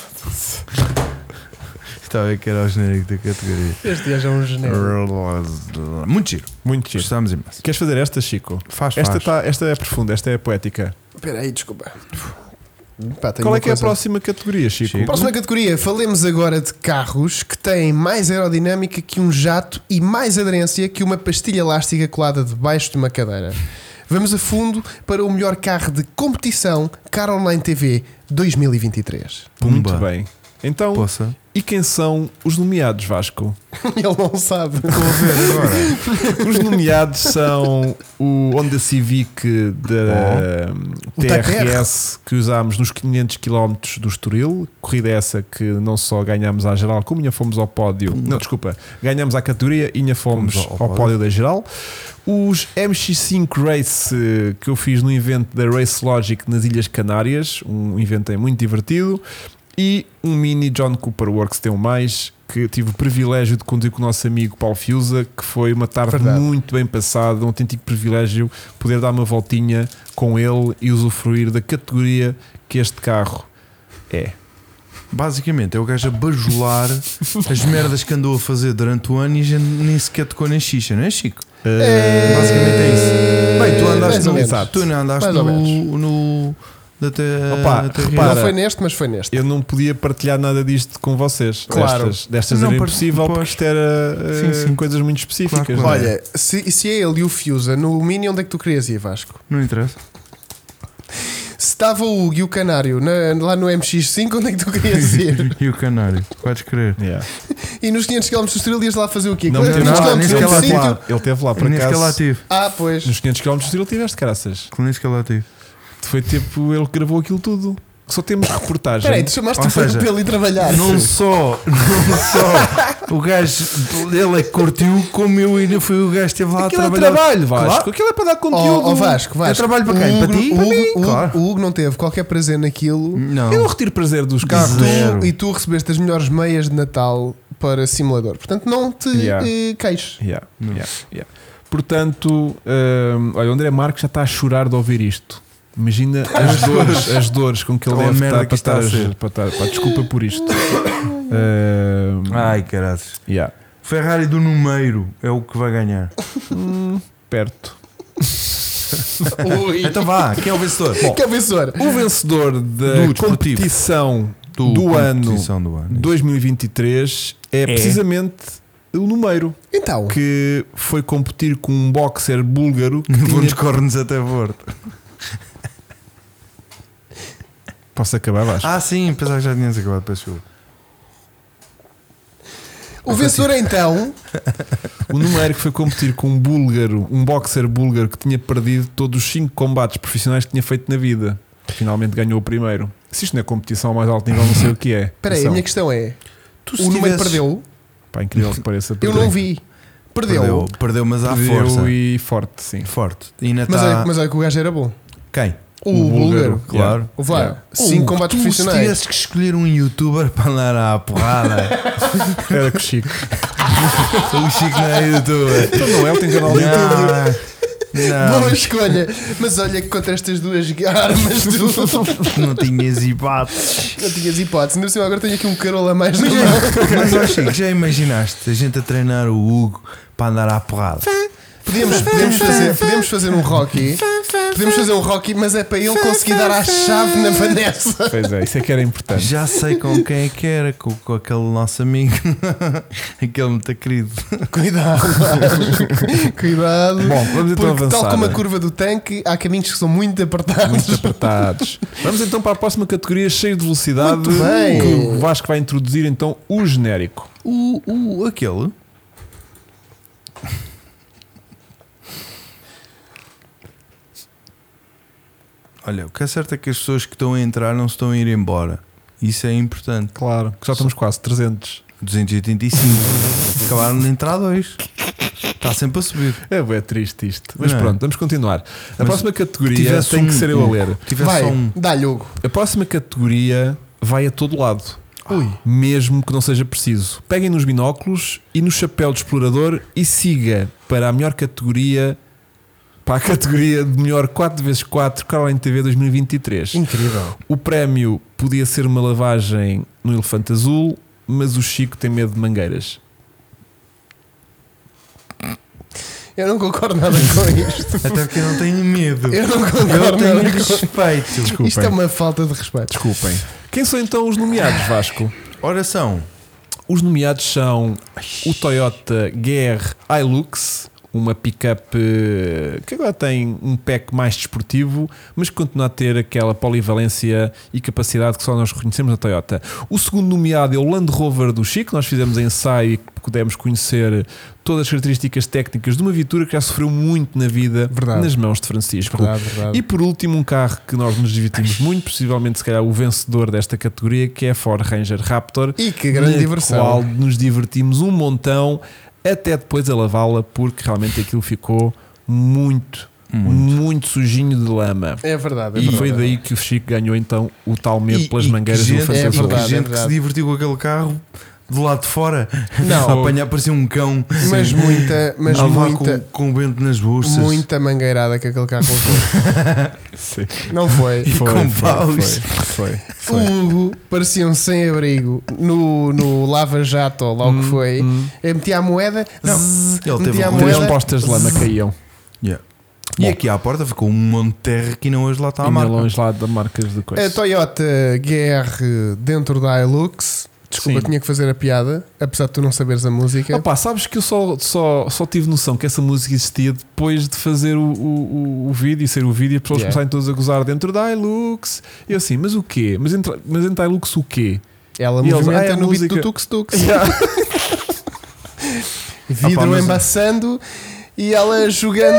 Estava a ver que era o genérico da categoria. Este dia já é um genérico. Muito giro. Muito giro. Gostámos imenso. Queres fazer esta, Chico? Faz, Esta, faz. tá, esta é profunda, esta é poética. Espera aí, desculpa. Pá, tenho Qual uma é que é a coisa. próxima categoria, Chico? Chico. Próxima categoria, falemos agora de carros que têm mais aerodinâmica que um jato e mais aderência que uma pastilha elástica colada debaixo de uma cadeira. Vamos a fundo para o melhor carro de competição Car Online T V dois mil e vinte e três. Muito Pumba. bem. Então, Poça. e quem são os nomeados, Vasco? Ele não sabe. Estou a ver agora. Os nomeados são o Honda Civic da O T T R R S que usámos nos quinhentos quilómetros do Estoril. Corrida essa que não só ganhámos à geral, como ainda fomos ao pódio. Não, desculpa, ganhámos à categoria e ainda fomos Fomos ao- ao, ao pódio. pódio da geral. Os M X cinco Race eh, que eu fiz no evento da Race Logic nas Ilhas Canárias, um evento aí muito divertido. E um mini John Cooper Works T um mais, que tive o privilégio de conduzir com o nosso amigo Paulo Fiuza, que foi uma tarde Verdade. muito bem passada, um autêntico privilégio poder dar uma voltinha com ele e usufruir da categoria que este carro é. Basicamente é o gajo a bajular as merdas que andou a fazer durante o ano e já nem sequer tocou na xixa, não é, Chico? É, Basicamente é isso. Bem, tu mais andaste ou no. menos. Tu não andaste Mais ou no. no da te, Opa, da T R S. repara, Não foi neste, mas foi neste. Eu não podia partilhar nada disto com vocês. Claro. Destas, destas Não, era par- impossível porque pois. isto era eh, Sim, sim. coisas muito específicas. Claro, não é? Olha, se, se é ele e o Fiuza no Mini, onde é que tu querias ir, Vasco? Não interessa. Se estava o Hugo e o Canário na- lá no M X cinco, onde é que tu querias ir? E o Canário, podes crer. Yeah. E nos quinhentos quilómetros do Estoril ias lá fazer o quê? Não, quinhentos teve lá, quilómetros nem no sequer lá sítio? lá. Ele teve lá, por Nem sequer lá acaso. tive. Ah, pois. Nos quinhentos quilómetros do Estoril tiveste caraças. Nem sequer lá tive. Foi tipo, ele que gravou aquilo tudo. Só temos reportagem. Espera aí, tu chamaste Ou o Pedro seja, para ele ir trabalhar. Não só, não só o gajo, ele é que curtiu, como eu ainda fui o gajo que esteve lá Aquilo a é trabalhar. trabalho, Vasco. Claro. Aquilo é para dar Ó conteúdo. ó, Vasco, Vasco. É trabalho para O quem? Para Hugo- ti? o Para Hugo- mim? o Hugo- Claro. O Hugo não teve qualquer prazer naquilo. Não. Eu não retiro prazer dos E carros. Zero. tu, e tu recebeste as melhores meias de Natal para simulador. Portanto, não te Yeah. eh, queixes. Yeah, Não. yeah, yeah. Portanto, hum, olha, o André Marques já está a chorar de ouvir isto. Imagina as dores, as dores com que ele Oh, a deve merda estar, que isto para, está a estar, ser. para estar. Pá, desculpa por isto. Hum, Ai, caralho. yeah. Ferrari do número é o que vai ganhar. Hum, perto. Ui. Então vá, quem é o vencedor? Bom, Que é o vencedor? O vencedor da Do desportivo. competição do, ano competição do ano. dois mil e vinte e três é, precisamente o número, Então, que foi competir com um boxer búlgaro que Vão-nos tinha... cornos até Porto. Posso acabar, Vasco? Ah, sim, pensava que já tinhas acabado, peço desculpa. o vencedor é então. O número que foi competir com um búlgaro, um boxer búlgaro que tinha perdido todos os cinco combates profissionais que tinha feito na vida. Finalmente ganhou o primeiro. Se isto não é competição ao mais alto nível, não sei o que é. Espera aí, a Atenção. minha questão é: Tu, se o número tivesses- perdeu? Pá, incrível que pareça. Eu perdeu. não vi. Perdeu. Perdeu, perdeu, mas à Perdeu força. e forte, sim. Forte. E ainda Mas, está. olha, mas olha que o gajo era bom. Quem? O, O búlgaro. búlgaro, Claro. O Vá, Yeah. cinco Oh, combates tu, Se profissionais. tivesses que escolher um youtuber para andar à porrada, Era com o Chico. o Chico não é youtuber. Então não é, ele tem canal de YouTube. Não, Boa escolha. Mas olha que contra estas duas armas tu não tinhas hipóteses. não tinhas hipótese. Ainda por cima, agora tenho aqui um carola a mais na Mas, mão. já, mas ó, Chico, já imaginaste a gente a treinar o Hugo para andar à porrada? Podíamos, podíamos, fazer, podíamos fazer um Rocky. Podemos fazer um Rocky, mas é para ele conseguir dar a chave na Vanessa. Pois é, isso é que era importante. Já sei com quem é que era, com, com aquele nosso amigo, aquele muito querido. Cuidado, cuidado. Bom, vamos então Porque, avançar. tal como a curva do tanque, há caminhos que são muito apertados. Muito apertados. Vamos então para a próxima categoria, cheio de velocidade. Muito bem. Que o Vasco vai introduzir então o genérico. O, o, aquele. Olha, o que é certo é que as pessoas que estão a entrar não se estão a ir embora. Isso é importante. Claro, que já estamos quase trezentos. duzentos e oitenta e cinco. Acabaram de entrar dois. Está sempre a subir. É bem triste isto. Mas Não é? pronto, vamos continuar. A Mas próxima categoria tivesse tem que um- ser eu a ler. Tivesse Vai, só um. dá-lhe, Hugo. A próxima categoria vai a todo lado. Ui. Mesmo que não seja preciso. Peguem nos binóculos e no chapéu de explorador e siga para a melhor categoria, para a categoria de melhor quatro vezes quatro Caroline T V dois mil e vinte e três. Incrível. O prémio podia ser uma lavagem no elefante azul, mas o Chico tem medo de mangueiras. Eu não concordo nada com isto. Até porque eu não tenho medo. Eu não Eu concordo tenho nada com respeito. Desculpem. Isto é uma falta de respeito. Desculpem. Quem são então os nomeados, Vasco? Oração. Os nomeados são o Toyota G R Hilux, uma pick-up eh, que agora tem um pack mais desportivo, mas que continua a ter aquela polivalência e capacidade que só nós reconhecemos na Toyota. O segundo nomeado é o Land Rover do Chico. Nós fizemos ensaio e pudemos conhecer todas as características técnicas de uma viatura que já sofreu muito na vida, Verdade. nas mãos de Francisco. Verdade, verdade. E por último, um carro que nós nos divertimos muito, possivelmente se calhar o vencedor desta categoria, que é a Ford Ranger Raptor. E que grande na diversão. qual nos divertimos um montão, até depois a lavá-la, porque realmente aquilo ficou muito, muito, Muito. sujinho de lama. É verdade. É E verdade. foi daí que o Chico ganhou então o tal medo E- pelas e que mangueiras do gente- elefante é azul. verdade. Que gente que se verdade. divertiu com aquele carro do lado de fora. Não. A apanhar, parecia um cão. Mas muita, mas a levar muita, com, com o vento nas bolsas. muita mangueirada que aquele carro levou. Sim. Não foi. E com paus. Foi, O foi. Hugo parecia um sem-abrigo no, no lava-jato, ou lá o que foi. Hum, Eu metia a moeda, Não, zzz, ele teve metia a um- Três moeda. postas de lama caíam. Yeah. E Bom. aqui à porta ficou um monte de terra que ainda hoje lá está a Ainda marca. longe lá das marcas de coisa. A Toyota G R dentro da Hilux. Desculpa, Sim. tinha que fazer a piada, apesar de tu não saberes a música. Opa, sabes que eu só, só, só tive noção que essa música existia depois de fazer o, o, o, o vídeo e ser o vídeo e as pessoas Yeah. começarem todas a gozar dentro da Hilux. E eu assim, mas o quê? Mas entre, mas dentro da Hilux o quê? Ela E eles, movimenta ah, é a no beat música. do Tux Tux. Yeah. Vidro Opa, mas- embaçando e ela jogando.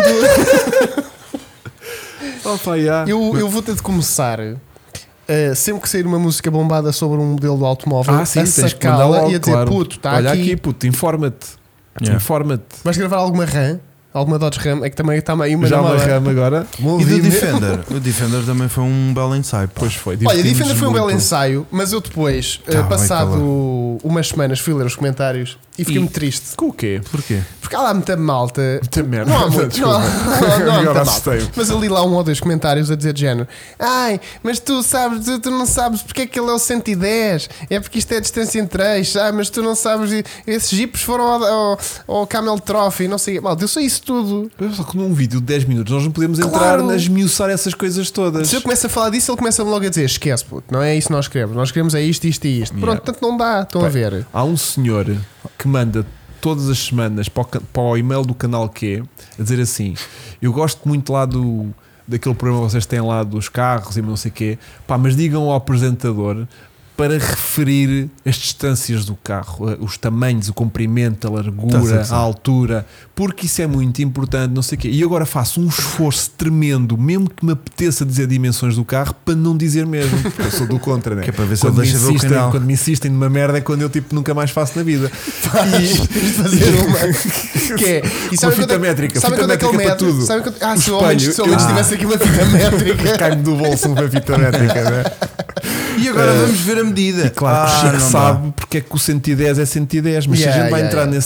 Opa, yeah. eu, eu vou ter de começar. uh, sempre que sair uma música bombada sobre um modelo do automóvel, Ah, sim, a tens que mandar sacá-la logo, e a dizer: claro. puto, está Olha aqui. aqui, puto, informa-te. Yeah. Informa-te. Vais gravar alguma RAM? Alguma Dodge Ram? É que também está meio uma Já na uma moda. rama agora. E do Movimento. Defender? O Defender também foi um belo ensaio. Pois foi. Olha, divertimos Defender foi um belo muito. ensaio, mas eu depois, uh, Tá bem, passado tá bem. umas semanas, fui ler os comentários e fiquei E- muito triste. Com o quê? Porquê? Porque há lá muita malta. Muita merda. Não há muito, não há, não há, não há Agora muita malta. assustei-me. Mas eu li lá um ou dois comentários a dizer de género: ai, mas tu sabes, tu, tu não sabes porque é que ele é o cento e dez, é porque isto é a distância entre eixos, ah, mas tu não sabes, esses jipes foram ao, ao, ao Camel Trophy, não sei. Malta, eu sei isso tudo. Só que num vídeo de dez minutos nós não podemos Claro. entrar a esmiuçar essas coisas todas. Se eu começo a falar disso, ele começa logo a dizer: esquece, puto, não é isso que nós queremos, nós queremos é isto, isto e isto. Yeah. Pronto, tanto não dá, estão a Bem, ver. Há um senhor que manda todas as semanas para o, ca- para o e-mail do canal Q a dizer assim: eu gosto muito lá do daquele programa que vocês têm lá dos carros e não sei o quê, pá, mas digam ao apresentador para referir as distâncias do carro, eh, os tamanhos, o comprimento, a largura, Tá-se a a altura, porque isso é muito importante, não sei o quê. E agora faço um esforço tremendo, mesmo que me apeteça dizer dimensões do carro, para não dizer mesmo, porque eu sou do contra, né? Que é para ver se Quando ele me, deixa ver o insistem, canal. quando me insistem numa merda é quando eu tipo nunca mais faço na vida. Vais fazer uma que é. E Com quando fita é- métrica, sabe fita quando é que ele métrica para mede? tudo. Sabe quando- ah, O se o homem espelho, se o homem eu- tivesse aqui uma fita métrica. Cai-me do bolso uma fita métrica, né? E agora Eh, vamos ver a medida. E claro que Ah, o Chico não dá. sabe porque é que o cento e dez é cento e dez, mas Yeah, se a gente vai yeah, entrar yeah. nesse tipo de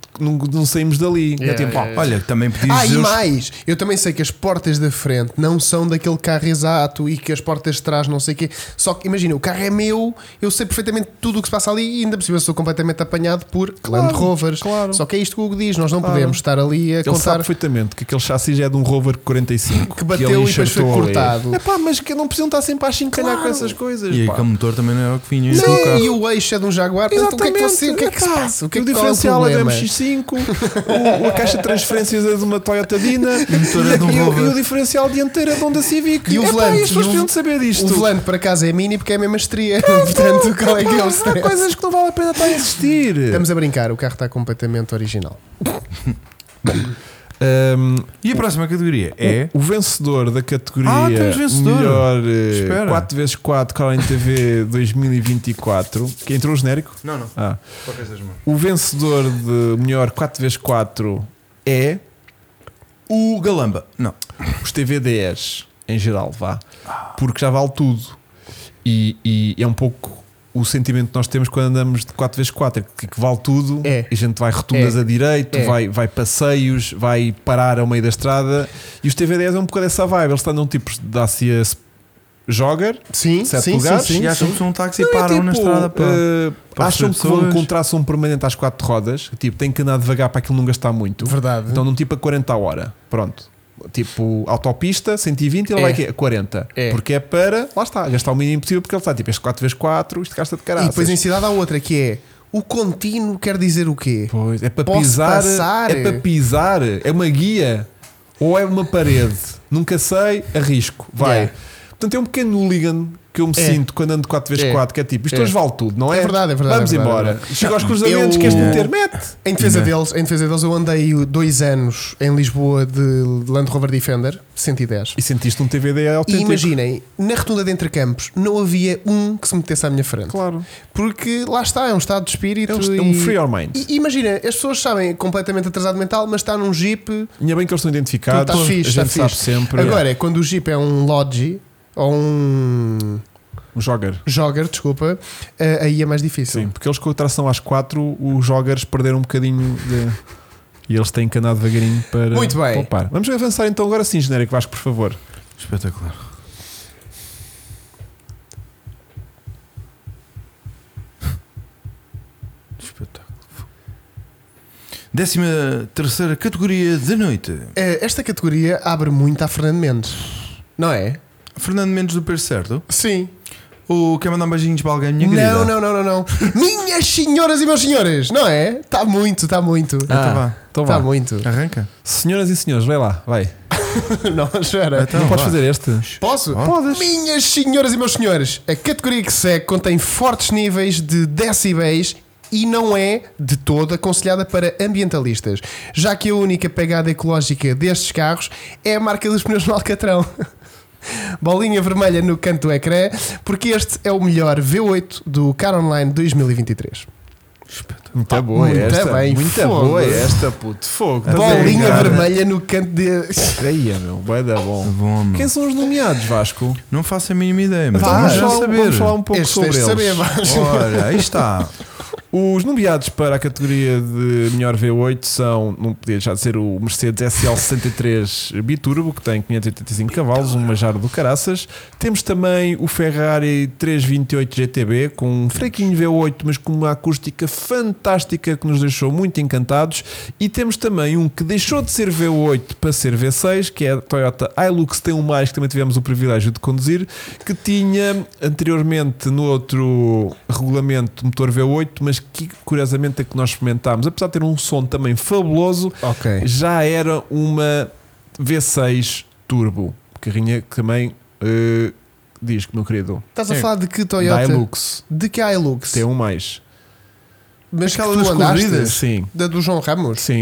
não, não saímos dali. Yeah, é tipo, yeah, yeah. Olha, também podias Ah, e dizer os- mais, eu também sei que as portas da frente não são daquele carro exato e que as portas de trás não sei o quê. Só que imagina, o carro é meu, eu sei perfeitamente tudo o que se passa ali e ainda por cima sou completamente apanhado por Claro, Land Rovers. claro. Só que é isto que o Hugo diz, nós não Claro. podemos estar ali a Ele sabe contar perfeitamente que aquele chassi já é de um Rover quarenta e cinco que bateu e depois foi cortado. É pá, mas que não precisam estar sempre a chincalhar Claro. com essas coisas. E pá. aquele motor também não é o que vinha Não, no carro. e o eixo é de um Jaguar, portanto, o que é que, você, o que, é que se Epá, passa? O que é o que qual é o diferencial é do problema? M X cinco, o, a caixa de transferências é de uma Toyota Dina motor é de um e, o- Rover. e o diferencial dianteiro é de Honda Civic. E o Epá, volante? e as pessoas E o- precisam de saber disto. O volante para casa é mini porque é a mesma estria. Portanto, qual é que é o Há stress? coisas que não vale a pena estar a existir. Estamos a brincar, o carro está completamente original. Um, E a próxima categoria é. o vencedor da categoria Ah, temos vencedor. melhor eh, Espera. quatro por quatro Caroline T V dois mil e vinte e quatro. Que entrou o genérico? Não, não. Ah. O vencedor de melhor quatro por quatro é O Galamba. Não. os T V dez em geral, vá, porque já vale tudo e, e é um pouco o sentimento que nós temos quando andamos de quatro por quatro, que, que vale tudo. É. E a gente vai rotundas É. a direito, É. vai, vai passeios, vai parar ao meio da estrada, e os T V dez é um bocado essa vibe. Eles estão num tipo de Dacia Jogger, Sim, Sete sim, lugares, sim, sim, E acham sim. que são um táxi e não é param na tipo, estrada. Pá. eh, para acham que receber vão pessoas. com tração permanente às quatro rodas, tipo, tem que andar devagar para aquilo não gastar muito. Verdade. Então, num tipo a quarenta a hora, pronto. Tipo, autopista, cento e vinte, ele É. vai aqui a quarenta. É. Porque é para, lá está, gastar o mínimo possível, porque ele está tipo, este quatro por quatro, isto gasta de E caraças. depois em cidade há outra que é o contínuo quer dizer o quê? Pois, é para Posso pisar, passar? é para pisar, é uma guia ou é uma parede, nunca sei, arrisco, vai. Yeah. Portanto, é um pequeno hooligan que eu me É. sinto quando ando de quatro por quatro, que é tipo, isto É. hoje vale tudo, não é? É verdade, é verdade, Vamos é verdade, embora. é verdade. Chega aos cruzamentos, Eu- queres meter, mete. Em defesa, Não. deles, em defesa deles, eu andei dois anos em Lisboa de Land Rover Defender cento e dez. E sentiste um T V D E autêntico. imaginem, na rotunda de Entre Campos não havia um que se metesse à minha frente. Claro. Porque lá está, é um estado de espírito. É um, é e, um free your mind. e imagina, as pessoas sabem completamente atrasado mental, mas está num Jeep. Ainda bem que eles estão identificados. Está fixe, a está gente sabe fixe. sempre. Agora, quando o Jeep é um Logi ou um Um jogger. Jogger, desculpa, eh, aí é mais difícil. Sim, porque eles com a tração às quatro, os joggers perderam um bocadinho de. E eles têm que andar devagarinho para Muito bem. poupar. Vamos avançar então agora sim, genérico Vasco, por favor. Espetacular. Espetáculo. Décima terceira categoria da noite. Eh, Esta categoria abre muito a Fernando Mendes, não é? Fernando Mendes do Perto Certo. Sim. O quer mandar beijinhos para alguém, minha querida? Não, não, não, não, não. Minhas senhoras e meus senhores, não é? Está muito, está muito. Então vá. Então Está vá. muito. Arranca. Senhoras e senhores, vai lá, vai. Não, espera. Então, não podes vá. fazer este? Posso? Podes. Minhas senhoras e meus senhores, a categoria que segue contém fortes níveis de decibéis e não é de todo aconselhada para ambientalistas, já que a única pegada ecológica destes carros é a marca dos pneus no Alcatrão. Bolinha vermelha no canto do ecrã, porque este é o melhor V oito do Car Online dois mil e vinte e três. Muito boa muito esta. bem, muito fogo. boa esta, puto. Fogo. Estás a Bolinha brincar? vermelha no canto de. Aí, meu, vai dar bom. Bom, meu. Quem são os nomeados, Vasco? Não faço a mínima ideia, mas Vá, vamos já vamos, saber. vamos falar um pouco Este sobre tens de eles. saber, Vasco. Ora, aí está. Os nomeados para a categoria de melhor V oito são, não podia deixar de ser o Mercedes S L sessenta e três Biturbo, que tem quinhentos e oitenta e cinco cavalos, um Majaro do caraças. Temos também o Ferrari trezentos e vinte e oito G T B, com um fraquinho V oito, mas com uma acústica fantástica que nos deixou muito encantados. E temos também um que deixou de ser V oito para ser V seis, que é a Toyota Hilux T um mais, que também tivemos o privilégio de conduzir, que tinha anteriormente no outro regulamento motor V oito, mas que curiosamente é que nós experimentámos, apesar de ter um som também fabuloso, Ok. já era uma V seis Turbo, carrinha que também uh, diz que meu querido Estás a É. falar de que da Toyota? Hilux De que Hilux? T um mais. Mas Aquela que tu das andaste? corridas? Sim, Da do João Ramos? sim.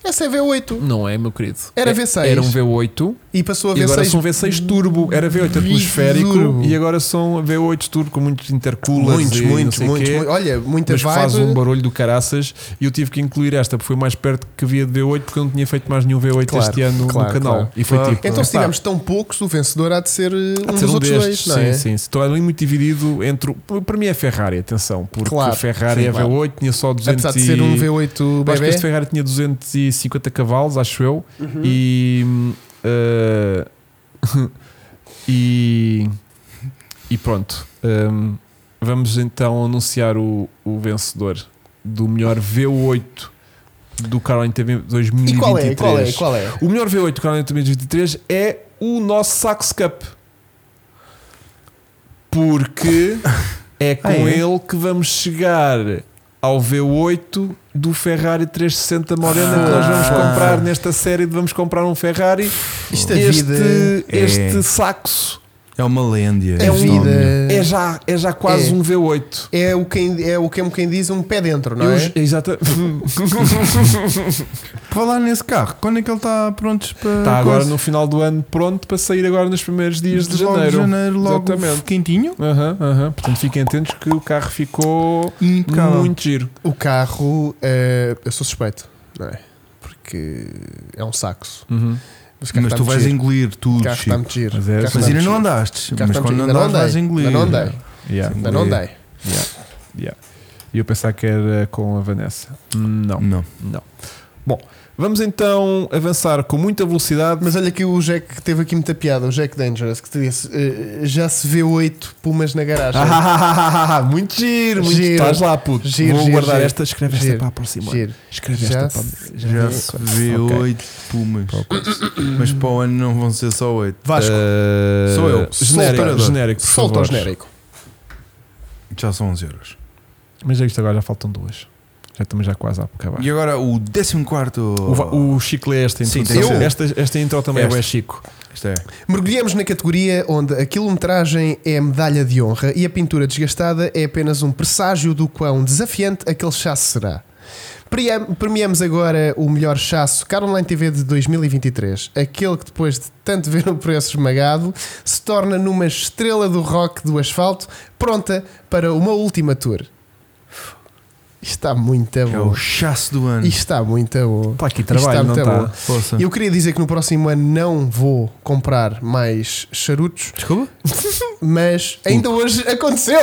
Essa é V oito. Não é, meu querido. Era É- V seis. Era um V oito E passou a e V seis. agora são V seis Turbo. Era V oito atmosférico Turbo. e agora são V oito Turbo com muitos intercoolers Muitos, e muitos, não sei muitos, quê, muitos. Olha, muita mas que vibe. faz um barulho do caraças e eu tive que incluir esta porque foi mais perto que havia de V oito porque eu não tinha feito mais nenhum V oito Claro, este ano claro, no canal. claro. E foi Claro. tipo. Então, se epá, tivermos tão poucos, o vencedor há de ser uh, há um de ser dos um outros destes, dois, não sim, é? sim. Estou ali muito dividido entre. o- Para mim é Ferrari, atenção, porque Claro, a Ferrari sim, é claro. V oito, tinha só duzentos Apesar de e- ser um V oito Eu acho que bebê. este Ferrari tinha duzentos e cinquenta cavalos, acho eu, Uhum. e, uh, e e pronto. Um, vamos então anunciar o, o vencedor do melhor V oito do Caroline T V dois mil e vinte e três. E qual é? Qual é? Qual é? O melhor V oito do Caroline T V dois mil e vinte e três é o nosso Sax Cup. Porque é com Ah, é? ele que vamos chegar ao V oito do Ferrari trezentos e sessenta Morena que nós vamos Ah. comprar nesta série de vamos comprar um Ferrari. Isto a Este, vida. este É. saxo É uma lêndia. A é um- vida. é já, é já quase É. um V oito. É o quem, é o quem, quem diz um pé dentro, não Eu- é? Exata. Falar nesse carro, quando é que ele está pronto para. Está agora coisa? no final do ano pronto para sair agora nos primeiros dias de Logo janeiro. de janeiro, logo Exatamente. quentinho. Aham, aham. Portanto, fiquem atentos que o carro ficou Impecável. muito giro. O carro, eh, eu sou suspeito, não é? Porque é um saxo. Uhum. Mas, o carro Mas está tu muito vais giro. engolir O tudo. carro Chico. está muito giro. Mas é O carro assim. está Mas ainda muito não giro. andaste. O carro Mas está quando muito giro. andares vais Ainda engolir. não andei. Ainda não andei. Yeah. Ainda não andei. Yeah. Yeah. E eu pensava que era com a Vanessa. Não, Não. não. Bom, vamos então avançar com muita velocidade. Mas olha que o Jack que teve aqui muita piada, o Jack Dangerous, que te disse: eh, já se vê oito pumas na garagem. Ah, muito giro, muito Giro. Estás lá, puto. Giro, Vou giro, guardar giro. esta, escreve Giro. esta para a próxima. Giro. Escreve Já esta se- para Já se vê Ok. oito pumas. Mas para o ano não vão ser só oito. Vasco, Uh, Sou eu. Genérico, Solta. genérico, por solta o favor. genérico. Já são onze euros. Mas é isto agora já faltam duas. Já estamos já quase a acabar. E agora o décimo quarto. O, va- o Chico lê esta Sim, introdução. tem que ser. esta, esta intro também Esta. é bué Chico. Isto é. Mergulhamos na categoria onde a quilometragem é a medalha de honra e a pintura desgastada é apenas um presságio do quão desafiante aquele chasso será. Premiam- Premiamos agora o melhor chasso Caroline T V de dois mil e vinte e três. Aquele que depois de tanto ver o preço esmagado se torna numa estrela do rock do asfalto pronta para uma última tour. Isto está muito É bom. o chasso do ano. Isto está muito bom. Está aqui Isto trabalho, não muito está? bom. Força. E eu queria dizer que no próximo ano não vou comprar mais charutos, Desculpa? mas ainda hoje aconteceu.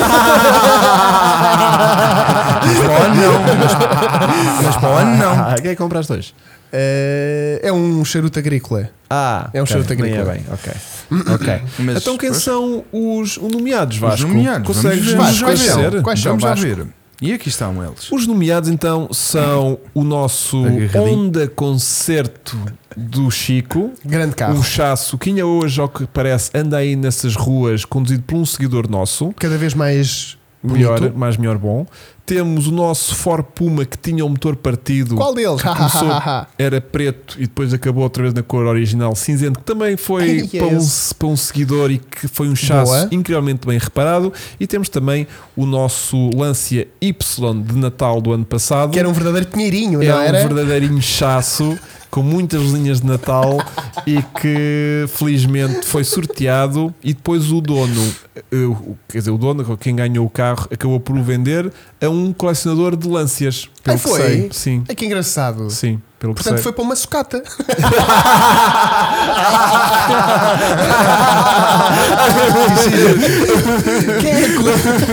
Mas para o ano não. Mas, mas para o ano não. Ah, quem é que compraste hoje? Eh, é um charuto agrícola. Ah, É um ok, charuto nem agrícola. é bem, ok. Ok. Mas, Então quem pois, são os nomeados, os Vasco? nomeados? Consegues Vamos nos já quais são? conhecer? Quais são, Vamos já Vasco? ver. E aqui estão eles. Os nomeados então são o nosso Agarradinho. Honda Concerto do Chico, Grande carro. um chasso que ainda hoje, ao que parece, anda aí nessas ruas conduzido por um seguidor nosso. Cada vez mais Melhor, bonito. mais melhor bom. Temos o nosso Ford Puma que tinha o motor partido. Qual deles? Que começou, era preto e depois acabou outra vez na cor original cinzento, que também foi Ai, para, um, yes. para um seguidor e que foi um chasso Boa. incrivelmente bem reparado. E temos também o nosso Lancia Y de Natal do ano passado. Que era um verdadeiro pinheirinho, É não um era? verdadeirinho chasso com muitas linhas de Natal e que felizmente foi sorteado e depois o dono, eh, o- quer dizer, o dono, quem ganhou o carro, acabou por o vender a um colecionador de Lancias. Pelo Ah, que foi? sei. Sim, Ai, que engraçado. sim, pelo que Portanto, sei. foi para uma sucata. Quem é que...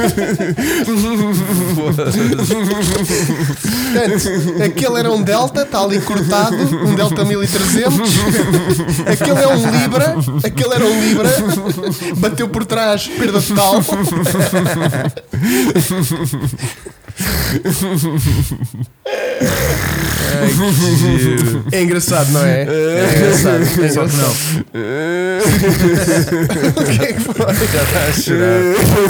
Portanto, aquele era um Delta, está ali cortado, um Delta mil e trezentos. Aquele é um Libra, aquele era um Libra, bateu por trás, perda total. Ai, que giro. É engraçado, não é? É engraçado. É Só que engraçado. não. O que é que foi? Já está a chorar.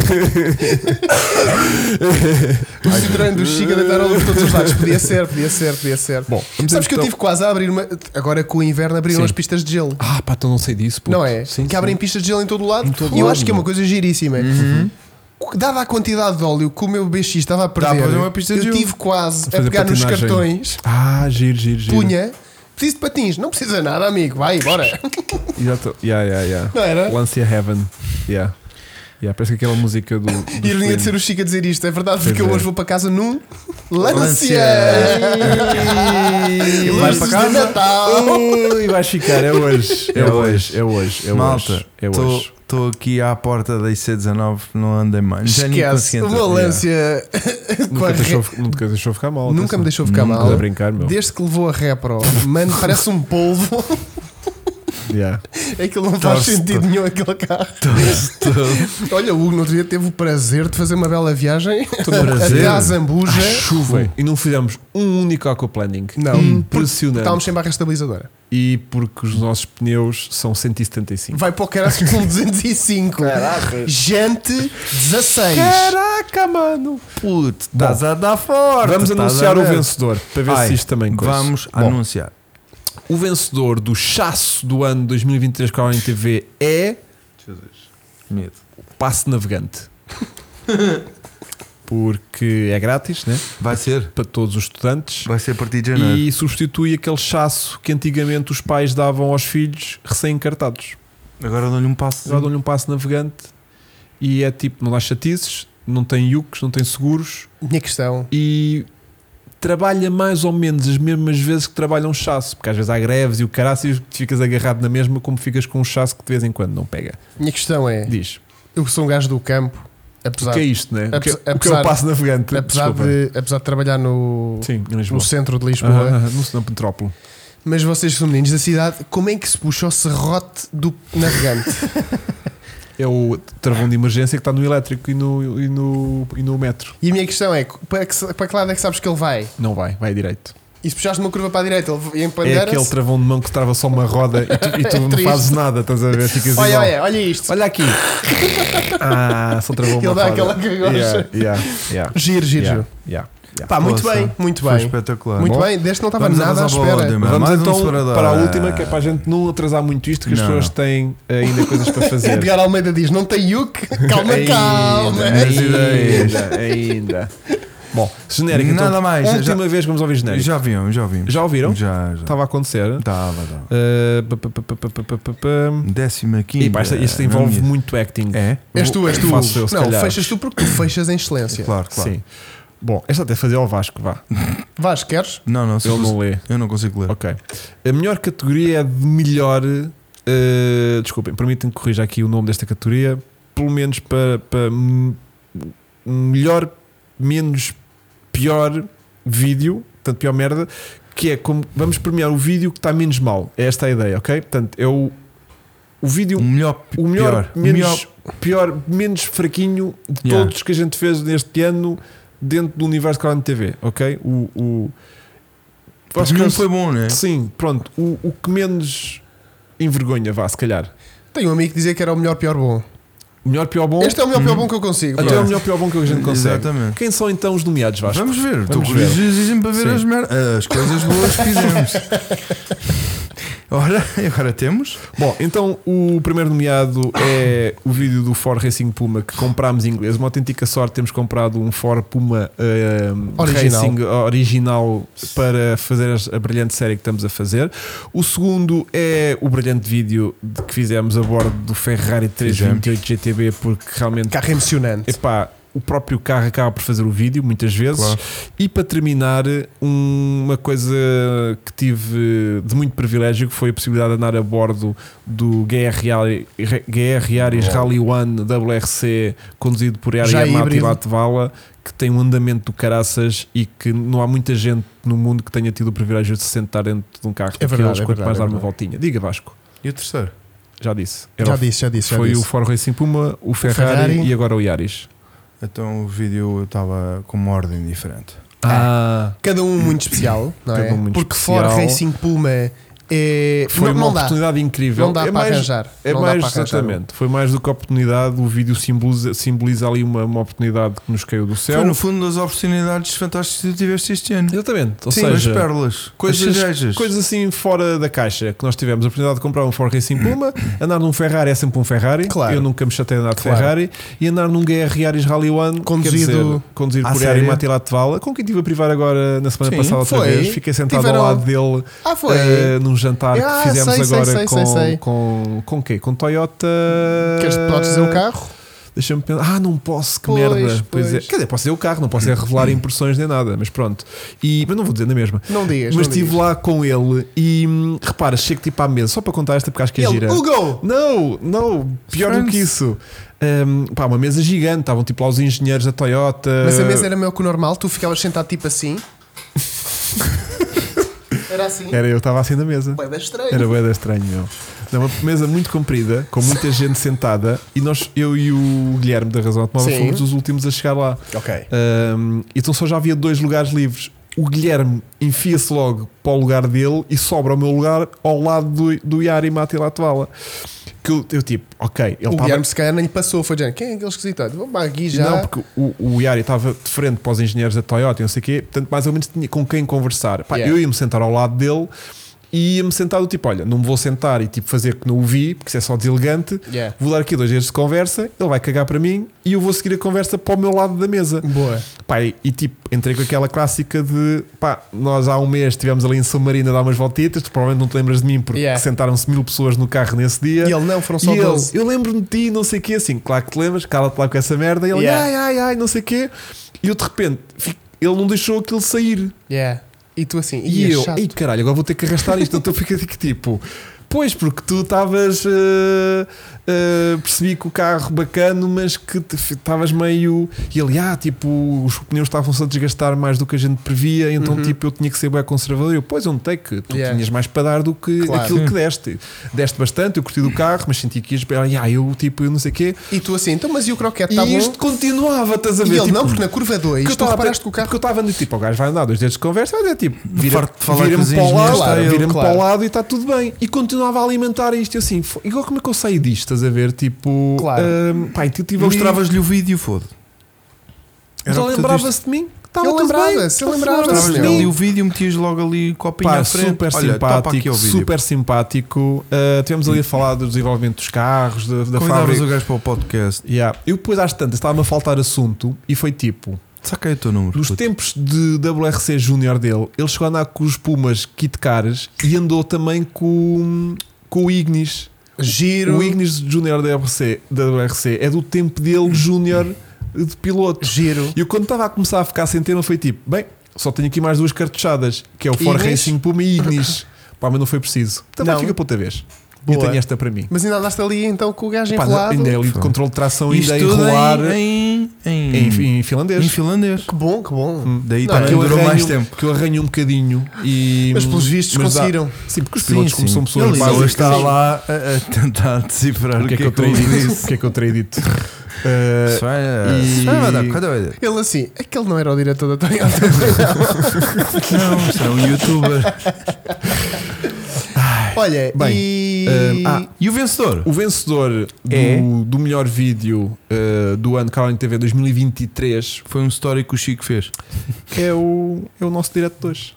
O Citroën do Chico a deitar ao todos os lados. Podia ser, podia ser, podia ser. Bom, vamos Sabes que eu então- tive quase a abrir uma. Agora com o inverno abriram Sim. as pistas de gelo. Ah, pá, então não sei disso. Puto. Não é? Sim, que sim. abrem pistas de gelo em todo o lado. Em todo E eu lado, acho que é uma meu. coisa giríssima. Uhum. dada a quantidade de óleo que o meu B X estava a Dá para perder, fazer uma pista de eu gelo. tive quase a Fazer pegar nos patinagem. cartões, Ah, giro, giro, giro. punha, preciso de patins, não precisa nada, amigo, vai, bora. Exato. Yeah, yeah, yeah. Não era? Lancia Heaven. Yeah. Yeah, parece que aquela música do. do Ironia de ser o Chico a dizer isto, é verdade, porque Pois eu é. hoje vou para casa num Lancia. E vais Luzes para de casa? Natal. Ui, vais ficar, é hoje. É, É hoje, é hoje. É Malta, hoje. É hoje. estou aqui à porta da I C dezanove, não andei mais. Já nem Esquece, consegui uma entrar. Lancia com Nunca, a deixou, re- nunca deixou ficar mal. nunca atenção. me deixou ficar Nunca. mal. Estás a brincar, meu. Desde que levou a Repro, mano, parece um polvo. Yeah. Aquilo não faz Torce sentido nenhum, aquele carro. Torce todo. Olha, o Hugo no outro dia teve o prazer de fazer uma bela viagem prazer? até à Zambuja. Chuva. E não fizemos um único aquaplaning. Não, Impressionante. estávamos sem barra estabilizadora. E porque os nossos pneus são cento e setenta e cinco. Vai para o caraças com duzentos e cinco. Caraca. Gente dezasseis. Caraca, mano. Puto, estás a dar forte. Vamos estás anunciar a o ver. vencedor para ver Ai, se isto também coisa. Vamos Bom, anunciar. O vencedor do chasso do ano dois mil e vinte e três Caroline T V é Medo. o Passe Navegante. Porque é grátis, né? Vai ser. Para todos os estudantes. Vai ser a partir de janeiro. E substitui aquele chasso que antigamente os pais davam aos filhos recém-encartados. Agora dou-lhe um passo. Agora dão-lhe um passe navegante e é tipo, não dá chatices, não tem iucos, não tem seguros Minha questão. e trabalha mais ou menos as mesmas vezes que trabalha um chasso, porque às vezes há greves e o caraças e ficas agarrado na mesma, como ficas com um chasso que de vez em quando não pega. Minha questão é: Diz, eu que sou um gajo do campo, o apesar, que é isto, né? O que, é- apesar- o que é apesar- o passe navegante? apesar, Desculpa. de, apesar de trabalhar no, Sim, em Lisboa. no centro de Lisboa, Aham, aham, no na metrópole. mas vocês que são meninos da cidade, como é que se puxa o serrote do navegante? É o travão de emergência que está no elétrico e no, e no, e no metro. E a minha questão é: para que, para que lado é que sabes que ele vai? Não vai, vai direito. E se puxaste uma curva para a direita, ele É empandeira-se? aquele travão de mão que trava só uma roda e tu, e tu É não triste. fazes nada, estás a ver? Ficas Olha, igual. olha, olha isto. Olha aqui. Ah, só travou uma Ele dá roda. aquela cagocha. Yeah, yeah, yeah, Giro, giro, yeah, giro. yeah, yeah. Pá, muito Poça, bem, muito Foi bem. espetacular. Muito Bom, bem, deste não estava vamos nada à avançar para a espera. última. Vamos Mais um então separador. para a última, que é para a gente não atrasar muito isto, que as Não. pessoas têm ainda coisas para fazer. Edgar Almeida diz: não tem yuk? Calma, calma. Ainda, ideias. ainda, ainda. Bom, genérico. Nada então, mais, Última já- vez que vamos ouvir genérico. Já viam, já vimos. Já ouviram? Já, já. Estava a acontecer. Estava, estava. Uh, pa, pa, pa, pa, pa, pa, pa, pa. Décima quinta. E pá, isto, isto envolve muito acting. É? És tu, és tu. Faço eu, se não, calhar. fechas tu porque tu fechas em excelência. Claro, claro. Sim. Bom, esta até fazia ao Vasco, vá. Vais, queres? Não, não, se Ele fosse- não lê. eu não consigo ler. Ok. A melhor categoria é de melhor. Uh, desculpem, permitem-me corrigir aqui o nome desta categoria. Pelo menos para, para m- melhor, menos pior vídeo, portanto, pior merda. Que é como vamos premiar o vídeo que está menos mal. É esta a ideia, ok? Portanto, é o, o vídeo. O melhor, O melhor, pior. menos, melhor. pior, menos fraquinho de Yeah. todos que a gente fez neste ano dentro do universo Caroline T V, ok? O, o Porque não foi bom, né? sim, pronto, o, o que menos envergonha, vá, se calhar. Tenho um amigo que dizia que era o melhor, pior, bom. Melhor, pior, bom. Este é o melhor, pior, Uhum. bom que eu consigo. Até pá. é o melhor, pior, bom que a gente consegue. Exatamente. Quem são então os nomeados, Vasco? Vamos ver. Estou Vamos ver. curiosíssimo para ver Sim. as, mer- as coisas boas que fizemos. Ora, agora temos. Bom, então o primeiro nomeado é o vídeo do Ford Racing Puma que comprámos em inglês. Uma autêntica sorte, temos comprado um Ford Puma eh, Original. Racing original para fazer a brilhante série que estamos a fazer. O segundo é o brilhante vídeo de que fizemos a bordo do Ferrari trezentos e vinte e oito G T B, porque realmente, Carro emocionante. epá, o próprio carro acaba por fazer o vídeo muitas vezes. Claro. E para terminar, um- uma coisa que tive de muito privilégio, que foi a possibilidade de andar a bordo do G R Yaris, G R Yaris Rally One W R C, conduzido por Já Ariel Mati híbrido. Latvala, que tem um andamento do caraças e que não há muita gente no mundo que tenha tido o privilégio de se sentar dentro de um carro É verdade, daqueles, é quanto verdade, mais é dar uma verdade. voltinha. Diga, Vasco, E o terceiro? já disse. Era Já o- disse, já disse. Já Foi disse. o Ford Racing Puma, o Ferrari, Ferrari. e agora o Yaris. Então o vídeo estava com uma ordem diferente. Ah, Cada um muito especial, não Cada é? um muito Porque especial. Ford Racing Puma É, Foi não, uma não dá. oportunidade incrível. Não dá é para mais, arranjar. É Não dá mais, para arranjar. exatamente. Foi mais do que a oportunidade. O vídeo simboliza, simboliza ali uma, uma oportunidade que nos caiu do céu. Foi no fundo das oportunidades fantásticas que tu tiveste este ano. Exatamente. Ou Sim, as seja, pérolas, coisas, as cerejas. coisas assim fora da caixa que nós tivemos a oportunidade de comprar um Ford Racing Puma, andar num Ferrari é sempre um Ferrari, Claro. eu nunca me chatei de andar de Claro. Ferrari, e andar num G R Yaris Rally One Conduzido- quer dizer, conduzido À por sério? Yari Matilatvala, com quem estive a privar agora na semana Sim, passada outra foi. vez, fiquei sentado Tiveram- ao lado dele Ah, foi. eh, num jantar Ah, que fizemos sei, sei, agora sei, com, sei, sei. com com quê? Com Toyota. Queres podes dizer o carro? Deixa-me pensar. Ah, não posso, que Pois, merda. Pois é. pois. Quer dizer, posso dizer o carro, não posso é revelar impressões nem nada, mas pronto. E, mas não vou dizer na mesma. Não digas. Mas não estive digas. lá com ele e hum, repara, chego tipo à mesa, só para contar esta porque acho que é Ele, gira. Hugo! Não, não, pior do Friends. que isso. Hum, pá, uma mesa gigante, estavam tipo lá os engenheiros da Toyota. Mas a mesa era maior que o normal, tu ficavas sentado tipo assim. Era assim. Era eu, estava assim na mesa. Bué da estranho. Era bué estranho, meu. Não, uma mesa muito comprida, com muita gente sentada, e nós, eu e o Guilherme da Razão Automóvel, Sim. fomos os últimos a chegar lá. Ok. Um, então só já havia dois lugares livres. O Guilherme enfia-se logo para o lugar dele e sobra o meu lugar ao lado do, do Yari Matilatvala. Que eu, eu tipo, ok, ele O estava. Guilherme se calhar nem lhe passou. Foi de quem é aquele esquisito? Vamos aqui já. Não, porque o, o Yari estava de frente para os engenheiros da Toyota e não sei o quê, portanto, mais ou menos tinha com quem conversar. Pá, Yeah. eu ia-me sentar ao lado dele e ia-me sentar do tipo, olha, não me vou sentar e tipo fazer que não o vi, porque isso é só deselegante. Yeah. Vou dar aqui dois dias de conversa, ele vai cagar para mim e eu vou seguir a conversa para o meu lado da mesa. Boa. Pá, e, e, tipo, entrei com aquela clássica de pá, nós há um mês estivemos ali em São Marino a dar umas voltitas, tu provavelmente não te lembras de mim porque Yeah. sentaram-se mil pessoas no carro nesse dia. E ele não, foram só E ele, doze. eu lembro-me de ti, não sei o quê, assim, claro que te lembras, cala-te lá com essa merda. E ele, Yeah. ai, ai, ai, não sei o quê. E eu de repente, fico- ele não deixou aquilo sair. Yeah. E tu assim, E e eu, chato. ei caralho, agora vou ter que arrastar isto. Então fica que tipo, pois, porque tu estavas. Uh, uh, percebi que o carro bacana, mas que estavas meio. E ele, ah, tipo, os pneus estavam-se a desgastar mais do que a gente previa, então Uhum. tipo, eu tinha que ser bem conservador. Eu, pois, eu notei que tu Yeah. tinhas mais para dar do que Claro. aquilo que deste. Deste bastante, eu curti do carro, mas senti que ias esperar, ah, eu, tipo, eu não sei o quê. E tu assim, então, mas e o croquete E está bom? isto continuava, estás a E ver? ele tipo, não, porque na curva dois que eu tu estava reparaste a- que o carro. Porque eu estava a dizer, tipo, o gajo vai andar dois dedos de conversa, vai dizer, tipo, vira, farto de falar com vira-me os para o lado, engenheiros, está ele, vira-me claro. para o lado e está tudo bem. E continuava a alimentar isto, e assim, fo- igual como é que eu saí disto, estás a ver? Tipo, Claro. hum, pá, e tu tive ali- Mostravas-lhe o vídeo, foda. Mas Era o ele que tu dizes. lembrava-se de mim, estava Ele tudo bem. lembrava-se, ele lembrava-se, Mostravas-lhe meu. ali o vídeo, metias logo ali o copinho Pá, à frente. super Olha, topa aqui simpático, ao vídeo. super simpático. Uh, tivemos ali a falar do desenvolvimento dos carros, da, da Convidavas fábrica. o gajo para o podcast. Yeah. Eu depois às tantas estava-me a faltar assunto e foi tipo, Saquei o teu número. nos puto. tempos de W R C Júnior dele, ele chegou a andar com os Pumas Kit Cars e andou também com, com o Ignis. Giro. O Ignis Júnior da W R C, da W R C é do tempo dele Júnior de piloto. Giro. E eu quando estava a começar a ficar sem tema foi tipo, bem, só tenho aqui mais duas cartuchadas, que é o Ford Ignis? Racing Puma e Ignis. Pá, mas não foi preciso. Também Não. fica para outra vez. E eu Boa. tenho esta para mim. Mas ainda andaste ali então com o gajo Pá, enrolado. ainda é ali de Foi. controle de tração, Isto ainda a tudo enrolar em, em, em, em, em finlandês. em finlandês. Que bom, que bom. Hum. Daí Não, também que eu durou arranho, mais tempo. que eu arranho um bocadinho e, Mas pelos vistos mas dá- conseguiram. sim, porque os pilotos como são pessoas Ele ainda básicas, hoje está lá a, a tentar decifrar o que é que eu terei dito? O que é que eu terei dito? Uh, Isso vai- e- isso vai dar, cadê vai dar? Ele assim, aquele não era o diretor da Toyota. Não, isto é um youtuber. Olha, Bem, e. eh, ah, E o vencedor? o vencedor do, É? do melhor vídeo uh, do ano Caroline T V dois mil e vinte e três Foi um story que o Chico fez. é o, é o nosso direto de hoje.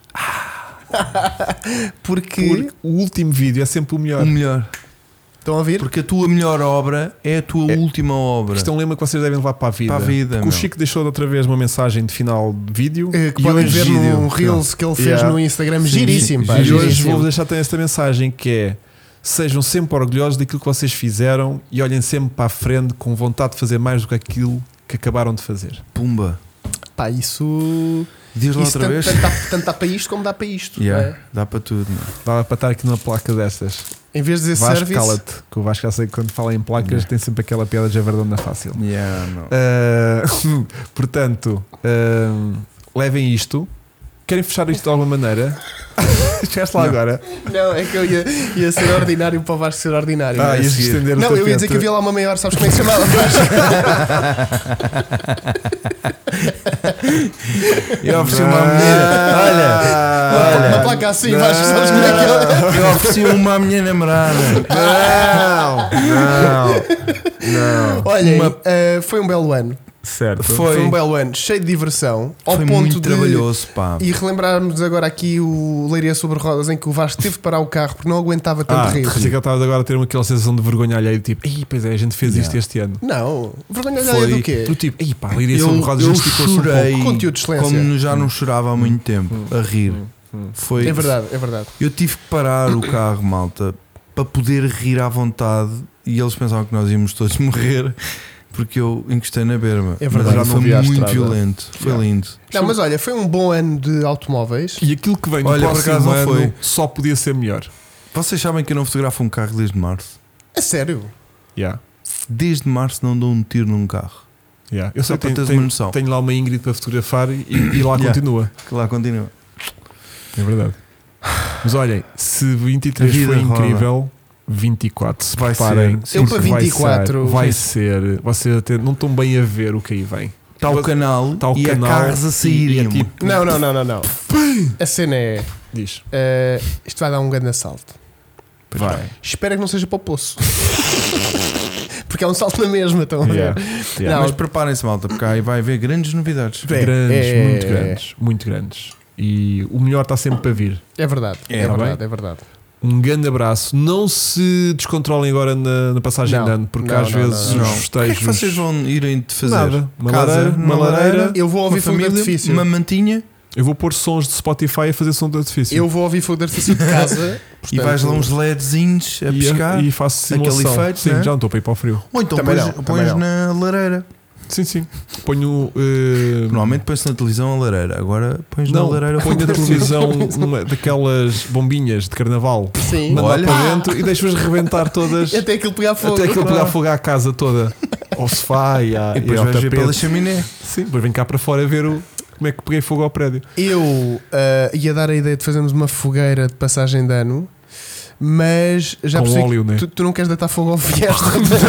Porque. Porque o último vídeo é sempre o melhor. O melhor. Estão a ouvir? Porque a tua melhor obra é a tua É. última obra. Isto é um lema que vocês devem levar para a vida. Para a vida, Porque o meu. Chico deixou de outra vez uma mensagem de final de vídeo. Eh, Que e podem hoje, ver vídeo, no Reels que ele fez Yeah. no Instagram. Sim, Giríssimo, pá. e hoje giríssimo. vou deixar também esta mensagem que é: sejam sempre orgulhosos daquilo que vocês fizeram e olhem sempre para a frente com vontade de fazer mais do que aquilo que acabaram de fazer. Pumba. Pá, isso. Diz lá isso outra tanto, vez. tanto, dá, tanto dá para isto como dá para isto. Yeah, não é? dá para tudo. Não. Dava para estar aqui numa placa destas. Em vez de dizer Vasco, service. cala-te. Que o Vasco já sei que quando fala em placas Yeah. tem sempre aquela piada de javardão na fácil. Yeah, não. Uh, portanto, uh, levem isto. Querem fechar isto de alguma maneira? Chegaste lá Não. agora. Não, é que eu ia, ia ser ordinário para o Vasco ser ordinário. Ah, não é? ias seguir. estender o Não, eu ia tapete. dizer que havia lá uma maior, sabes como é que se chamava? Vasco? Eu ofereci uma medida. Olha, Uma, uma placa assim, vais, sabes como é que é? Eu ofereci uma à minha namorada. Não, não, não. Olhem, Uma- uh, foi um belo ano. Certo. Foi, Foi. um belo ano, cheio de diversão. Ao Foi ponto muito de. trabalhoso, pá. E relembrarmos agora aqui o Leiria sobre rodas em que o Vasco teve de parar o carro porque não aguentava tanto Ah, rir. pensei que ele estava agora a ter uma aquela sensação de vergonha alheia, tipo, ei, pois é, a gente fez isto Yeah. este ano. Não, vergonha Foi. alheia do quê? Do tipo, ei pá, a Líria Eu, sobre rodas eu esticou-se um chorei pouco. Conteúdo de excelência. como já não chorava há muito tempo a rir. Foi, É verdade, é verdade. Eu tive que parar o carro, malta, para poder rir à vontade e eles pensavam que nós íamos todos morrer porque eu encostei na berma. É verdade. Mas Já não foi vi a muito estrada. violento. Foi Yeah. lindo. Não, mas olha, foi um bom ano de automóveis. E aquilo que vem no Olha, por próximo acaso não ano foi. só podia ser melhor. Vocês sabem que eu não fotografo um carro desde março? É sério. Yeah. Desde março não dou um tiro num carro. Yeah. Eu Só sei que para tenho, teres tenho, uma noção. tenho lá uma Ingrid para fotografar e, e lá Yeah. continua. Que lá continua. É verdade. Mas olhem, se vinte e três A vida foi roda. incrível, vinte e quatro se Vai preparem. ser. Eu porque para vinte e quatro vai ser, vai ser, vocês até não estão bem a ver o que aí vem. Está o canal Tá o e canal há carros a e- saírem. e é tipo- Não, não, não, não, não. A cena é. Diz. uh, isto vai dar um grande assalto. Vai. Espero que não seja para o poço. Porque é um salto na mesma, estão a ver? Yeah. Yeah. Não. Mas preparem-se, malta, porque aí vai haver grandes novidades. É, Grandes, é- muito grandes, muito grandes. E o melhor está sempre para vir. É verdade, é, É, verdade, bem? é verdade. Um grande abraço. Não se descontrolem agora na, na passagem Não, de ano, porque não, às não, vezes não, não. os O que é festejos. que vocês vão irem de fazer? Nada. Uma Casa, lareira, uma uma lareira, lareira. Eu vou uma ouvir fogo de família, artifício. uma mantinha Eu vou pôr sons de Spotify a fazer som de artifício. Eu vou ouvir fogo de artifício de casa. e vais lá uns LEDzinhos a e, pescar. e faço aquele simulação. efeito, Sim, né? já não estou para ir para o frio. Ou então Também pões, não, também pões não. na lareira. Sim, sim. Ponho. eh, Normalmente põe-se na televisão a lareira. Agora pões Não, na lareira. ponho na fogo. televisão uma daquelas bombinhas de carnaval. Sim. Mando lá Olha. para dentro e deixo-as rebentar todas. Até aquilo pegar fogo. Até aquilo claro. pegar fogo à casa toda. Ao sofá e, à, E depois ao vais ver tapete. pela chaminé. Sim, depois vem cá para fora ver o, como é que peguei fogo ao prédio. Eu ah, ia dar a ideia de fazermos uma fogueira de passagem de ano, mas já Com percebi óleo, que né? tu, tu não queres deitar fogo ao Fiesta.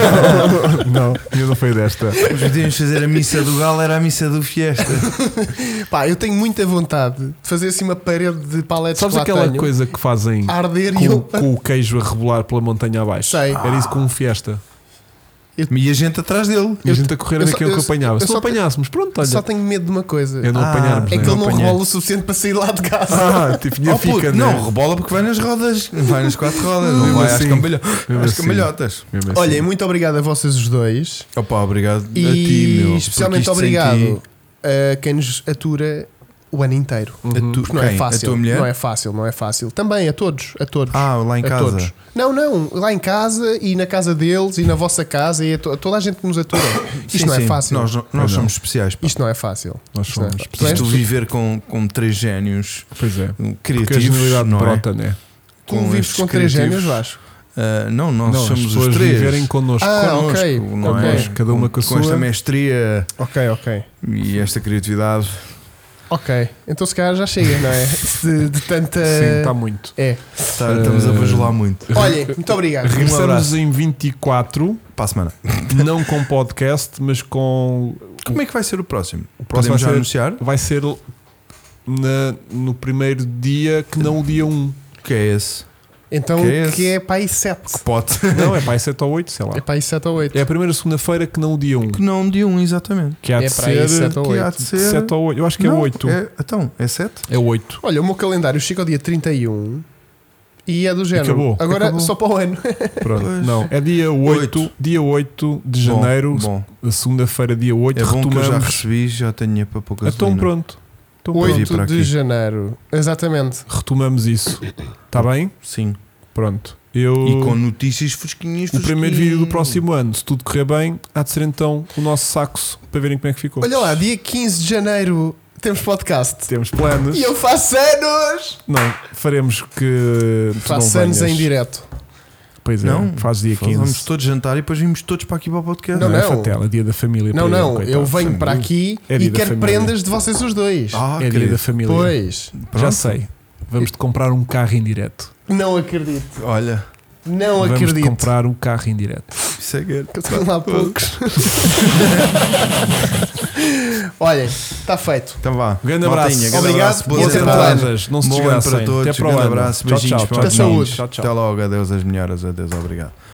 Não, eu não foi desta. Os devíamos fazer a missa do Galo, era a missa do Fiesta. Pá, eu tenho muita vontade de fazer assim uma parede de paletes Sabes que lá aquela tenho, coisa que fazem a arder e com, eu. com o queijo a rebolar pela montanha abaixo? Sei. Era isso com um Fiesta. E a gente atrás dele. E a gente a correr a eu ver só- quem é eu que só- apanhava. eu Se não só te- apanhássemos, pronto, olha. Só tenho medo de uma coisa. É não Ah, apanharmos. É né? que ele não apanhei. rebola o suficiente para sair lá de casa. Ah, tipo, minha Oh, puto, fica, não, né? rebola porque vai nas rodas, vai nas quatro rodas, não Mesmo vai às, assim. cambalho... Mesmo às assim. cambalhotas. Mesmo assim. Olhem, muito obrigado a vocês os dois. Opa, obrigado E a ti, meu. especialmente porque isto sem obrigado ti- a quem nos atura o ano inteiro. Uhum. A tu, Porque não quem? é fácil. A tua mulher? Não é fácil, não é fácil. Também a todos, a todos. Ah, lá em a casa. todos. Não, não, lá em casa e na casa deles e na vossa casa e a to- toda a gente que nos atura. Isto Sim, não é sim. fácil. Nós, nós Pois não. somos especiais. Pá. Isto não é fácil. Nós Isto não é somos. fácil. Isto viver com, com três génios Pois é. um, Porque a criativos, genialidade não é? brota, né? Tu com vives estes com três criativos. génios, acho. Ah, não, nós Não, as somos pessoas os três. viverem connosco. Ah, Connosco, ok, não ok. é? Cada uma com a sua. esta mestria Ok, ok. e esta criatividade. Ok. Então se calhar já chega, não é? De, de tanta. Sim, está muito. É. Tá, estamos a bajular muito. Olhem, muito obrigado. Regressamos abraço. em vinte e quatro, Para a semana. não com podcast, mas com. Como é que vai ser o próximo? O próximo Podemos já vai ser- anunciar? Vai ser na- no primeiro dia que não o dia um. O que é esse? Então, Que é esse? que é para aí sete. Que pote? Não, é para aí sete ou oito, sei lá. É para aí sete ou oito. É a primeira segunda-feira que não o dia um. Que não de um, exatamente. Que há de É para aí ser sete ou Que há oito. de ser... sete ou oito. Eu acho que Não, é oito. É, então, é sete? É oito. Olha, o meu calendário chega ao dia trinta e um e é do género. Acabou. Agora Acabou. só para o ano. Pronto. Pois. Não, é dia oito, Oito. dia oito de janeiro, Bom, bom. a segunda-feira, dia oito, É bom que eu já retomamos. recebi, já tenho dinheiro para pouca Então gasolina. pronto. Então pronto. vir oito para de aqui. janeiro. Exatamente. Retomamos isso. Está bem? Sim. Pronto. Eu... E com notícias fresquinhas, O primeiro fresquinhas. vídeo do próximo ano, se tudo correr bem, há de ser então o nosso saxo para verem como é que ficou. Olha lá, dia quinze de janeiro temos podcast. Temos planos. E eu faço anos! Não, faremos que. tu Faço não anos venhas. em direto. Pois é, Não, faz dia quinze. Vamos todos jantar e depois vimos todos para aqui para o podcast. Não, Não, é não. Fatela, dia da família. Não, para ele, não, coitado. eu venho para aqui É e dia da quero família. prendas de vocês os dois. Ah, É dia querido. da família. Pois, Já Pronto. sei. Vamos de comprar um carro em direto. não acredito. Olha, Não Vamos de acredito. comprar um carro em direto. isso é que Que eu tenho lá poucos. Olhem, está feito. Então vá. Grande Maltinha, abraço. grande Obrigado. abraço, boas Bom tempo entradas. ano. Não se Bom ano desgracem. para todos. Até para o Grande ano. abraço. Tchau, Beijinhos tchau, para tchau, os saúde. meninos. Tchau, tchau. Até logo. Adeus as melhoras. Adeus. Obrigado.